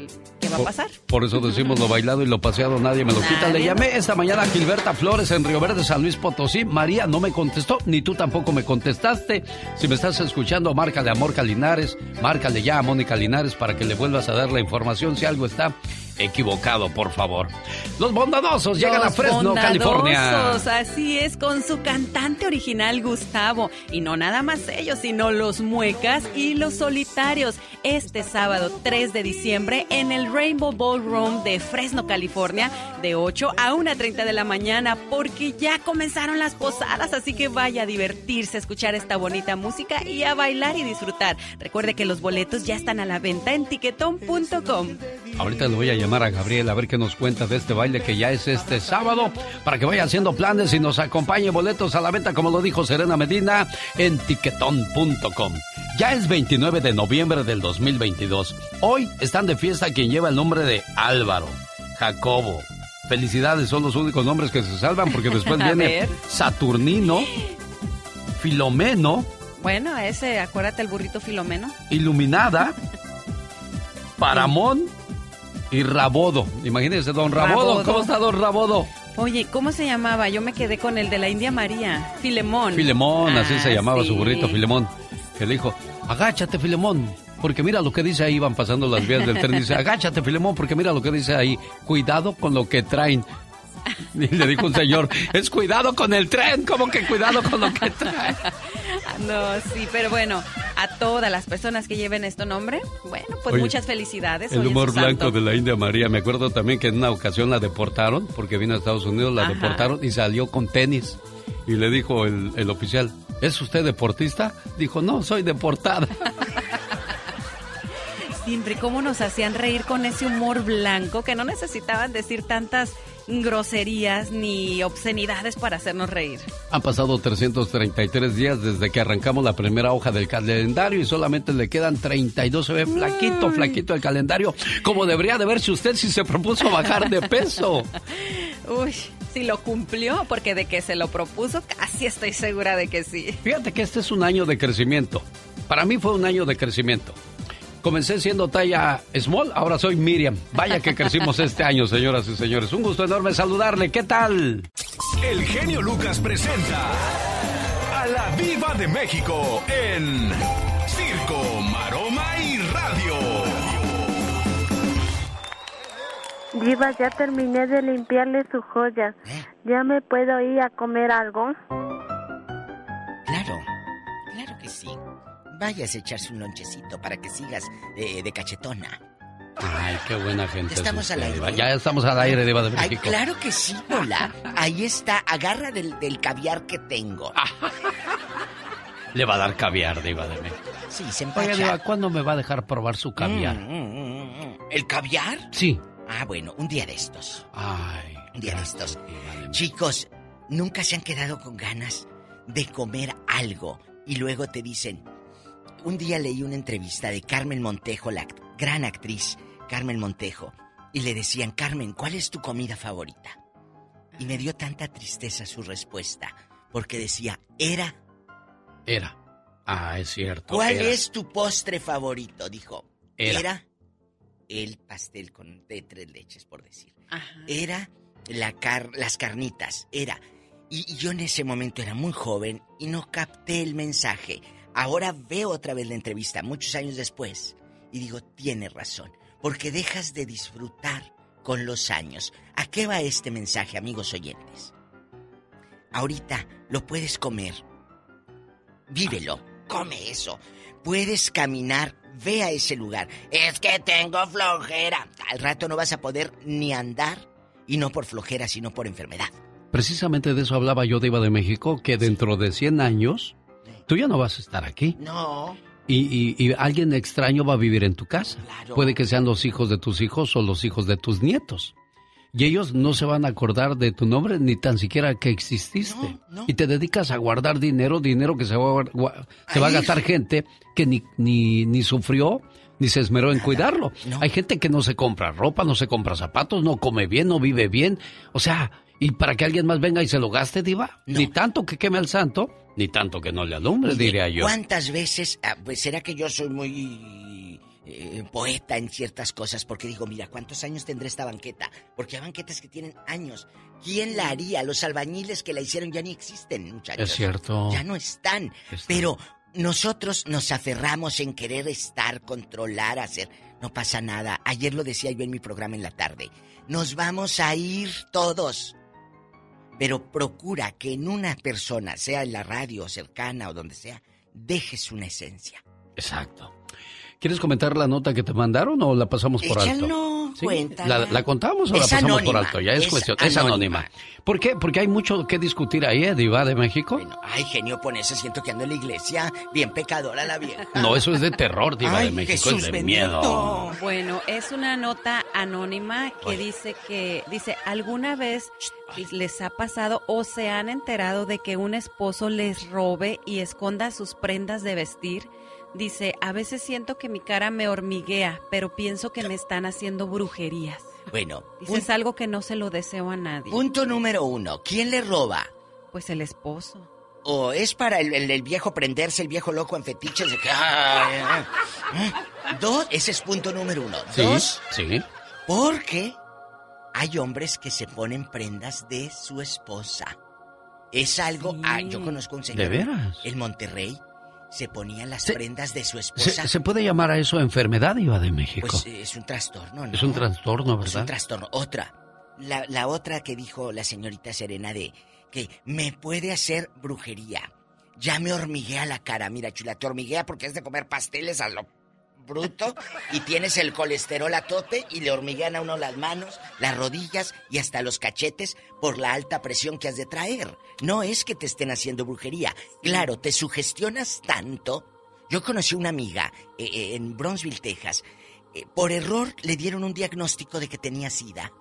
va a pasar. Por, por eso decimos lo bailado y lo paseado nadie me lo quita. Nadie. Le llamé esta mañana a Gilberta Flores en Río Verde, San Luis Potosí. María no me contestó, ni tú tampoco me contestaste. Si me estás escuchando, márcale a Morca Linares, márcale ya a Mónica Linares para que le vuelvas a dar la información si algo está equivocado, por favor. Los Bondadosos llegan a Fresno, California. Así es, con su cantante original Gustavo. Y no nada más ellos, sino los Muecas y los Solitarios. Este sábado tres de diciembre en el Rainbow Ballroom de Fresno, California, de ocho a una treinta de la mañana, porque ya comenzaron las posadas, así que vaya a divertirse, a escuchar esta bonita música y a bailar y disfrutar. Recuerde que los boletos ya están a la venta en tiquetón punto com. Ahorita le voy a llamar a Gabriel a ver qué nos cuenta de este baile que ya es este sábado, para que vaya haciendo planes y nos acompañe. Boletos a la venta, como lo dijo Serena Medina, en tiquetón punto com. Ya es veintinueve de noviembre del dos mil veintidós. Hoy están de fiesta quien lleva el nombre de Álvaro, Jacobo. Felicidades, son los únicos nombres que se salvan, porque después viene ver. Saturnino, Filomeno. Bueno, ese, acuérdate el burrito Filomeno. Iluminada, Paramón y Rabodo. Imagínense, don Rabodo. Rabodo. ¿Cómo está don Rabodo? Oye, ¿cómo se llamaba? Yo me quedé con el de la India María. Filemón. Filemón, ah, así se llamaba, sí. Su burrito Filemón. Que le dijo, agáchate, Filemón, porque mira lo que dice ahí. Van pasando las vías del tren. Dice, agáchate, Filemón, porque mira lo que dice ahí. Cuidado con lo que traen. Y le dijo un señor, es cuidado con el tren. ¿Cómo que cuidado con lo que traen? No, sí, pero bueno, a todas las personas que lleven este nombre, bueno, pues Oye, muchas felicidades. El humor blanco santo. de la India María. Me acuerdo también que en una ocasión la deportaron, porque vino a Estados Unidos, la Ajá. deportaron y salió con tenis. Y le dijo el, el oficial, ¿es usted deportista? Dijo, no, soy deportada. Siempre, cómo nos hacían reír con ese humor blanco, que no necesitaban decir tantas groserías ni obscenidades para hacernos reír. Han pasado trescientos treinta y tres días desde que arrancamos la primera hoja del calendario y solamente le quedan treinta y dos. Se ve flaquito, Uy. flaquito el calendario, como debería de verse usted si se propuso bajar de peso. Uy, si lo cumplió, porque de que se lo propuso, casi estoy segura de que sí. Fíjate que este es un año de crecimiento. Para mí fue un año de crecimiento. Comencé siendo talla small, ahora soy Miriam. Vaya que crecimos este año, señoras y señores. Un gusto enorme saludarle. ¿Qué tal? El genio Lucas presenta a la Diva de México en Circo, Maroma y Radio. Diva, ya terminé de limpiarle sus joyas. ¿Ya me puedo ir a comer algo? Claro, claro que sí. Vayas a echarse un lonchecito para que sigas eh, de cachetona. Ay, qué buena gente. Ya estamos al aire. Ya estamos al aire, Diva de México. Ay, claro que sí, Pola. Ahí está, agarra del, del caviar que tengo. Le va a dar caviar, Diva de México. Sí, se empacha. Oye, Diva, ¿cuándo me va a dejar probar su caviar? Mm, mm, mm. ¿El caviar? Sí. Ah, bueno, un día de estos. Ay. Un día gracias, de estos. Diva, Chicos, ¿nunca se han quedado con ganas de comer algo y luego te dicen... Un día leí una entrevista de Carmen Montejo, la gran actriz Carmen Montejo, y le decían, Carmen, ¿cuál es tu comida favorita? Y me dio tanta tristeza su respuesta, porque decía, era. Era. Ah, es cierto. ¿Cuál era. es tu postre favorito? Dijo, era, era el pastel con de tres leches, por decir. Ajá. Era la car las carnitas, era. Y, y yo en ese momento era muy joven y no capté el mensaje. Ahora veo otra vez la entrevista, muchos años después, y digo, tiene razón, porque dejas de disfrutar con los años. ¿A qué va este mensaje, amigos oyentes? Ahorita lo puedes comer, vívelo, come eso. Puedes caminar, ve a ese lugar. Es que tengo flojera. Al rato no vas a poder ni andar, y no por flojera, sino por enfermedad. Precisamente de eso hablaba yo, Diva de México, que dentro de cien años... Tú ya no vas a estar aquí. No. Y, y, y alguien extraño va a vivir en tu casa. Claro. Puede que sean los hijos de tus hijos o los hijos de tus nietos. Y ellos no se van a acordar de tu nombre ni tan siquiera que exististe. No, no. Y te dedicas a guardar dinero, dinero que se va a, se va a gastar gente que ni, ni, ni sufrió ni se esmeró en cuidarlo. No. Hay gente que no se compra ropa, no se compra zapatos, no come bien, no vive bien. O sea, ¿y para que alguien más venga y se lo gaste, Diva? No. Ni tanto que queme al santo, ni tanto que no le alumbre, Mire, diría yo. ¿Cuántas veces? Ah, pues será que yo soy muy eh, poeta en ciertas cosas, porque digo, mira, ¿cuántos años tendrá esta banqueta? Porque hay banquetas que tienen años. ¿Quién la haría? Los albañiles que la hicieron ya ni existen, muchachos. Es cierto. Ya no están. están. Pero nosotros nos aferramos en querer estar, controlar, hacer. No pasa nada. Ayer lo decía yo en mi programa en la tarde. Nos vamos a ir todos. Pero procura que en una persona, sea en la radio, cercana o donde sea, dejes una esencia. Exacto. ¿Quieres comentar la nota que te mandaron o la pasamos por Ella alto? No, ¿Sí? cuéntala. ¿La, ¿La contamos o es la pasamos anónima, por alto? Ya es, es cuestión, anónima. es anónima. ¿Por qué? Porque hay mucho que discutir ahí, ¿eh, Diva de México? Bueno, ay, genio, pon eso, siento que ando en la iglesia, bien pecadora la vieja. No, eso es de terror, Diva ay, de México, Jesús es de bendito. miedo. Bueno, es una nota anónima que Oye. dice que, dice, ¿alguna vez les ha pasado o se han enterado de que un esposo les robe y esconda sus prendas de vestir? Dice, a veces siento que mi cara me hormiguea, pero pienso que me están haciendo brujerías. Bueno. Dice, es algo que no se lo deseo a nadie. Punto número uno, ¿quién le roba? Pues el esposo. O es para el, el, el viejo prenderse, el viejo loco en fetiches de que... Ay, ay, ay. Dos, ese es punto número uno. Sí, Dos, sí. Porque hay hombres que se ponen prendas de su esposa. Es algo... Sí. Ah, yo conozco un señor... ¿De veras? En Monterrey. Se ponían las se, prendas de su esposa. Se, ¿Se puede llamar a eso enfermedad, Diva de México? Pues es un trastorno, ¿no? Es un trastorno, ¿verdad? Es un trastorno. Otra. La, la otra que dijo la señorita Serena de que me puede hacer brujería. Ya me hormiguea la cara. Mira, chula, te hormiguea porque has de comer pasteles a lo bruto y tienes el colesterol a tope y le hormiguean a uno las manos, las rodillas y hasta los cachetes por la alta presión que has de traer. No es que te estén haciendo brujería. Claro, te sugestionas tanto. Yo conocí una amiga eh, eh, en Brownsville, Texas. Eh, por error le dieron un diagnóstico de que tenía SIDA.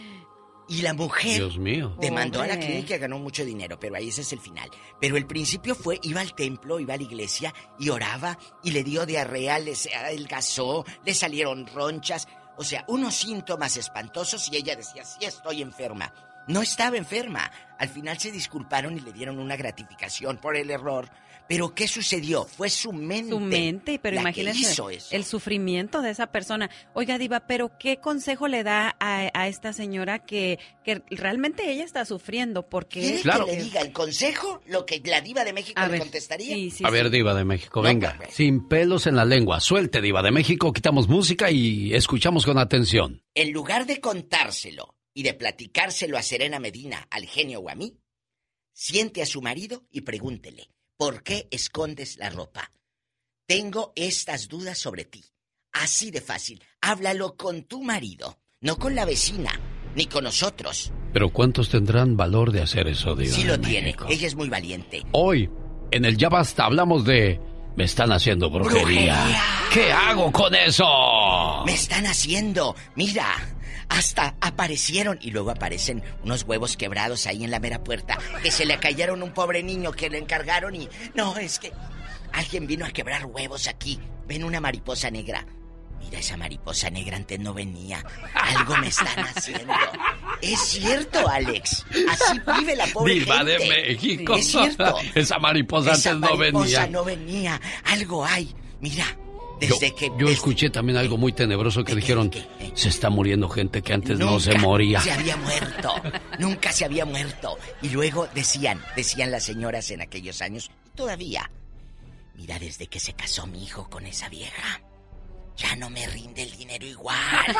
Y la mujer Dios mío. demandó Pobre. a la clínica y ganó mucho dinero, pero ahí ese es el final. Pero el principio fue, iba al templo, iba a la iglesia y oraba y le dio diarrea, le adelgazó, le salieron ronchas. O sea, unos síntomas espantosos y ella decía, sí estoy enferma. No estaba enferma. Al final se disculparon y le dieron una gratificación por el error. Pero ¿qué sucedió? Fue su mente. Su mente, pero la imagínese que hizo eso. El sufrimiento de esa persona. Oiga, Diva, pero ¿qué consejo le da a, a esta señora que, que realmente ella está sufriendo? Porque ¿Quiere claro. que le diga el consejo? Lo que la Diva de México a le ver, contestaría. Sí, sí, a sí. ver, Diva de México, No, venga. pues, Sin pelos en la lengua. Suelte, Diva de México. Quitamos música y escuchamos con atención. En lugar de contárselo y de platicárselo a Serena Medina, al genio o a mí, siente a su marido y pregúntele, ¿por qué escondes la ropa? Tengo estas dudas sobre ti. Así de fácil. Háblalo con tu marido, no con la vecina, ni con nosotros. Pero ¿cuántos tendrán valor de hacer eso, Diva Sí de lo tiene. México? Ella es muy valiente. Hoy, en el Ya Basta, hablamos de... Me están haciendo brujería. ¡Brujería! ¿Qué hago con eso? Me están haciendo. Mira, hasta aparecieron y luego aparecen unos huevos quebrados ahí en la mera puerta que se le cayeron a un pobre niño que le encargaron y... No, es que alguien vino a quebrar huevos aquí. Ven una mariposa negra. Mira, esa mariposa negra antes no venía. Algo me están haciendo. Es cierto, Alex. Así vive la pobre Diva gente. de México. Es cierto. Esa mariposa Esa antes no mariposa venía. no venía. Algo hay. Mira, desde yo, que... Yo desde... escuché también algo muy tenebroso que dijeron, ¿Qué, qué, qué? se está muriendo gente que antes Nunca no se moría. se había muerto. Nunca se había muerto. Y luego decían, decían las señoras en aquellos años, y todavía, mira, desde que se casó mi hijo con esa vieja, ya no me rinde el dinero igual.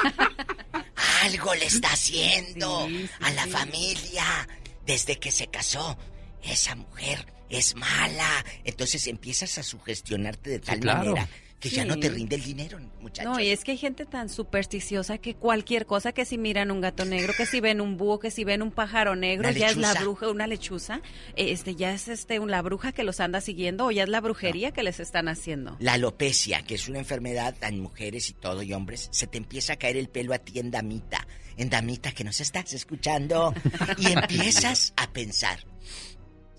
Algo le está haciendo sí, sí, a la sí. familia. Desde que se casó, esa mujer es mala. Entonces empiezas a sugestionarte de tal sí, claro. manera que sí. ya no te rinde el dinero, muchachos. No, y es que hay gente tan supersticiosa que cualquier cosa, que si miran un gato negro, que si ven un búho, que si ven un pájaro negro, ya es la bruja, una lechuza, este ya es este la bruja que los anda siguiendo o ya es la brujería no. que les están haciendo. La alopecia, que es una enfermedad en mujeres y todo y hombres, se te empieza a caer el pelo a ti en damita, en damita que nos estás escuchando y empiezas a pensar,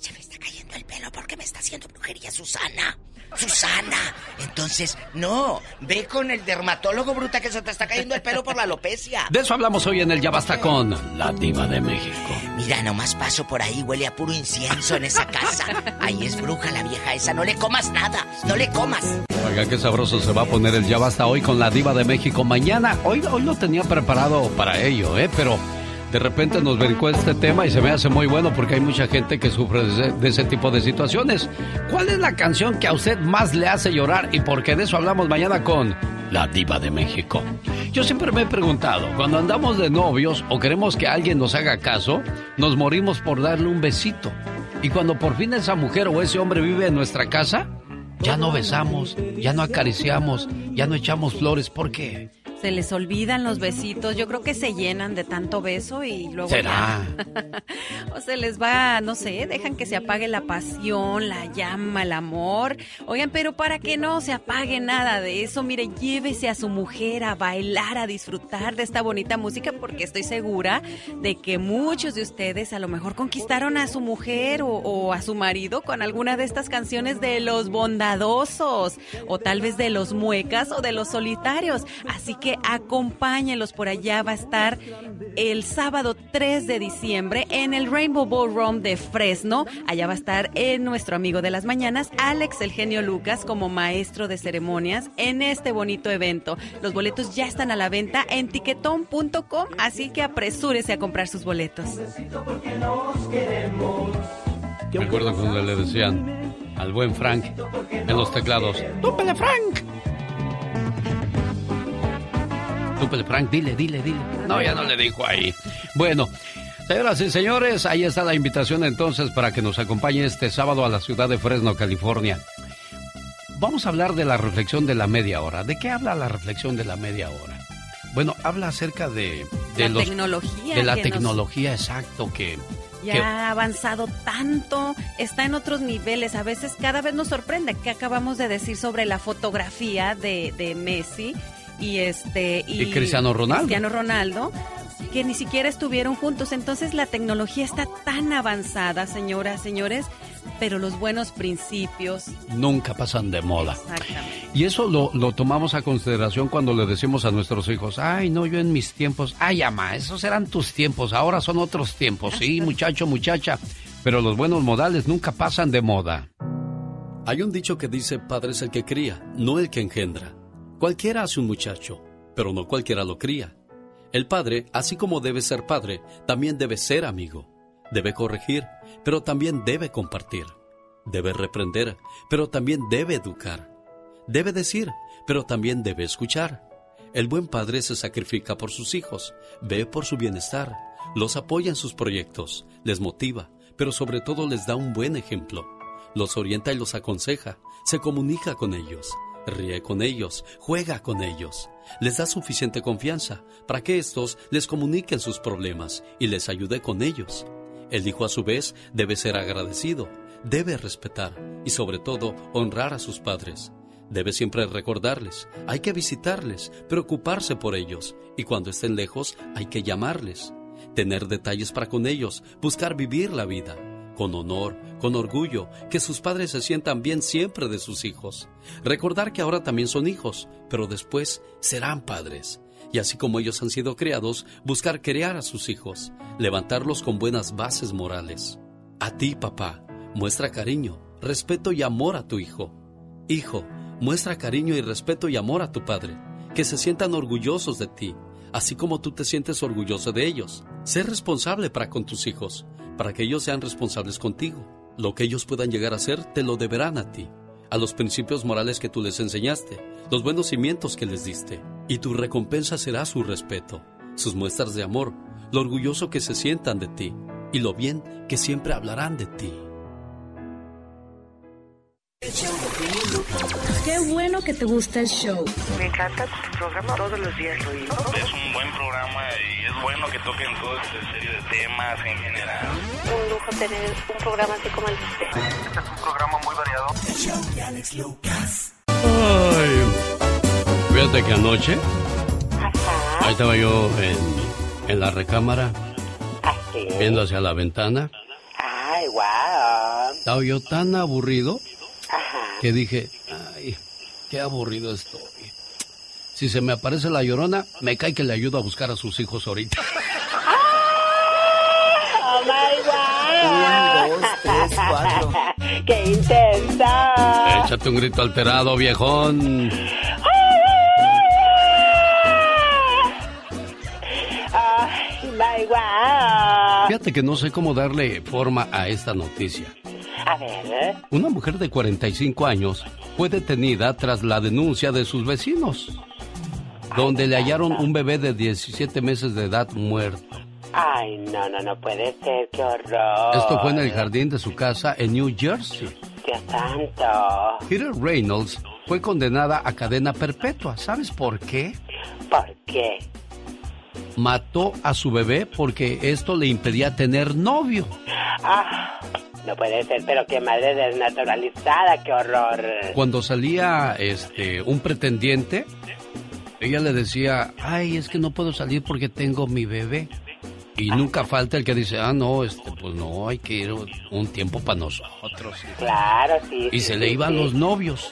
se me está cayendo el pelo porque me está haciendo brujería Susana. Susana. Entonces, no, ve con el dermatólogo, bruta, que se te está cayendo el pelo por la alopecia. De eso hablamos hoy en el Ya Basta con la Diva de México. Mira, nomás paso por ahí, huele a puro incienso en esa casa. Ahí es bruja la vieja esa, no le comas nada, no le comas. Oiga, qué sabroso se va a poner el Ya Basta hoy con la Diva de México. Mañana, hoy, hoy lo tenía preparado para ello, ¿eh? Pero de repente nos brincó este tema y se me hace muy bueno porque hay mucha gente que sufre de ese, de ese tipo de situaciones. ¿Cuál es la canción que a usted más le hace llorar? Y porque de eso hablamos mañana con la Diva de México. Yo siempre me he preguntado, cuando andamos de novios o queremos que alguien nos haga caso, nos morimos por darle un besito. Y cuando por fin esa mujer o ese hombre vive en nuestra casa, ya no besamos, ya no acariciamos, ya no echamos flores. ¿Por qué? Se les olvidan los besitos. Yo creo que se llenan de tanto beso y luego ¿será? Ya... o se les va, no sé, dejan que se apague la pasión, la llama, el amor. Oigan, pero para que no se apague nada de eso, mire, llévese a su mujer a bailar, a disfrutar de esta bonita música, porque estoy segura de que muchos de ustedes a lo mejor conquistaron a su mujer o, o a su marido con alguna de estas canciones de Los Bondadosos, o tal vez de Los Muecas o de Los Solitarios. Así que acompáñenlos por allá. Va a estar el sábado tres de diciembre en el Rainbow Ballroom de Fresno. Allá va a estar eh, nuestro amigo de las mañanas, Alex el Genio Lucas, como maestro de ceremonias en este bonito evento. Los boletos ya están a la venta en tiquetón punto com, así que apresúrese a comprar sus boletos. Me acuerdo cuando le decían al buen Frank en los teclados: ¡túpele, Frank! Túpele, Frank, dile, dile, dile. No, ya no le dijo ahí. Bueno, señoras y señores, ahí está la invitación entonces para que nos acompañe este sábado a la ciudad de Fresno, California. Vamos a hablar de la reflexión de la media hora. ¿De qué habla la reflexión de la media hora? Bueno, habla acerca de... de la los, tecnología. De la tecnología, nos... exacto, que... Ya que... ha avanzado tanto, está en otros niveles. A veces cada vez nos sorprende. Que acabamos de decir sobre la fotografía de, de Messi y este y, y Cristiano Ronaldo. Cristiano Ronaldo, que ni siquiera estuvieron juntos. Entonces la tecnología está tan avanzada, señoras, señores, pero los buenos principios nunca pasan de moda. Exactamente. Y eso lo, lo tomamos a consideración cuando le decimos a nuestros hijos: ay, no, yo en mis tiempos, ay, ama, esos eran tus tiempos, ahora son otros tiempos. Sí, muchacho, muchacha, pero los buenos modales nunca pasan de moda. Hay un dicho que dice: padre es el que cría, no el que engendra. Cualquiera hace un muchacho, pero no cualquiera lo cría. El padre, así como debe ser padre, también debe ser amigo. Debe corregir, pero también debe compartir. Debe reprender, pero también debe educar. Debe decir, pero también debe escuchar. El buen padre se sacrifica por sus hijos, ve por su bienestar, los apoya en sus proyectos, les motiva, pero sobre todo les da un buen ejemplo. Los orienta y los aconseja, se comunica con ellos, ríe con ellos, juega con ellos. Les da suficiente confianza para que éstos les comuniquen sus problemas y les ayude con ellos. El hijo, a su vez, debe ser agradecido, debe respetar y, sobre todo, honrar a sus padres. Debe siempre recordarles, hay que visitarles, preocuparse por ellos, y cuando estén lejos hay que llamarles. Tener detalles para con ellos, buscar vivir la vida con honor, con orgullo, que sus padres se sientan bien siempre de sus hijos. Recordar que ahora también son hijos, pero después serán padres. Y así como ellos han sido criados, buscar criar a sus hijos, levantarlos con buenas bases morales. A ti, papá, muestra cariño, respeto y amor a tu hijo. Hijo, muestra cariño y respeto y amor a tu padre, que se sientan orgullosos de ti, así como tú te sientes orgulloso de ellos. Sé responsable para con tus hijos, para que ellos sean responsables contigo. Lo que ellos puedan llegar a ser, te lo deberán a ti, a los principios morales que tú les enseñaste, los buenos cimientos que les diste, y tu recompensa será su respeto, sus muestras de amor, lo orgulloso que se sientan de ti, y lo bien que siempre hablarán de ti. Qué bueno que te gusta el show. Me encanta tu programa, todos los días lo oigo. Es un buen programa y es bueno que toquen toda esta serie de temas en general. Un lujo tener un programa así como el de usted. Este es un programa muy variado. El show de Alex Lucas. Ay, fíjate que anoche, Ajá. ahí estaba yo en, en la recámara, Así. viendo hacia la ventana. Ay, wow. Estaba yo tan aburrido Ajá. que dije, ay, qué aburrido estoy. Si se me aparece la Llorona, me cae que le ayudo a buscar a sus hijos ahorita. ¡Oh, my God! Un, dos, tres, cuatro. ¡Qué intensa! Échate un grito alterado, viejón. ¡Ay, my God! Fíjate que no sé cómo darle forma a esta noticia. A ver. Una mujer de cuarenta y cinco años fue detenida tras la denuncia de sus vecinos, donde le hallaron un bebé de diecisiete meses de edad muerto. Ay, no, no, no puede ser, qué horror. Esto fue en el jardín de su casa en New Jersey. Dios santo. Heather Reynolds fue condenada a cadena perpetua. ¿Sabes por qué? ¿Por qué? Mató a su bebé porque esto le impedía tener novio. Ah, no puede ser, pero qué madre desnaturalizada, qué horror. Cuando salía este un pretendiente, ella le decía, ay, es que no puedo salir porque tengo mi bebé. Y nunca falta el que dice, ah, no, este, pues no, hay que ir un tiempo para nosotros. Claro, sí. Y sí, se sí, le iban sí. los novios.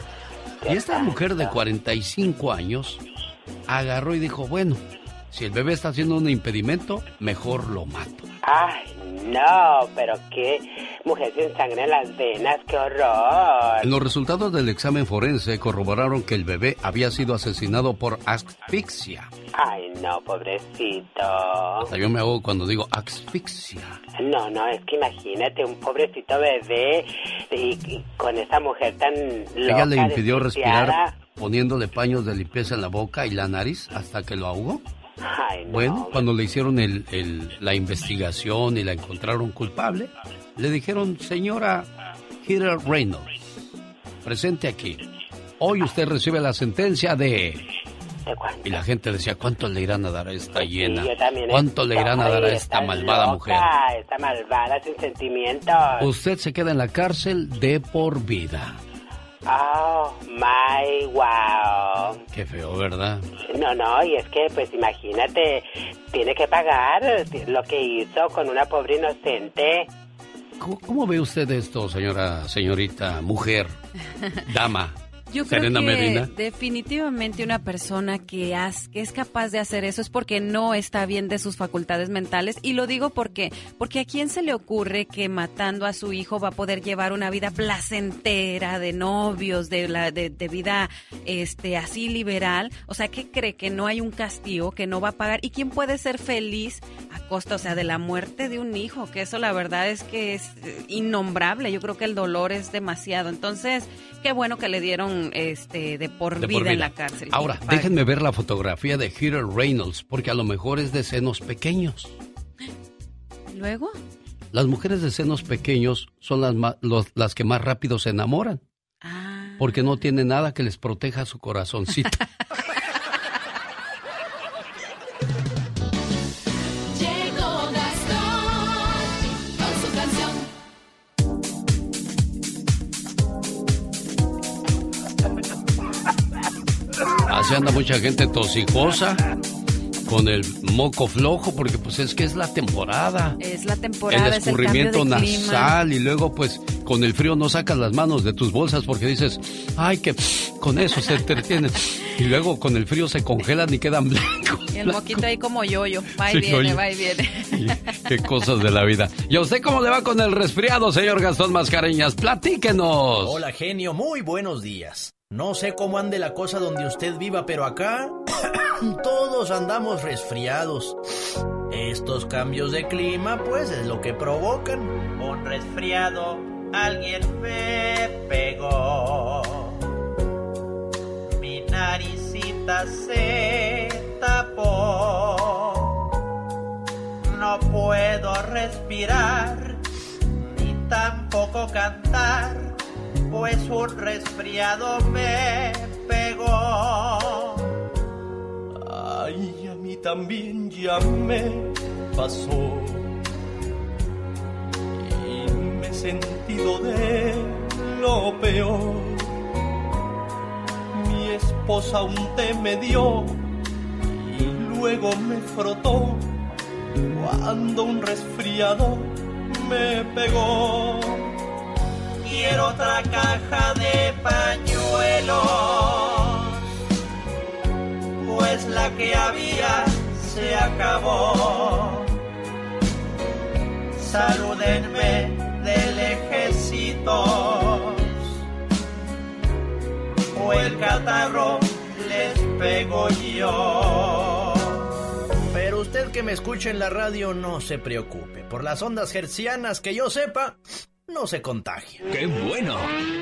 Y esta mujer de cuarenta y cinco años agarró y dijo, bueno, si el bebé está haciendo un impedimento, mejor lo mato. Ay, no, pero qué mujer sin sangre en las venas, qué horror. Los resultados del examen forense corroboraron que el bebé había sido asesinado por asfixia. Ay, no, pobrecito. Hasta yo me hago cuando digo asfixia. No, no, es que imagínate un pobrecito bebé y, y con esa mujer tan loca. Ella le impidió desquiciada. respirar poniéndole paños de limpieza en la boca y la nariz hasta que lo ahogó. Ay, no. Bueno, cuando le hicieron el, el, la investigación y la encontraron culpable, le dijeron, señora Heather Reynolds, presente aquí. Hoy usted recibe la sentencia de... ¿De cuánto? Y la gente decía, ¿cuánto le irán a dar a esta Pues sí, hiena? yo también ¿Cuánto le irán a dar a estoy, esta está malvada loca, mujer? Esta malvada sin sentimientos. Usted se queda en la cárcel de por vida. Oh, my, wow. Qué feo, ¿verdad? No, no, y es que, pues, imagínate, tiene que pagar lo que hizo con una pobre inocente. ¿Cómo, cómo ve usted esto, señora, señorita, mujer, dama? Yo creo Serena que Medina. definitivamente una persona que, has, que es capaz de hacer eso es porque no está bien de sus facultades mentales. Y lo digo porque, porque a quién se le ocurre que matando a su hijo va a poder llevar una vida placentera de novios, de, la, de, de vida este, así liberal. O sea, ¿qué cree? Que no hay un castigo, que no va a pagar. ¿Y quién puede ser feliz a costa, o sea, de la muerte de un hijo? Que eso la verdad es que es innombrable. Yo creo que el dolor es demasiado. Entonces, qué bueno que le dieron este de por, De vida, por vida en la cárcel. Ahora, Sí, padre. déjenme ver la fotografía de Heather Reynolds, porque a lo mejor es de senos pequeños. ¿Luego? Las mujeres de senos pequeños son las, ma- los- las que más rápido se enamoran. Ah. Porque no tiene nada que les proteja su corazoncito. Llegó Gastón con su canción. Así anda mucha gente tosijosa, con el moco flojo, porque pues es que es la temporada. Es la temporada, El es el cambio escurrimiento de clima. nasal y luego pues con el frío no sacas las manos de tus bolsas porque dices, ay, que con eso se entretienen. Y luego con el frío se congelan y quedan blancos. Y el moquito ahí como yo-yo, va y Sí, viene, oye. va y viene. Qué cosas de la vida. ¿Y a usted cómo le va con el resfriado, señor Gastón Mascareñas? Platíquenos. Hola, genio, muy buenos días. No sé cómo ande la cosa donde usted viva, pero acá todos andamos resfriados. Estos cambios de clima, pues, es lo que provocan un resfriado. Alguien me pegó. Mi naricita se tapó. No puedo respirar, ni tampoco cantar, pues un resfriado me pegó. Ay, a mí también ya me pasó. Y me he sentido de lo peor. Mi esposa un té me dio y luego me frotó. Cuando un resfriado me pegó. Quiero otra caja de pañuelos, pues la que había se acabó. Salúdenme de lejecitos, o el catarro les pego yo. Pero usted que me escuche en la radio no se preocupe, por las ondas hertzianas que yo sepa, no se contagia. ¡Qué bueno!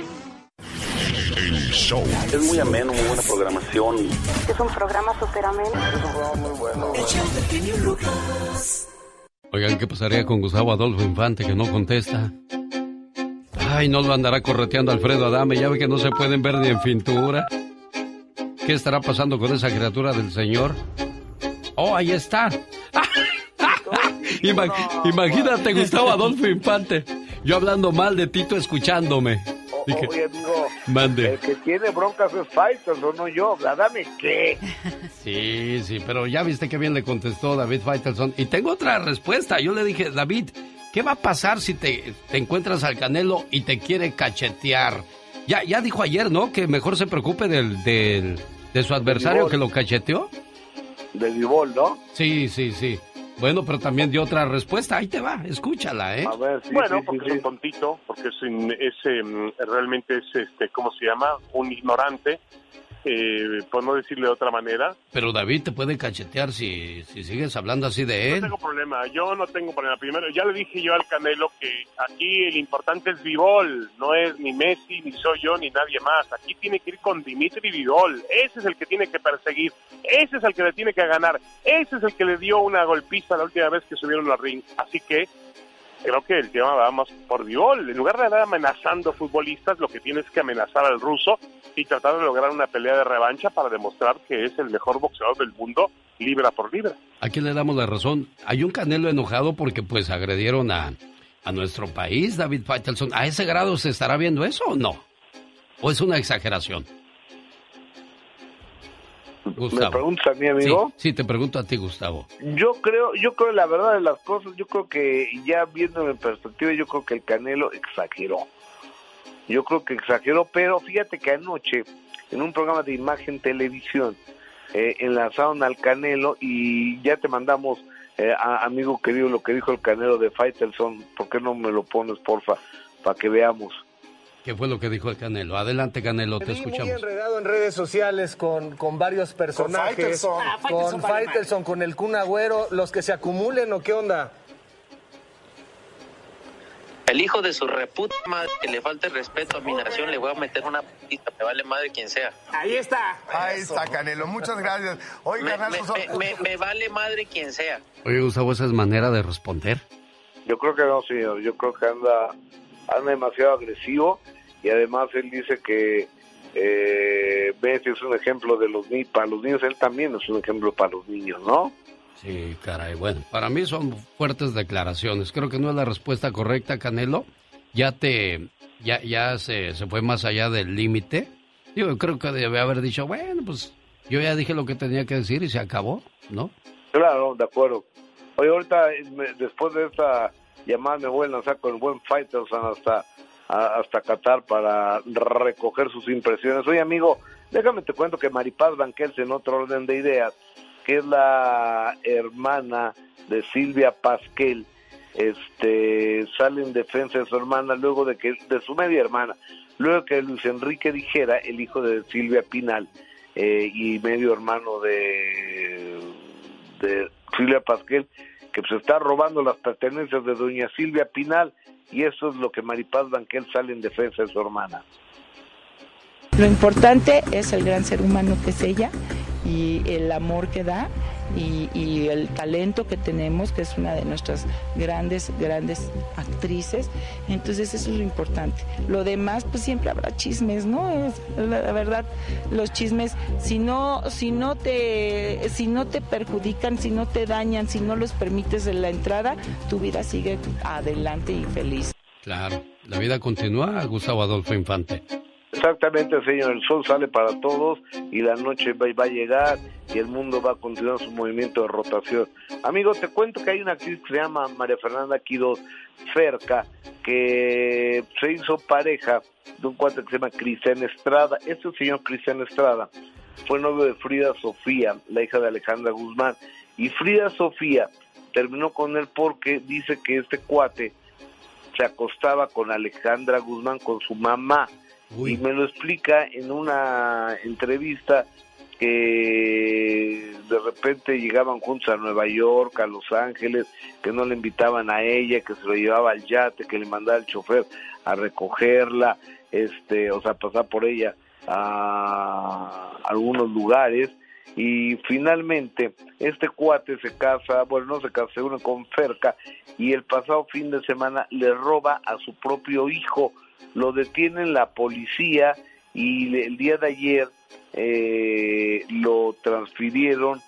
El show. Es muy ameno, muy buena programación. Es un programa súper ameno. Es un programa muy bueno. El show del genio Lucas. Oigan, ¿qué pasaría con Gustavo Adolfo Infante que no contesta? Ay, no lo andará correteando Alfredo Adame, ya ve que no se pueden ver ni en pintura. ¿Qué estará pasando con esa criatura del señor? Oh, ahí está. Ima- imagínate, Gustavo Adolfo Infante, yo hablando mal de Tito, escuchándome. Dije, oye, amigo, mande. El que tiene broncas es Faitelson, no yo. Dame qué. Sí, sí, pero ya viste qué bien le contestó David Faitelson. Y tengo otra respuesta. Yo le dije, David, ¿qué va a pasar si te, te encuentras al Canelo y te quiere cachetear? Ya, ya dijo ayer, ¿no? Que mejor se preocupe del, del, de su adversario que lo cacheteó. De Bivol, ¿no? Sí, sí, sí. Bueno, pero también dio otra respuesta. Ahí te va, escúchala, ¿eh? A ver, sí, bueno, sí, porque sí, es sí. un tontito, porque es, un- es em, realmente es, este, ¿cómo se llama? Un ignorante, eh, por no decirle de otra manera. Pero David te puede cachetear si, si sigues hablando así de No él. tengo problema, yo no tengo problema. Primero, ya le dije yo al Canelo que aquí el importante es Bivol, no es ni Messi, ni soy yo, ni nadie más. Aquí tiene que ir con Dimitri Bivol, ese es el que tiene que perseguir, ese es el que le tiene que ganar, ese es el que le dio una golpiza la última vez que subieron al ring. Así que creo que el tema va más por Bivol. En lugar de andar amenazando futbolistas, lo que tiene es que amenazar al ruso y tratar de lograr una pelea de revancha para demostrar que es el mejor boxeador del mundo, libra por libra. Aquí le damos la razón. Hay un Canelo enojado porque pues agredieron a, a nuestro país, David Faitelson. ¿A ese grado se estará viendo eso o no? ¿O es una exageración? Gustavo. ¿Me preguntas a mí, amigo? Sí, sí, te pregunto a ti, Gustavo. Yo creo, yo creo la verdad de las cosas, yo creo que ya viéndolo en perspectiva, yo creo que el Canelo exageró. Yo creo que exageró, pero fíjate que anoche, en un programa de Imagen Televisión, eh, enlazaron al Canelo y ya te mandamos, eh, a, amigo querido, lo que dijo el Canelo de Faitelson. ¿Por qué no me lo pones, porfa, para que veamos? ¿Qué fue lo que dijo el Canelo? Adelante, Canelo, te Me vi muy escuchamos. enredado en redes sociales con, con varios personajes. Faitelson. Ah, Faitelson Con vale Faitelson, con el Kun Agüero. ¿Los que se acumulen o qué onda? El hijo de su reputa madre, que le falte respeto a mi nación, le voy a meter una pista, me vale madre quien sea. Ahí está. Ahí está, Canelo. Muchas gracias. Oye, Me, carnal, me- pues, me- me- me vale madre quien sea. Oye, Gustavo, ¿esa es manera de responder? Yo creo que no, señor. Yo creo que anda, anda demasiado agresivo y además él dice que eh, Messi es un ejemplo de los niños, para los niños. Él también es un ejemplo para los niños, ¿no? Sí, caray, bueno, para mí son fuertes declaraciones. Creo que no es la respuesta correcta, Canelo. Ya te, ya, ya se, se fue más allá del límite. Yo creo que debe haber dicho, bueno, pues yo ya dije lo que tenía que decir y se acabó, ¿no? Claro, de acuerdo. Oye, ahorita, eh, me- después de esta llamada, me voy a lanzar con el buen Faitelson hasta, a- hasta Qatar para recoger sus impresiones. Oye, amigo, déjame te cuento que Maripaz Banquels, en otro orden de ideas, que es la hermana de Silvia Pasquel, este, sale en defensa de su hermana luego de que, de su media hermana, luego que Luis Enrique Dijera, el hijo de Silvia Pinal, eh, y medio hermano de, de Silvia Pasquel, que se está robando las pertenencias de doña Silvia Pinal, y eso es lo que Maripaz Banquel sale en defensa de su hermana. Lo importante es el gran ser humano que es ella y el amor que da y, y el talento que tenemos, que es una de nuestras grandes, grandes actrices. Entonces eso es lo importante. Lo demás, pues siempre habrá chismes, ¿no? Es, la, la verdad, los chismes, si no, si no te, si no te perjudican, si no te dañan, si no los permites en la entrada, tu vida sigue adelante y feliz. Claro, la vida continúa, Gustavo Adolfo Infante. Exactamente, señor, el sol sale para todos y la noche va, va a llegar y el mundo va a continuar su movimiento de rotación. Amigo, te cuento que hay una actriz que se llama María Fernanda Quiroz Ferca, que se hizo pareja de un cuate que se llama Cristian Estrada. Este señor Cristian Estrada fue novio de Frida Sofía, la hija de Alejandra Guzmán, y Frida Sofía terminó con él porque dice que este cuate se acostaba con Alejandra Guzmán, con su mamá. Uy. Y me lo explica en una entrevista que de repente llegaban juntos a Nueva York, a Los Ángeles, que no le invitaban a ella, que se lo llevaba al yate, que le mandaba el chofer a recogerla, este, o sea, pasar por ella a algunos lugares. Y finalmente este cuate se casa, bueno, no se casa, se une con Ferca, y el pasado fin de semana le roba a su propio hijo. Lo detienen la policía y el día de ayer eh, lo transfirieron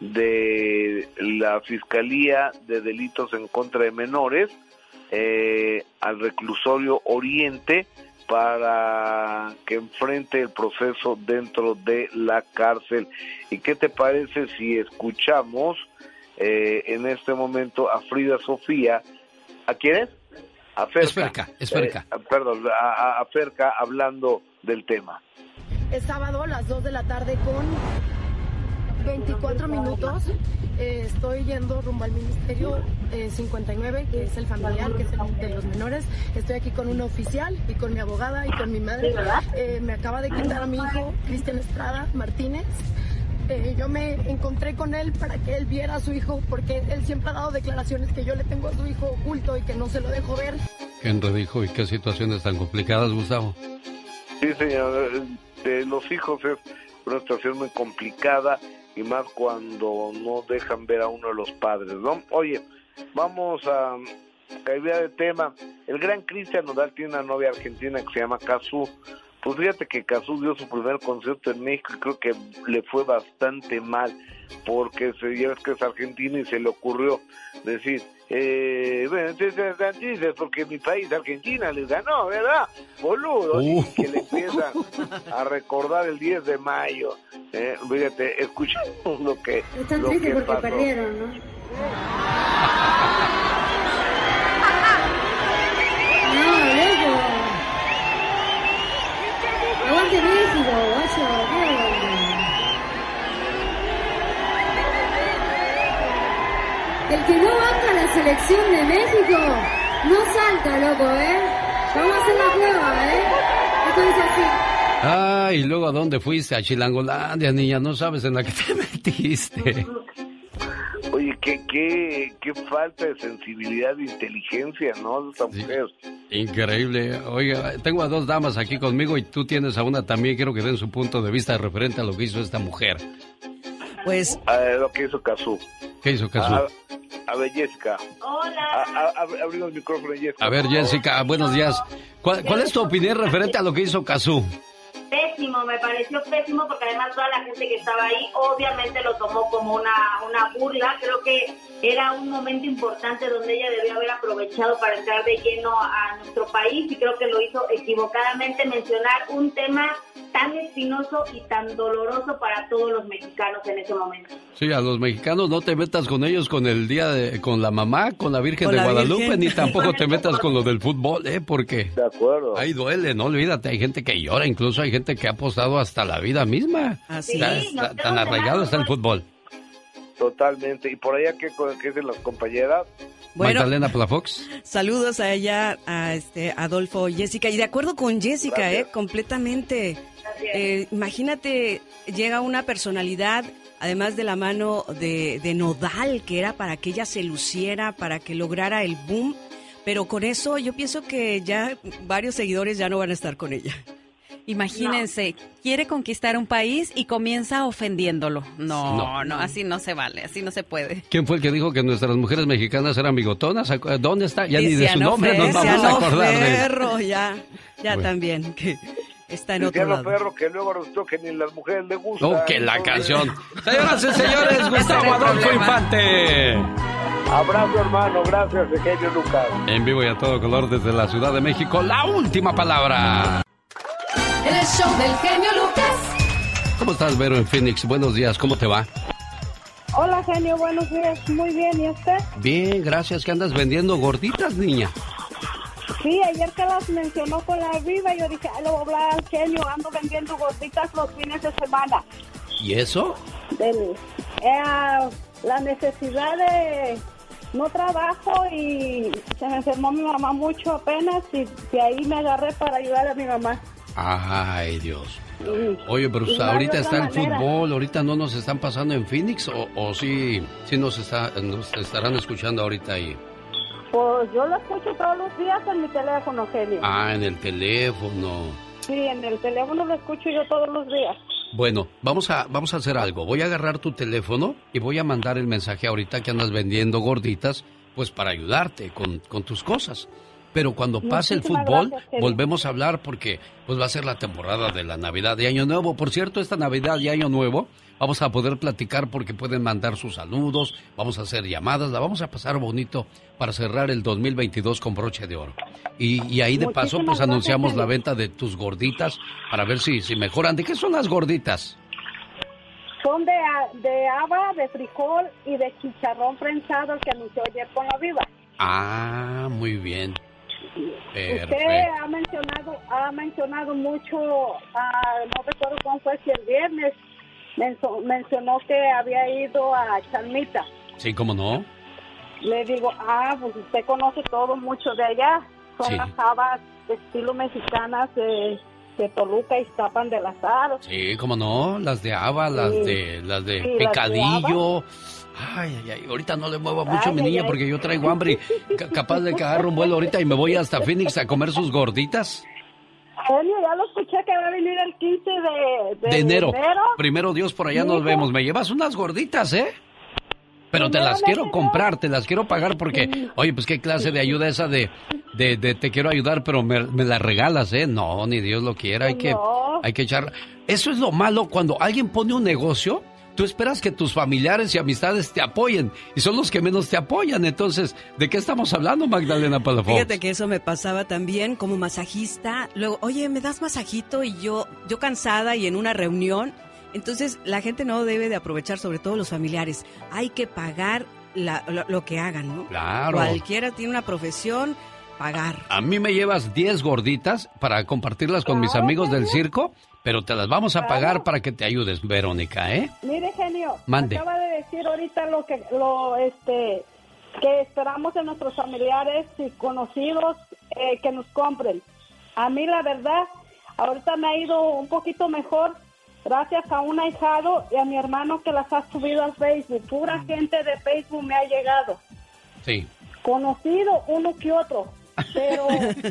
de la Fiscalía de Delitos en contra de Menores eh, al reclusorio Oriente para que enfrente el proceso dentro de la cárcel. ¿Y qué te parece si escuchamos eh, en este momento a Frida Sofía? ¿A quién es? A Ferca. Es Ferca, es Ferca. Eh, perdón, a, a Ferca hablando del tema. Es sábado a las dos de la tarde con veinticuatro minutos. Eh, estoy yendo rumbo al Ministerio eh, cincuenta y nueve, que es el familiar, que es el de los menores. Estoy aquí con un oficial y con mi abogada y con mi madre. Eh, me acaba de quitar a mi hijo, Cristian Estrada Martínez. Eh, yo me encontré con él para que él viera a su hijo, porque él siempre ha dado declaraciones que yo le tengo a su hijo oculto y que no se lo dejo ver. ¿Qué enredijo y qué situaciones tan complicadas, Gustavo? Sí, señor, de los hijos es una situación muy complicada y más cuando no dejan ver a uno de los padres, ¿no? Oye, vamos a cambiar de tema. El gran Cristian Nodal tiene una novia argentina que se llama Cazzu. Pues fíjate que Cazzu dio su primer concierto en México y creo que le fue bastante mal porque se ya ves que es argentino y se le ocurrió decir, eh, bueno, entonces antes porque mi país, Argentina, les ganó, ¿verdad? Boludo, uh. Y que le empiezan a recordar el diez de mayo. Eh, fíjate, escuchamos lo que Están lo tristes que porque pasó. Perdieron, ¿no? No, loco. Aguante México, guacho, ¿qué aguante? El que no banca la selección de México no salta, loco, ¿eh? Vamos a hacer la prueba, ¿eh? Esto es así. Ah, y luego ¿a dónde fuiste? A Chilangolandia, niña, no sabes en la que te metiste. Oye, qué, qué, qué falta de sensibilidad e inteligencia, ¿no? Esta mujer. Increíble. Oiga, tengo a dos damas aquí conmigo y tú tienes a una también. Quiero que den su punto de vista referente a lo que hizo esta mujer. Pues... A ver, lo que hizo Cazzu. ¿Qué hizo Cazzu? A, a ver, Jessica. Hola. Abrimos el micrófono, Jessica. A ver, Jessica, buenos días. ¿Cuál, ¿Cuál es tu opinión referente a lo que hizo Cazzu? Pésimo, me pareció pésimo porque además toda la gente que estaba ahí obviamente lo tomó como una, una burla. Creo que era un momento importante donde ella debió haber aprovechado para entrar de lleno a nuestro país y creo que lo hizo equivocadamente mencionar un tema tan espinoso y tan doloroso para todos los mexicanos en ese momento. Sí, a los mexicanos no te metas con ellos con el día de, con la mamá, con la Virgen de la Guadalupe, Virgen. Ni tampoco te metas con lo del fútbol, ¿eh? Porque de acuerdo. Ahí duele, no olvídate, hay gente que llora, incluso hay gente que ha apostado hasta la vida misma. Así está, es. está, tan arraigado está el fútbol. Totalmente. ¿Y por allá qué, qué dicen las compañeras? Bueno, Magdalena Palafox. Saludos a ella, a este Adolfo, Jessica. Y de acuerdo con Jessica, Gracias. eh, completamente. Eh, imagínate, llega una personalidad, además de la mano de, de Nodal, que era para que ella se luciera, para que lograra el boom. Pero con eso yo pienso que ya varios seguidores ya no van a estar con ella. Imagínense, no. Quiere conquistar un país y comienza ofendiéndolo. No, no, no, así no se vale, así no se puede. ¿Quién fue el que dijo que nuestras mujeres mexicanas eran bigotonas? ¿Dónde está? Ya Tiziano ni de su nombre Ferro, nos vamos a acordar de Ferro, ya, ya bueno. También, que está en otro Tiziano lado. Ferro, que luego resultó que ni las mujeres le gustan. Oh, que la canción. Señoras y señores, Gustavo Adolfo Infante. Abrazo, hermano, gracias, de genio Lucas. En vivo y a todo color desde la Ciudad de México, la última palabra. en el show del genio Lucas. ¿Cómo estás, Vero, en Phoenix? Buenos días, ¿cómo te va? Hola, genio, buenos días. Muy bien, ¿y usted? Bien, gracias. ¿Qué andas vendiendo gorditas, niña? Sí, ayer que las mencionó con la Viva, yo dije, le voy a hablar al genio, ando vendiendo gorditas los fines de semana. ¿Y eso? Del, eh, la necesidad de no trabajo y se me enfermó mi mamá mucho apenas y de ahí me agarré para ayudar a mi mamá. Ay, Dios. Y, Oye, pero y no ahorita hay está otra el manera. fútbol, ahorita no nos están pasando en Phoenix o, o sí, sí nos, está, nos estarán escuchando ahorita ahí. Pues yo lo escucho todos los días en mi teléfono, genio. Ah, en el teléfono. Sí, en el teléfono lo escucho yo todos los días. Bueno, vamos a, vamos a hacer algo. Voy a agarrar tu teléfono y voy a mandar el mensaje ahorita que andas vendiendo gorditas, pues para ayudarte con, con tus cosas. Pero cuando pase el Muchísimas fútbol, gracias, genio. volvemos a hablar porque pues va a ser la temporada de la Navidad y Año Nuevo. Por cierto, esta Navidad y Año Nuevo vamos a poder platicar porque pueden mandar sus saludos, vamos a hacer llamadas, la vamos a pasar bonito para cerrar el dos mil veintidós con broche de oro. Y, y ahí de paso Muchísimas pues gracias, anunciamos genio. la venta de tus gorditas para ver si, si mejoran. ¿De qué son las gorditas? Son de, de haba, de frijol y de chicharrón prensado, el que anunció ayer con la Viva. Ah, muy bien. Usted Perfecto. ha mencionado, ha mencionado mucho, ah, no recuerdo cómo fue, si el viernes menso- mencionó que había ido a Chalmita. Sí, ¿cómo no? Le digo, ah, pues usted conoce todo mucho de allá. Son Sí. las habas de estilo mexicanas de, de Toluca y Iztapan de las Aros. Sí, ¿cómo no? Las de haba, las Sí. de las de Sí, las de picadillo. Ay, ay, ay, ahorita no le muevo mucho a mi Ay, niña ay, porque ay. yo traigo hambre. Ca- capaz de que agarre un vuelo ahorita y me voy hasta Phoenix a comer sus gorditas. Genio, ya lo escuché que va a venir el quince de, de, De enero. enero. Primero Dios, por allá nos Hijo. vemos. Me llevas unas gorditas, ¿eh? Pero te las Primeramente quiero Dios. comprar, te las quiero pagar porque, oye, pues qué clase de ayuda esa de, de, de te quiero ayudar, pero me, me la regalas, ¿eh? No, ni Dios lo quiera, hay que, No. hay que echar. Eso es lo malo cuando alguien pone un negocio. Tú esperas que tus familiares y amistades te apoyen y son los que menos te apoyan. Entonces, ¿de qué estamos hablando, Magdalena Palafox? Fíjate que eso me pasaba también como masajista. Luego, oye, ¿me das masajito? Y yo, yo cansada y en una reunión. Entonces, la gente no debe de aprovechar, sobre todo los familiares. Hay que pagar la- lo, lo que hagan, ¿no? Claro. Cualquiera tiene una profesión, pagar. A mí me llevas diez gorditas para compartirlas con mis amigos del circo, pero te las vamos a pagar para que te ayudes, Verónica, ¿eh? Mire, genio, Mande. acaba de decir ahorita lo que lo este que esperamos de nuestros familiares y conocidos eh, que nos compren. A mí la verdad, ahorita me ha ido un poquito mejor gracias a un ahijado y a mi hermano que las ha subido al Facebook. Pura gente de Facebook me ha llegado. Sí. Conocido uno que otro, pero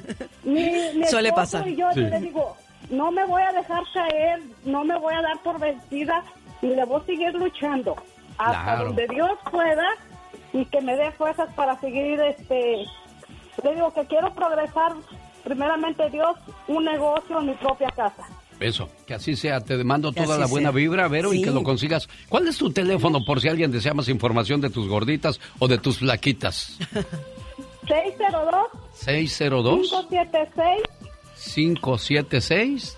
mi, mi Suele esposo pasar. y yo, Sí. yo le digo, no me voy a dejar caer, no me voy a dar por vencida y le voy a seguir luchando hasta Claro. donde Dios pueda y que me dé fuerzas para seguir, este, le digo que quiero progresar, primeramente Dios, un negocio en mi propia casa. Eso, que así sea. Te mando Que toda así la buena sea. vibra, Vero, y Sí. que lo consigas. ¿Cuál es tu teléfono por si alguien desea más información de tus gorditas o de tus flaquitas? seis cero dos, seis cero dos, cinco siete seis, cinco siete seis,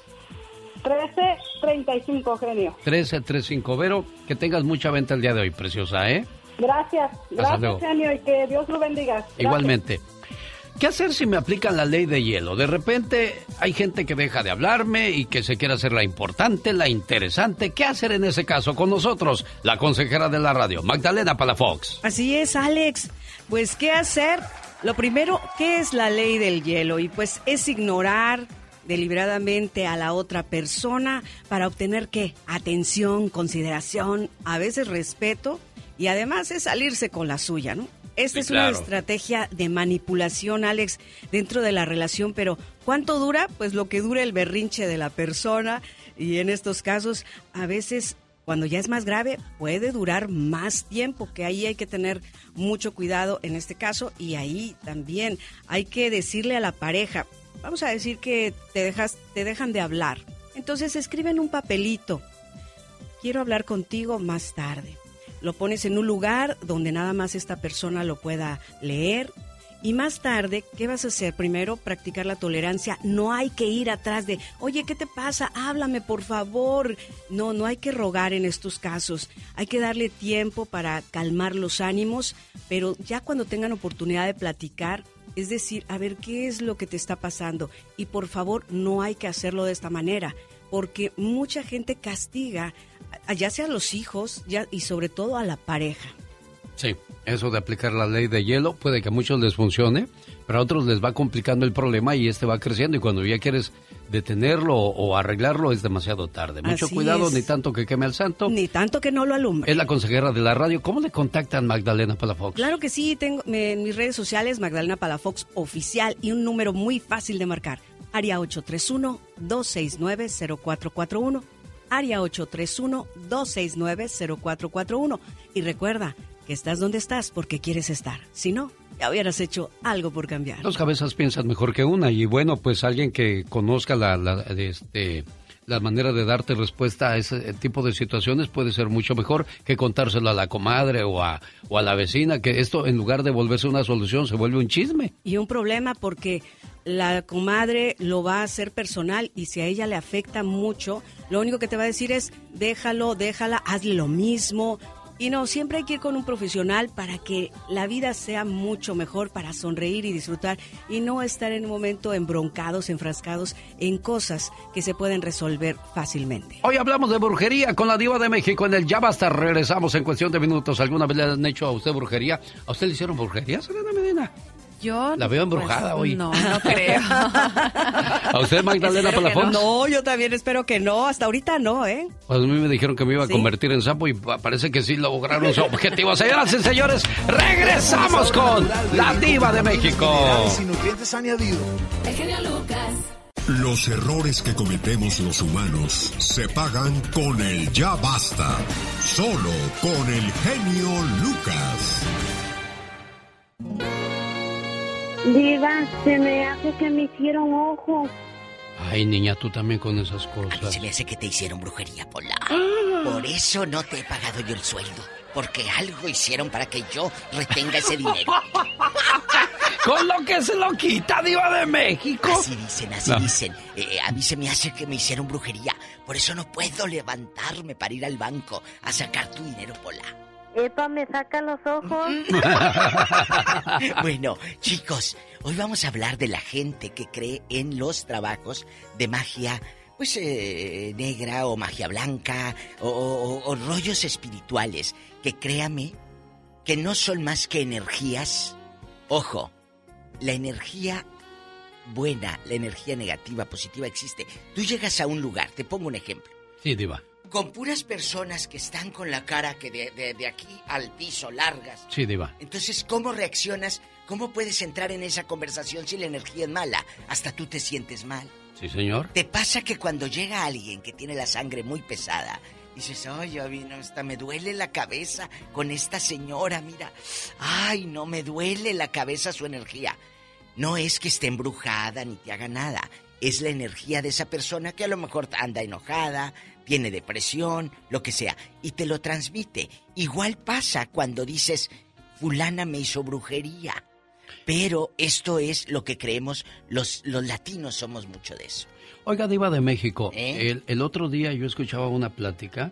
uno tres tres cinco, genio. uno tres tres cinco. Vero, que tengas mucha venta el día de hoy, preciosa, ¿eh? Gracias, gracias, luego. genio, y que Dios lo bendiga. Gracias. Igualmente. ¿Qué hacer si me aplican la ley de hielo? De repente hay gente que deja de hablarme y que se quiere hacer la importante, la interesante. ¿Qué hacer en ese caso? Con nosotros, la consejera de la radio, Magdalena Palafox. Así es, Alex. Pues, ¿qué hacer? Lo primero, ¿qué es la ley del hielo? Y pues es ignorar deliberadamente a la otra persona para obtener, ¿qué? Atención, consideración, a veces respeto y además es salirse con la suya, ¿no? Esta Sí, es una claro. estrategia de manipulación, Alex, dentro de la relación, pero ¿cuánto dura? Pues lo que dura el berrinche de la persona y en estos casos a veces cuando ya es más grave puede durar más tiempo, que ahí hay que tener mucho cuidado en este caso y ahí también hay que decirle a la pareja, vamos a decir que te dejas, te dejan de hablar, entonces escribe en un papelito, quiero hablar contigo más tarde. Lo pones en un lugar donde nada más esta persona lo pueda leer Y más tarde, ¿qué vas a hacer? Primero, practicar la tolerancia. No hay que ir atrás de, oye, ¿qué te pasa? Háblame, por favor. No, no hay que rogar en estos casos. Hay que darle tiempo para calmar los ánimos, pero ya cuando tengan oportunidad de platicar, es decir, a ver, ¿qué es lo que te está pasando? Y por favor, no hay que hacerlo de esta manera, porque mucha gente castiga, ya sea a los hijos ya, y sobre todo a la pareja. Sí, eso de aplicar la ley de hielo puede que a muchos les funcione, pero a otros les va complicando el problema y este va creciendo y cuando ya quieres detenerlo o arreglarlo es demasiado tarde. Mucho Así cuidado, es. Ni tanto que queme al santo. Ni tanto que no lo alumbre. Es la consejera de la radio. ¿Cómo le contactan, Magdalena Palafox? Claro que sí, tengo me- en mis redes sociales Magdalena Palafox Oficial y un número muy fácil de marcar. Área ocho tres uno, dos seis nueve, cero cuatro cuatro uno. Área ocho tres uno, dos seis nueve, cero cuatro cuatro uno. Y recuerda que estás donde estás porque quieres estar. Si no, ya hubieras hecho algo por cambiar. Dos cabezas piensan mejor que una y bueno, pues alguien que conozca la, la, de este, la manera de darte respuesta a ese tipo de situaciones puede ser mucho mejor que contárselo a la comadre o a, o a la vecina, que esto en lugar de volverse una solución se vuelve un chisme. Y un problema porque la comadre lo va a hacer personal y si a ella le afecta mucho, lo único que te va a decir es déjalo, déjala, hazle lo mismo. Y no, siempre hay que ir con un profesional para que la vida sea mucho mejor, para sonreír y disfrutar y no estar en un momento embroncados, enfrascados en cosas que se pueden resolver fácilmente. Hoy hablamos de brujería con la Diva de México en el Ya Basta. Regresamos en cuestión de minutos. ¿Alguna vez le han hecho a usted brujería? ¿A usted le hicieron brujería, Selena Medina? Yo... La veo embrujada pues, hoy. No, no creo. ¿A usted, Magdalena Espero que Palafox? No, no, yo también espero que no. Hasta ahorita no, ¿eh? Pues a mí me dijeron que me iba a ¿Sí? convertir en sapo y pa- parece que sí lograron su objetivo. Señoras y señores, regresamos con la Diva de México. Sin nutrientes añadidos. El genio Lucas. Los errores que cometemos los humanos se pagan con el ya basta. Solo con el genio Lucas. Diva, se me hace que me hicieron ojo. Ay, niña, tú también con esas cosas. Se me hace que te hicieron brujería, Pola. Por eso no te he pagado yo el sueldo. Porque algo hicieron para que yo retenga ese dinero. Con lo que se lo quita, Diva de México. Así dicen, así No. dicen. Eh, a mí se me hace que me hicieron brujería. Por eso no puedo levantarme para ir al banco a sacar tu dinero, Pola. Epa, me saca los ojos. Bueno, chicos, hoy vamos a hablar de la gente que cree en los trabajos de magia, pues eh, negra o magia blanca o, o- o rollos espirituales, que créame que no son más que energías. Ojo, la energía buena, la energía negativa, positiva existe. Tú llegas a un lugar, te pongo un ejemplo. Sí, Diva. Con puras personas que están con la cara que de, de, de aquí al piso largas. Sí, Diva. Entonces, ¿cómo reaccionas? ¿Cómo puedes entrar en esa conversación si la energía es mala? Hasta tú te sientes mal. Sí, señor. ¿Te pasa que cuando llega alguien que tiene la sangre muy pesada, dices, ay, a mí no, hasta me duele la cabeza con esta señora, mira, ay, no me duele la cabeza su energía? No es que esté embrujada ni te haga nada, es la energía de esa persona que a lo mejor anda enojada, tiene depresión, lo que sea, y te lo transmite. Igual pasa cuando dices, fulana me hizo brujería. Pero esto es lo que creemos, los, los latinos somos mucho de eso. Oiga, Diva de México, ¿Eh? el, el otro día yo escuchaba una plática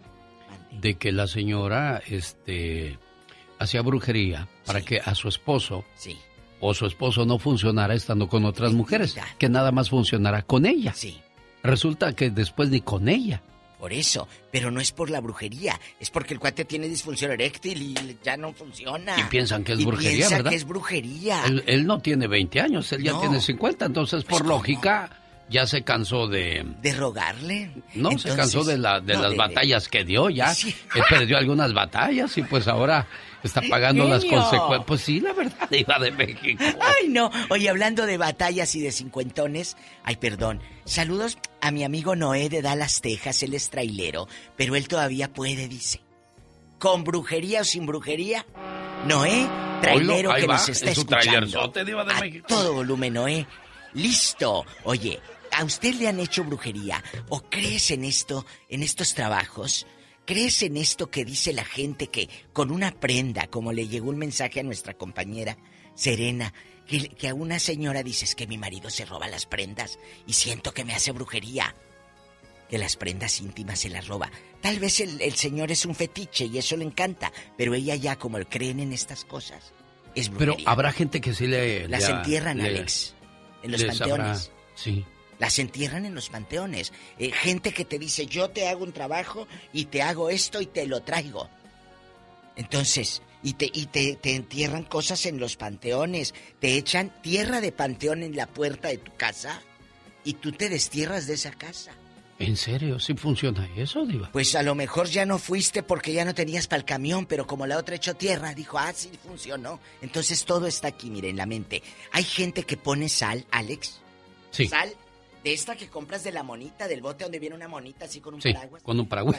de que la señora este, hacía brujería para que a su esposo Sí. o su esposo no funcionara estando con otras mujeres, que nada más funcionara con ella. Sí. Resulta que después ni con ella. Por eso, pero no es por la brujería, es porque el cuate tiene disfunción eréctil y ya no funciona. Y piensan que es Y brujería, piensa ¿verdad? que es brujería. Él, él no tiene veinte años, él ya No. tiene cincuenta, entonces por Pues, lógica ya se cansó de... ¿De rogarle? No, Entonces, se cansó de, la, de no, las de- batallas que dio ya. Sí. Él perdió algunas batallas y pues ahora está pagando las ¡Genio! consecuencias. Pues sí, la verdad, Diva de México. Ay, no. Oye, hablando de batallas y de cincuentones, ay, perdón. Saludos a mi amigo Noé de Dallas, Texas, él es trailero, pero él todavía puede, dice. Con brujería o sin brujería, Noé, trailero Oilo, ahí que va, nos está es su escuchando. trailerzote, Diva de A México. todo volumen, Noé. Listo. Oye, ¿a usted le han hecho brujería o crees en esto, en estos trabajos? ¿Crees en esto que dice la gente que con una prenda, como le llegó un mensaje a nuestra compañera Serena, que, que a una señora dices que mi marido se roba las prendas y siento que me hace brujería? Que las prendas íntimas se las roba. Tal vez el, el señor es un fetiche y eso le encanta, pero ella ya, como creen en estas cosas, es brujería. Pero habrá gente que sí le... Las le, entierran, le, Alex, en los les panteones. Habrá, sí. Las entierran en los panteones. Eh, gente que te dice, yo te hago un trabajo y te hago esto y te lo traigo. Entonces, y te, y te, te entierran cosas en los panteones. Te echan tierra de panteón en la puerta de tu casa y tú te destierras de esa casa. ¿En serio? ¿Sí funciona eso, Diva? Pues a lo mejor ya no fuiste porque ya no tenías para el camión, pero como la otra echó tierra, dijo, ah, sí funcionó. Entonces todo está aquí, mire, en la mente. Hay gente que pone sal, Alex. Sí. Sal de esta que compras de la monita, del bote donde viene una monita así con un sí, paraguas. con un paraguas.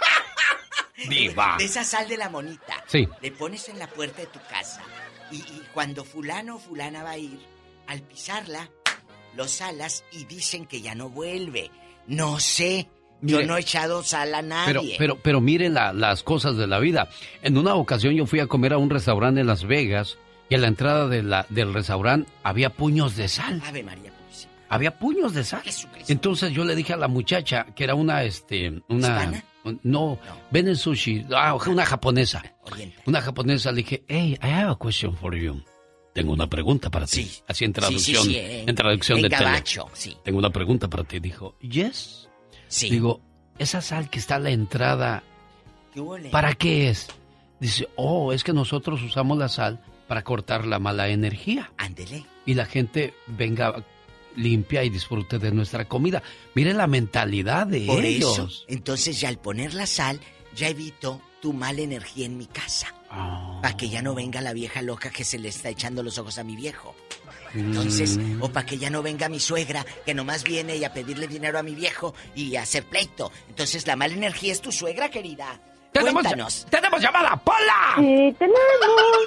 Diva. De esa sal de la monita. Sí. Le pones en la puerta de tu casa. Y, y cuando fulano o fulana va a ir, al pisarla, lo salas y dicen que ya no vuelve. No sé. Mire, yo no he echado sal a nadie. Pero, pero, pero mire la, las cosas de la vida. En una ocasión yo fui a comer a un restaurante en Las Vegas y a la entrada de la, del restaurante había puños de sal. Ave María. Había puños de sal. Jesucristo. Entonces yo le dije a la muchacha, que era una, este, una... ¿Hispana? No, no, venden sushi, ah, una japonesa. Oriental. Una japonesa, le dije, hey, I have a question for you. Tengo una pregunta para ti. Sí. Así en traducción, sí, sí, sí, eh. en traducción en de gabacho, tele. Sí. Tengo una pregunta para ti. Dijo, yes. Sí. Digo, esa sal que está a la entrada, ¿qué huele? ¿Para qué es? Dice, oh, es que nosotros usamos la sal para cortar la mala energía. Ándele. Y la gente venga limpia y disfrute de nuestra comida. Mire la mentalidad de Por ellos. eso, entonces ya al poner la sal, ya evito tu mala energía en mi casa. Oh. Para que ya no venga la vieja loca que se le está echando los ojos a mi viejo. Entonces, mm. o para que ya no venga mi suegra, que nomás viene y a pedirle dinero a mi viejo y a hacer pleito. Entonces la mala energía es tu suegra, querida. ¿Tenemos, Cuéntanos. ¡Tenemos llamada, Pola! Sí, tenemos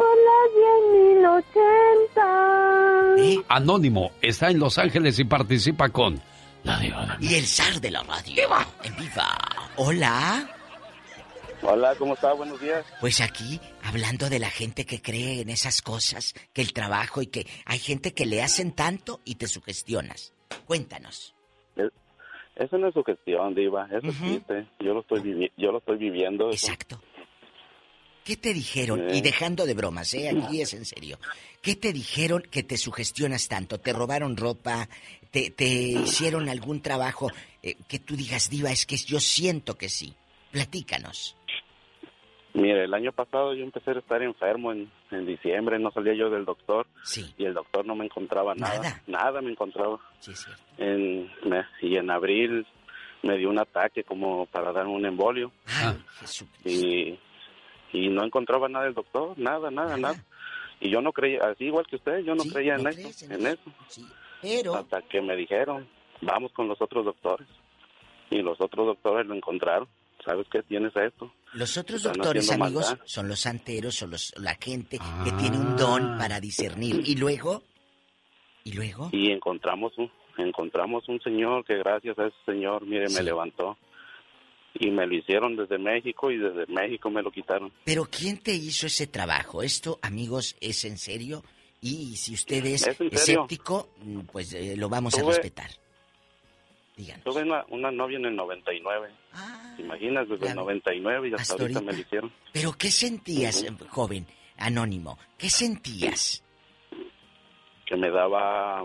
Pola diez mil ochenta. ¿Eh? Anónimo está en Los Ángeles y participa con la Diva. Y el zar de la radio. ¡Viva! En viva. Hola. Hola, ¿cómo está? Buenos días. Pues aquí, hablando de la gente que cree en esas cosas, que el trabajo y que hay gente que le hacen tanto y te sugestionas. Cuéntanos. Es, eso no es sugestión, Diva, eso uh-huh. existe. Yo lo estoy vivi- yo lo estoy viviendo. Exacto. Eso. ¿Qué te dijeron? Sí. Y dejando de bromas, ¿eh? Aquí es en serio. ¿Qué te dijeron que te sugestionas tanto? ¿Te robaron ropa? ¿Te, te hicieron algún trabajo eh, que tú digas, Diva, es que yo siento que sí? Platícanos. Mire, el año pasado yo empecé a estar enfermo en, en diciembre, no salía yo del doctor. Sí. Y el doctor no me encontraba nada. Nada. Nada me encontraba. Sí, sí. En, me, y en abril me dio un ataque como para dar un embolio. Ah, Jesús. Y, y no encontraba nada del doctor, nada, nada, nada. nada. Y yo no creía, así igual que usted, yo no sí, creía no en, eso, en, en eso. Sí. Pero... Hasta que me dijeron, vamos con los otros doctores. Y los otros doctores lo encontraron. ¿Sabes qué? Tienes esto. Los otros doctores, amigos, maldad. Son los santeros, son los, la gente ah. que tiene un don para discernir. ¿Y luego? ¿Y luego? Y encontramos un, encontramos un señor que gracias a ese señor, mire, sí. me levantó. Y me lo hicieron desde México y desde México me lo quitaron. ¿Pero quién te hizo ese trabajo? Esto, amigos, ¿es en serio? Y si usted es, ¿Es escéptico, pues eh, lo vamos Tuve... a respetar. Díganos. Tuve una, una novia en el noventa y nueve. Ah, ¿te imaginas? Desde la... el noventa y nueve y hasta, hasta ahorita me lo hicieron. ¿Pero qué sentías, uh-huh. joven, anónimo? ¿Qué sentías? Que me daba...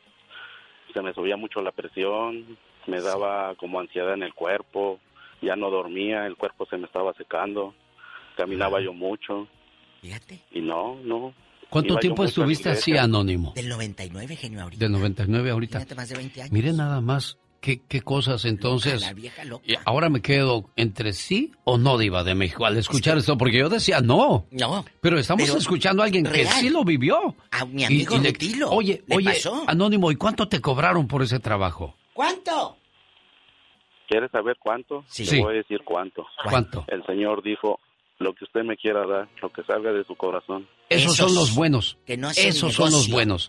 Se me subía mucho la presión, me sí. daba como ansiedad en el cuerpo, ya no dormía, el cuerpo se me estaba secando, caminaba uh-huh. yo mucho. Fíjate. Y no, no... ¿Cuánto tiempo estuviste así, anónimo? Del noventa y nueve, genio, ahorita. Del noventa y nueve ahorita. Fíjate, más de veinte años. Mire nada más, qué, qué cosas entonces. La vieja loca. Y ahora me quedo entre sí o no, Diva de México, al escuchar es que... esto, porque yo decía no. No. Pero estamos pero escuchando a alguien real. Que sí lo vivió. A mi amigo Rutilo. Oye, ¿Le oye, pasó? Anónimo, ¿y cuánto te cobraron por ese trabajo? ¿Cuánto? ¿Quieres saber cuánto? Sí. Te voy a decir cuánto. ¿Cuánto? El señor dijo, lo que usted me quiera dar, lo que salga de su corazón. Esos, Esos son los buenos. Que no Esos negocio. son los buenos.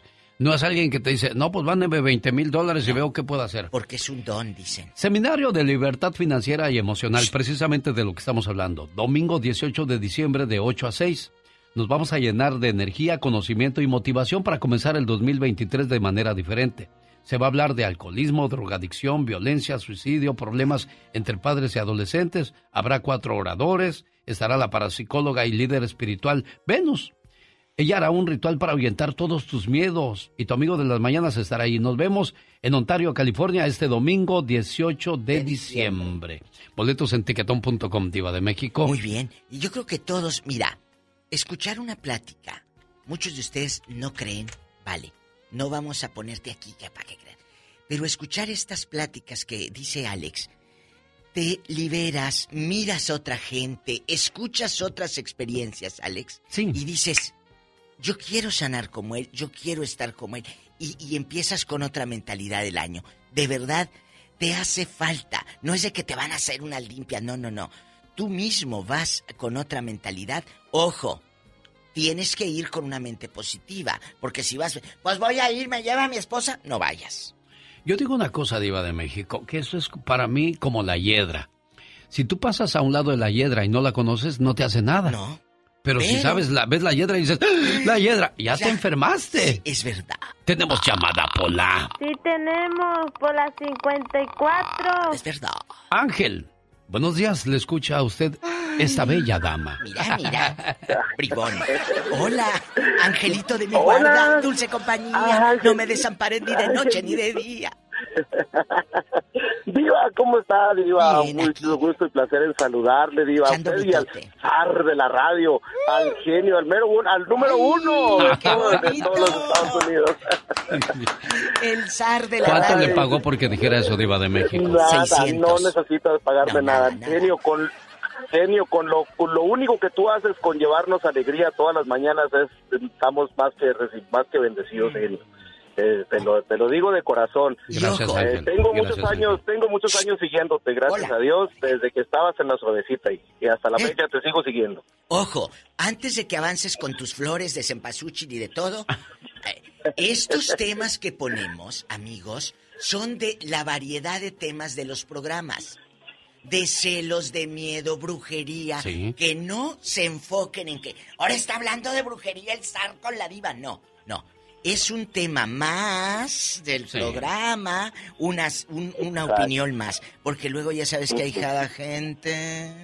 No es alguien que te dice, no, pues mándeme veinte mil dólares y veo qué puedo hacer. Porque es un don, dicen. Seminario de Libertad Financiera y Emocional, precisamente de lo que estamos hablando. Domingo dieciocho de diciembre de ocho a seis. Nos vamos a llenar de energía, conocimiento y motivación para comenzar el dos mil veintitrés de manera diferente. Se va a hablar de alcoholismo, drogadicción, violencia, suicidio, problemas entre padres y adolescentes. Habrá cuatro oradores. Estará la parapsicóloga y líder espiritual Venus. Ella hará un ritual para ahuyentar todos tus miedos. Y tu amigo de las mañanas estará ahí. Nos vemos en Ontario, California, este domingo dieciocho de diciembre. Boletos en tiquetón punto com, Diva de México. Muy bien. Y yo creo que todos, mira, escuchar una plática. Muchos de ustedes no creen, vale. No vamos a ponerte aquí ya para que crean. Pero escuchar estas pláticas que dice Alex, te liberas, miras a otra gente, escuchas otras experiencias, Alex. Sí. Y dices, yo quiero sanar como él, yo quiero estar como él. Y, y empiezas con otra mentalidad del año. De verdad, te hace falta. No es de que te van a hacer una limpia, no, no, no. Tú mismo vas con otra mentalidad. Ojo, tienes que ir con una mente positiva. Porque si vas, pues voy a ir, me lleva a mi esposa, no vayas. Yo digo una cosa, Diva de México, que eso es para mí como la hiedra. Si tú pasas a un lado de la hiedra y no la conoces, no te hace nada. No. Pero, Pero... si sabes, la, ves la hiedra y dices, ¡ah! La hiedra, ya, ya te enfermaste. Sí, es verdad. Tenemos llamada, Pola. Sí tenemos, Pola cincuenta y cuatro. Es verdad. Ángel, buenos días, le escucha a usted esta bella dama. Mira, mira, bribón. Hola, angelito de mi guarda, dulce compañía. Ay, no me desamparen ni de noche ni de día. Diva, ¿cómo está, Diva? Bien, mucho aquí. Gusto y placer en saludarle, Diva. A usted y al zar de la radio, al genio, al mero uno, al número uno de, todo, de todos los Estados Unidos. El zar de la ¿Cuánto radio. le pagó porque dijera eso, Diva de México? Nada, seiscientos. No necesita pagarme no, nada, nada. nada. Genio, con... Genio, con lo, con lo único que tú haces con llevarnos alegría todas las mañanas es, estamos más que más que bendecidos, Genio. Eh, te, lo, te lo digo de corazón. Gracias, eh, Ángel. tengo Gracias, muchos años, Ángel. tengo muchos años siguiéndote, gracias Hola. a Dios, desde que estabas en la suavecita y, y hasta la ¿Eh? fecha te sigo siguiendo. Ojo, antes de que avances con tus flores de cempasúchil y de todo, eh, estos temas que ponemos, amigos, son de la variedad de temas de los programas. De celos, de miedo, brujería. Sí. Que no se enfoquen en que ahora está hablando de brujería el zar con la diva. No, no. Es un tema más del sí. programa, unas, un, una opinión más. Porque luego ya sabes que hay cada gente.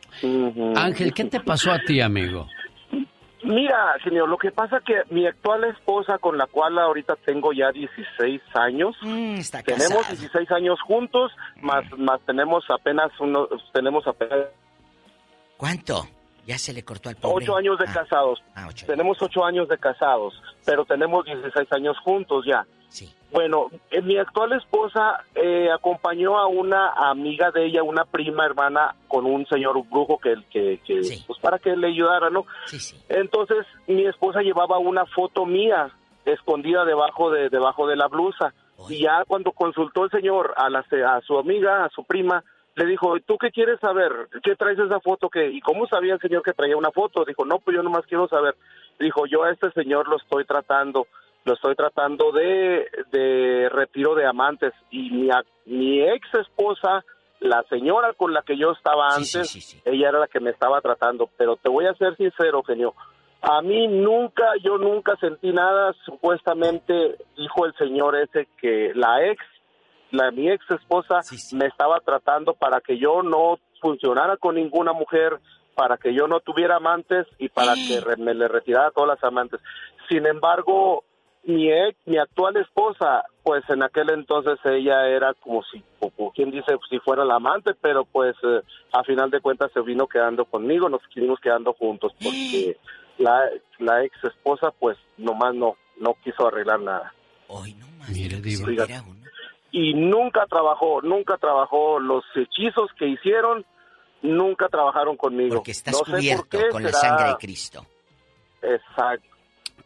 Ángel, ¿qué te pasó a ti, amigo? Mira, señor, lo que pasa que mi actual esposa, con la cual ahorita tengo ya dieciséis años, mm, está tenemos casada. dieciséis años juntos, más más tenemos apenas unos, tenemos apenas ¿Cuánto? Ya se le cortó al pobre. ocho años de ah. casados. Ah, ocho. Tenemos ocho años de casados, pero tenemos dieciséis años juntos ya. Sí. Bueno, eh, mi actual esposa eh, acompañó a una amiga de ella, una prima hermana, con un señor brujo que, que, que Sí. pues para que le ayudara, ¿no? Sí, sí. Entonces mi esposa llevaba una foto mía escondida debajo de debajo de la blusa. Oye. Y ya cuando consultó el señor a, la, a su amiga, a su prima, le dijo, ¿tú qué quieres saber? ¿Qué traes esa foto? ¿Qué? ¿Y cómo sabía el señor que traía una foto? Dijo, no, pues yo nomás quiero saber. Dijo, yo a este señor lo estoy tratando, lo estoy tratando de, de retiro de amantes. Y mi, mi ex esposa, la señora con la que yo estaba Sí, antes, sí, sí, sí. ella era la que me estaba tratando. Pero te voy a ser sincero, genio. A mí nunca, yo nunca sentí nada. Supuestamente dijo el señor ese que la ex, la mi ex esposa, Sí, sí. me estaba tratando para que yo no funcionara con ninguna mujer, para que yo no tuviera amantes y para que re- me le retirara a todas las amantes. Sin embargo, mi ex, mi actual esposa, pues en aquel entonces ella era como si, como quien dice, si fuera la amante, pero pues eh, a final de cuentas se vino quedando conmigo, nos seguimos quedando juntos porque la, la ex esposa pues nomás no, no quiso arreglar nada. Hoy no más. Mire, Diva. Oiga. Y nunca trabajó, nunca trabajó los hechizos que hicieron, nunca trabajaron conmigo. Porque estás no sé cubierto por qué, con la será- sangre de Cristo. Exacto.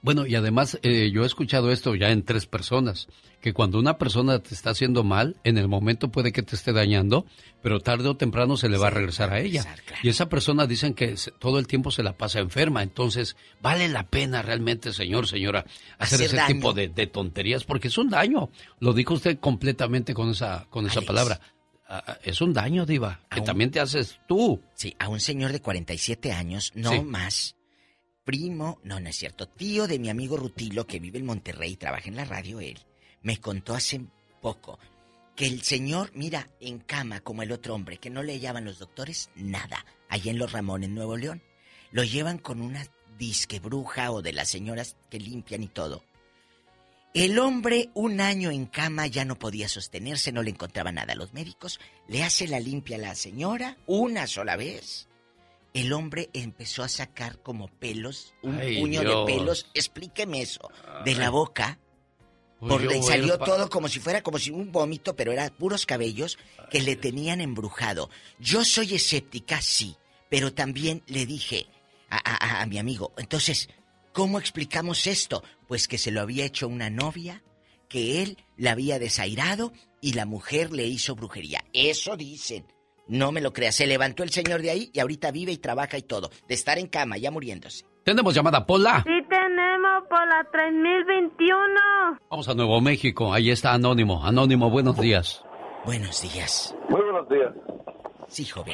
Bueno, y además eh, yo he escuchado esto ya en tres personas, que cuando una persona te está haciendo mal, en el momento puede que te esté dañando, pero tarde o temprano se le va a regresar a ella. Y esa persona dicen que se, todo el tiempo se la pasa enferma, entonces vale la pena realmente, señor, señora, hacer, hacer ese daño. tipo de, de tonterías, porque es un daño. Lo dijo usted completamente con esa, con esa palabra. Uh, es un daño, Diva, que un, también te haces tú. Sí, a un señor de cuarenta y siete años, no sí. más... Primo, no, no es cierto, tío de mi amigo Rutilo, que vive en Monterrey y trabaja en la radio, él, me contó hace poco que el señor, mira, en cama como el otro hombre, que no le hallaban los doctores nada, allá en Los Ramones, Nuevo León, lo llevan con una disque bruja o de las señoras que limpian y todo. El hombre, un año en cama, ya no podía sostenerse, no le encontraba nada a los médicos, le hace la limpia a la señora una sola vez. El hombre empezó a sacar como pelos, un Ay, puño Dios. de pelos, explíqueme eso, de la boca. Por le salió pa... todo como si fuera como si un vómito, pero eran puros cabellos que Ay, le tenían embrujado. Yo soy escéptica, sí, pero también le dije a, a, a mi amigo, entonces, ¿cómo explicamos esto? Pues que se lo había hecho una novia, que él la había desairado y la mujer le hizo brujería. Eso dicen. No me lo creas, se levantó el señor de ahí y ahorita vive y trabaja y todo, de estar en cama, ya muriéndose. ¿Tenemos llamada, Pola? Sí tenemos, Pola tres mil veintiuno. Vamos a Nuevo México, ahí está Anónimo. Anónimo, buenos días. Buenos días. Muy buenos días. Sí, joven.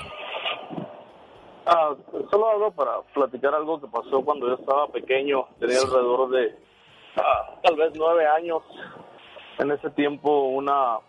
Ah, solo hablo para platicar algo que pasó cuando yo estaba pequeño, tenía sí. alrededor de ah, tal vez nueve años. En ese tiempo una...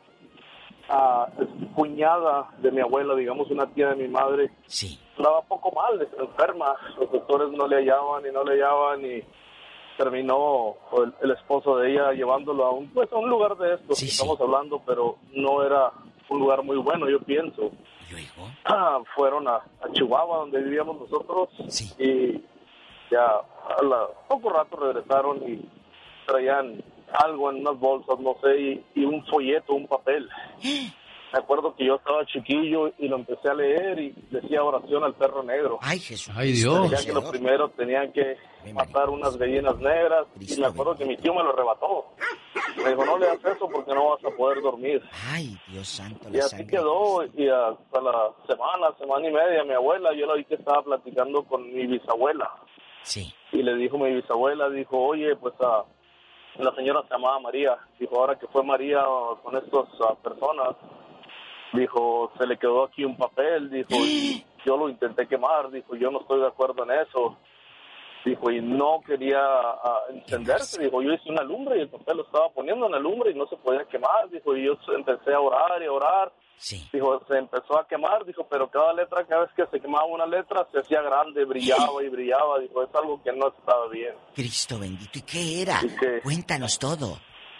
Uh, cuñada de mi abuela, digamos una tía de mi madre, sí. estaba poco mal, enferma, los doctores no le hallaban y no le hallaban y terminó el, el esposo de ella llevándolo a un, pues, a un lugar de estos sí, que sí. estamos hablando, pero no era un lugar muy bueno, yo pienso. ¿Luego? Ah, fueron a, a Chihuahua, donde vivíamos nosotros, sí. y ya a la, poco rato regresaron y traían algo en unas bolsas, no sé, y, y un folleto, un papel. Me acuerdo que yo estaba chiquillo y lo empecé a leer y decía oración al perro negro. Ay, Jesús. Ay, Dios. Decían que lo primero tenían que matar unas gallinas negras y me acuerdo que mi tío me lo arrebató. Me dijo, no le hagas eso porque no vas a poder dormir. Ay, Dios santo. Y así quedó y hasta la semana, semana y media, mi abuela, yo la vi que estaba platicando con mi bisabuela. Sí. Y le dijo mi bisabuela, dijo, oye, pues a... la señora se llamaba María, dijo, ahora que fue María con estas uh, personas, dijo, se le quedó aquí un papel, dijo, y yo lo intenté quemar, dijo, yo no estoy de acuerdo en eso, dijo, y no quería uh, encenderse, dijo, yo hice una lumbre y el papel lo estaba poniendo en la lumbre y no se podía quemar, dijo, y yo empecé a orar y a orar, sí. dijo, se empezó a quemar, dijo, pero cada letra, cada vez que se quemaba una letra, se hacía grande, brillaba y brillaba, dijo, es algo que no estaba bien. Cristo bendito, ¿y qué era? Y que, Cuéntanos todo.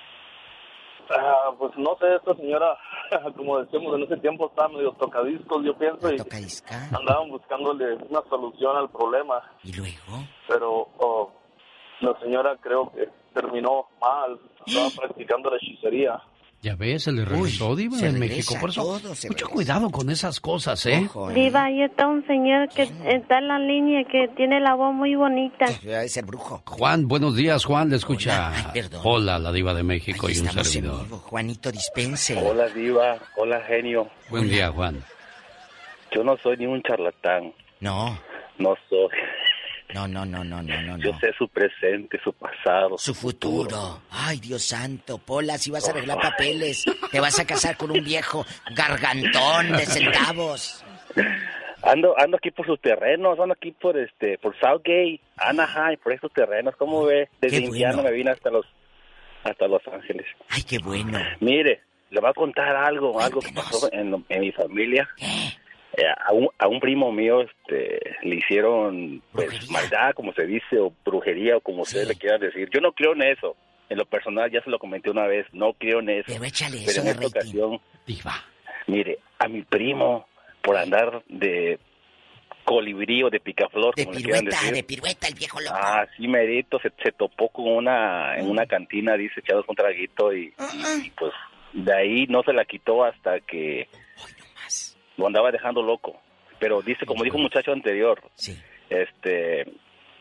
Uh, pues no sé, esta señora, como decíamos en ese tiempo, estaba medio tocadiscos, yo pienso, y Tocadisca. andaban buscándole una solución al problema. ¿Y luego? Pero oh, la señora creo que terminó mal, estaba practicando la hechicería. Ya ves, se le regresó, Uy, Diva, en México. Por eso, todo, mucho regresa. Cuidado con esas cosas, ¿eh? Ojo, ¿eh? Diva, ahí está un señor que ¿Quién? está en la línea, que tiene la voz muy bonita. Debe ser brujo. Juan, buenos días, Juan, le escucha. Hola, Ay, Hola, la Diva de México Ahí y un servidor. Vivo. Juanito, dispense. Hola, Diva. Hola, genio. Buen Hola. día, Juan. Yo no soy ni un charlatán. No. No soy. No, no, no, no, no, no. Yo sé su presente, su pasado. Su futuro. futuro. Ay, Dios santo. Pola, si vas a arreglar papeles, te vas a casar con un viejo gargantón de centavos. Ando, ando aquí por sus terrenos, ando aquí por este, por Southgate, Anaheim, por estos terrenos. ¿Cómo ve? Desde Indiana bueno. me vine hasta los, hasta Los Ángeles. Ay, qué bueno. Mire, le voy a contar algo, Cuéntenos. algo que pasó en, en mi familia. ¿Qué? Eh, a, un, a un primo mío este, le hicieron pues maldad, como se dice, o brujería, o como sí. ustedes le quieran decir. Yo no creo en eso. En lo personal, ya se lo comenté una vez, no creo en eso. Pero échale Pero eso en de esta rating. ocasión, Diva. Mire, a mi primo, por andar de colibrí o de picaflor, de como le quieran pirueta, decir. de pirueta, el viejo loco. Ah, sí, merito, se, se topó con una, en una cantina, dice, echados un traguito y, Uh-uh. y pues de ahí no se la quitó hasta que Ay, no más. lo andaba dejando loco. Pero dice, como dijo un muchacho anterior, sí. este,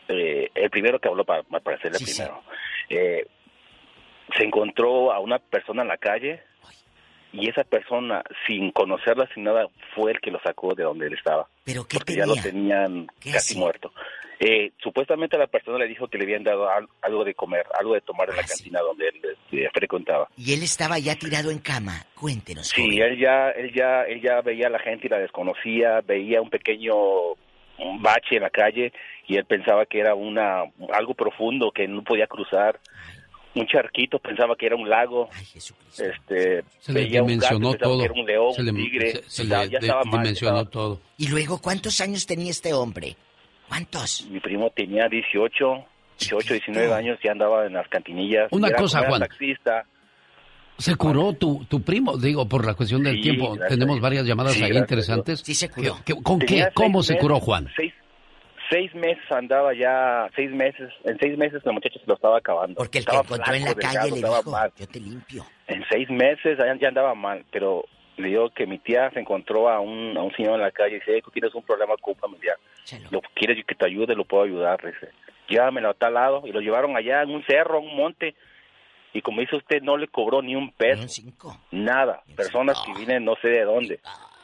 eh, el primero que habló, para, para ser el sí, primero, sí. Eh, se encontró a una persona en la calle y esa persona, sin conocerla, sin nada, fue el que lo sacó de donde él estaba. ¿Pero qué porque tenía? Ya lo tenían casi hacía? muerto. Eh, supuestamente la persona le dijo que le habían dado al, algo de comer, algo de tomar en la ah, cantina sí. donde él eh, frecuentaba. Y él estaba ya tirado en cama. Cuéntenos. Sí, joven. él ya, él ya, él ya veía a la gente y la desconocía, veía un pequeño un bache en la calle y él pensaba que era una algo profundo que no podía cruzar. Un charquito, pensaba que era un lago. Ay, este, se le dimensionó todo. Que era un león, se le, un tigre. Se, se ya, le ya estaba de, mal, dimensionó estaba... todo. Y luego, ¿cuántos años tenía este hombre? ¿Cuántos? Mi primo tenía dieciocho, dieciocho, diecinueve años, ya andaba en las cantinillas. Una cosa, Juan. Taxista. ¿Se curó tu, tu primo? Digo, por la cuestión del sí, tiempo. Tenemos varias llamadas sí, ahí interesantes. Sí, se curó. ¿Qué, qué, ¿Con tenía qué? ¿Cómo se meses, curó, Juan? Seis, seis meses andaba ya, seis meses. En seis meses la muchacha se lo estaba acabando. Porque el que estaba encontró flaco, en la calle delgado, le dijo, mal. Yo te limpio. En seis meses ya andaba mal, pero le digo que mi tía se encontró a un, a un señor en la calle y dice, hey, tú tienes un problema con un familiar. Lo quieres que te ayude, lo puedo ayudar. Dice, llévamelo a tal lado. Y lo llevaron allá en un cerro, en un monte. Y como dice usted, no le cobró ni un peso. Un cinco. Nada. Un Personas cinco. que vienen no sé de dónde.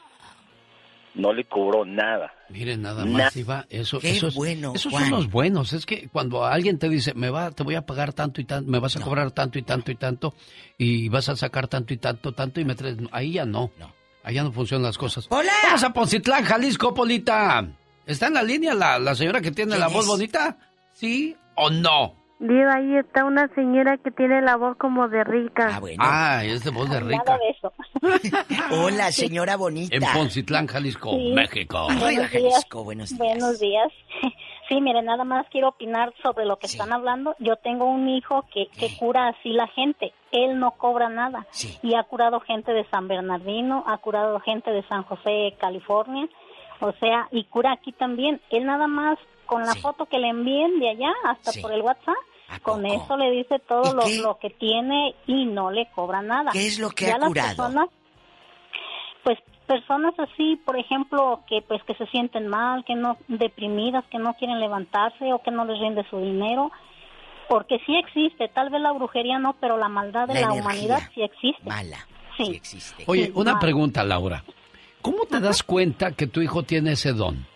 No le cobró nada. Miren, nada más, Iba, eso, Qué esos, bueno, esos Juan. son los buenos. Es que cuando alguien te dice, me va, te voy a pagar tanto y tanto, me vas a no. cobrar tanto y tanto y tanto, y vas a sacar tanto y tanto, tanto, y me traes, ahí ya no. no. Ahí ya no funcionan las cosas. ¡Hola! Vamos a Poncitlán, Jalisco, Polita. ¿Está en la línea la, la señora que tiene la voz es? bonita? ¿Sí o no? Diva, ahí está una señora que tiene la voz como de rica. Ah, bueno. Ah, es de voz de rica. Nada de eso. Hola, señora bonita. En Poncitlán, Jalisco, sí. México. Buenos Jalisco, buenos días. Buenos días. Sí, mire, nada más quiero opinar sobre lo que sí. están hablando. Yo tengo un hijo que, que cura así la gente. Él no cobra nada. Sí. Y ha curado gente de San Bernardino, ha curado gente de San José, California. O sea, y cura aquí también. Él nada más, con la sí. foto que le envíen de allá, hasta sí. por el WhatsApp, con eso le dice todo lo, lo que tiene y no le cobra nada. ¿Qué es lo que ya ha curado? Las personas, pues personas así, por ejemplo, que pues que se sienten mal, que no deprimidas, que no quieren levantarse o que no les rinde su dinero, porque sí existe, tal vez la brujería no, pero la maldad de la, la humanidad sí existe. Mala. Sí, sí existe. Oye, sí, una mala. pregunta, Laura. ¿Cómo te Ajá. das cuenta que tu hijo tiene ese don?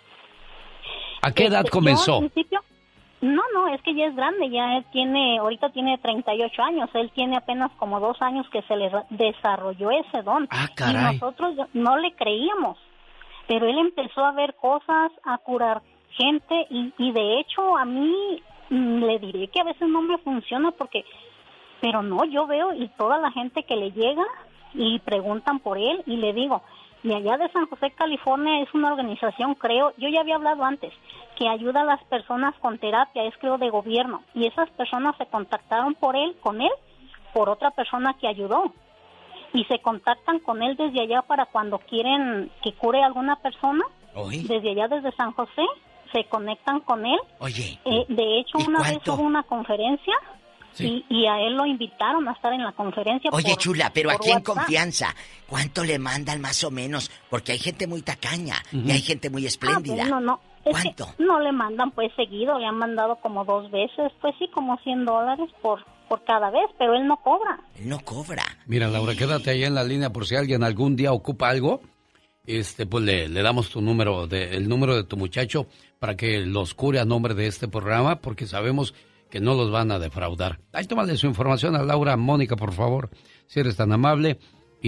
¿A qué edad este, comenzó? Yo, al principio, no, no, es que ya es grande, ya él tiene, ahorita tiene treinta y ocho años, él tiene apenas como dos años que se le desarrolló ese don. Ah, caray. Y nosotros no le creíamos, pero él empezó a ver cosas, a curar gente y, y de hecho a mí mmm, le diré que a veces no me funciona porque, pero no, yo veo y toda la gente que le llega y preguntan por él y le digo, y allá de San José, California, es una organización, creo, yo ya había hablado antes, que ayuda a las personas con terapia, es creo de gobierno, y esas personas se contactaron por él, con él, por otra persona que ayudó, y se contactan con él desde allá para cuando quieren que cure a alguna persona, Oye. desde allá, desde San José, se conectan con él. Oye. Eh, de hecho, una cuánto? vez hubo una conferencia, sí. y, y a él lo invitaron a estar en la conferencia. Oye, por, chula, pero aquí WhatsApp. en confianza, ¿cuánto le mandan más o menos? Porque hay gente muy tacaña uh-huh. y hay gente muy espléndida. Ah, bueno, no. Es ¿Cuánto? Que no le mandan pues seguido, le han mandado como dos veces, pues sí, como cien dólares por, por cada vez, pero él no cobra. Él no cobra. Mira, Laura, quédate ahí en la línea por si alguien algún día ocupa algo. Este, pues le, le damos tu número, de, el número de tu muchacho para que los cure a nombre de este programa, porque sabemos que no los van a defraudar. Ahí tómale su información a Laura Mónica, por favor, si eres tan amable,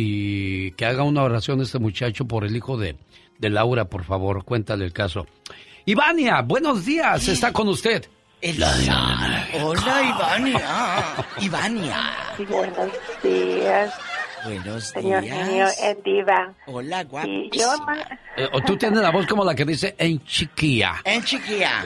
y que haga una oración este muchacho por el hijo de, de Laura, por favor, cuéntale el caso. Ivania, buenos días, está con usted. El... Hola, Ivania. Ivania. Buenos días. Buenos Señor días. Genio, en Diva. Hola, guapísima. Y yo, eh, o tú tienes la voz como la que dice en chiquilla. En chiquilla.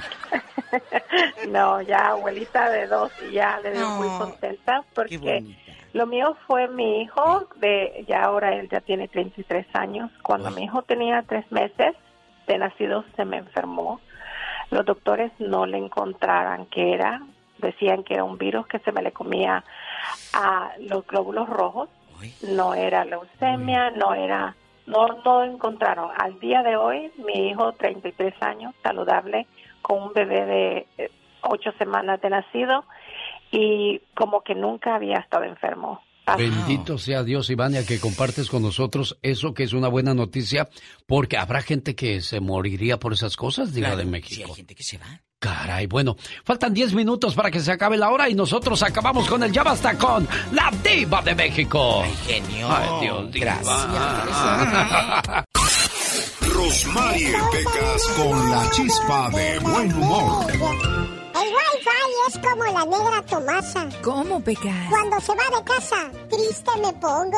No, ya abuelita de dos y ya le veo no, muy contenta porque lo mío fue mi hijo, de ya ahora él ya tiene treinta y tres años. Cuando Uy. mi hijo tenía tres meses de nacido se me enfermó. Los doctores no le encontraran qué era, decían que era un virus que se me le comía a los glóbulos rojos. Uy. No era leucemia, Uy. no era, no, no encontraron. Al día de hoy mi hijo, treinta y tres años, saludable, con un bebé de ocho semanas de nacido y como que nunca había estado enfermo. Bendito sea Dios, Ivania, que compartes con nosotros eso que es una buena noticia, porque habrá gente que se moriría por esas cosas, Diva claro, de México. Sí, hay gente que se va. Caray, bueno, faltan diez minutos para que se acabe la hora y nosotros acabamos con el Ya Basta con la Diva de México. Ay, genio. Ay, Dios, Diva. Gracias. Rosmarie Pecas con la chispa de buen humor. El Wi-Fi es como la negra Tomasa. ¿Cómo, Pecas? Cuando se va de casa, triste me pongo.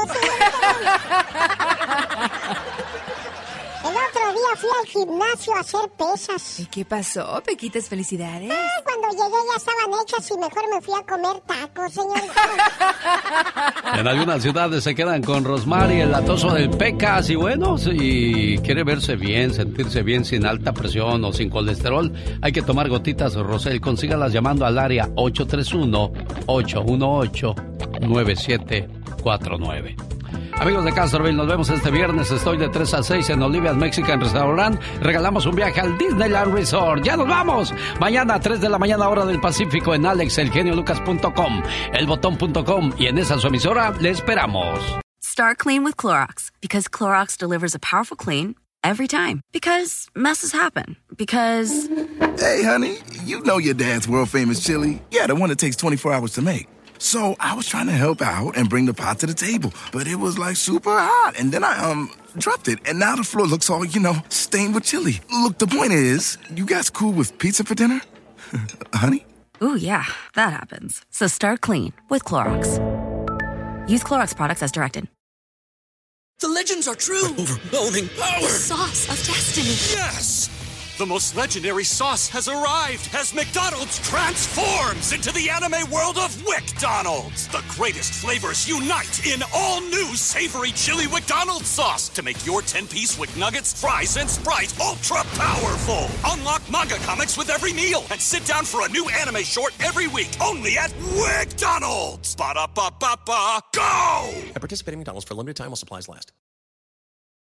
El otro día fui al gimnasio a hacer pesas. ¿Y qué pasó, Pequitas? Felicidades. Ah, cuando llegué ya estaban hechas y mejor me fui a comer tacos, señor. En algunas ciudades se quedan con Rosmarie, el latoso del Pecas. Y bueno, si quiere verse bien, sentirse bien sin alta presión o sin colesterol, hay que tomar gotitas Rosel. Consígalas llamando al área ocho tres uno, ocho uno ocho, nueve siete cuatro nueve. Amigos de Castroville, nos vemos este viernes. Estoy de tres a seis en Olivia's Mexican Restaurant. Regalamos un viaje al Disneyland Resort. ¡Ya nos vamos! Mañana a tres de la mañana, hora del Pacífico, en alex el genio lucas punto com, el botón punto com, y en esa su emisora le esperamos. Start clean with Clorox, because Clorox delivers a powerful clean every time. Because messes happen. Because... Hey, honey, you know your dad's world-famous chili. Yeah, the one that takes twenty-four hours to make. So I was trying to help out and bring the pot to the table, but it was like super hot. And then I, um, dropped it. And now the floor looks all, you know, stained with chili. Look, the point is, you guys cool with pizza for dinner? Honey? Ooh, yeah, that happens. So start clean with Clorox. Use Clorox products as directed. The legends are true. Overwhelming power! The sauce of destiny. Yes! The most legendary sauce has arrived as McDonald's transforms into the anime world of WickDonald's. The greatest flavors unite in all new savory chili McDonald's sauce to make your ten-piece Wick Nuggets, fries, and Sprite ultra-powerful. Unlock manga comics with every meal and sit down for a new anime short every week only at WickDonald's. Ba-da-ba-ba-ba, go! At participating McDonald's for a limited time while supplies last.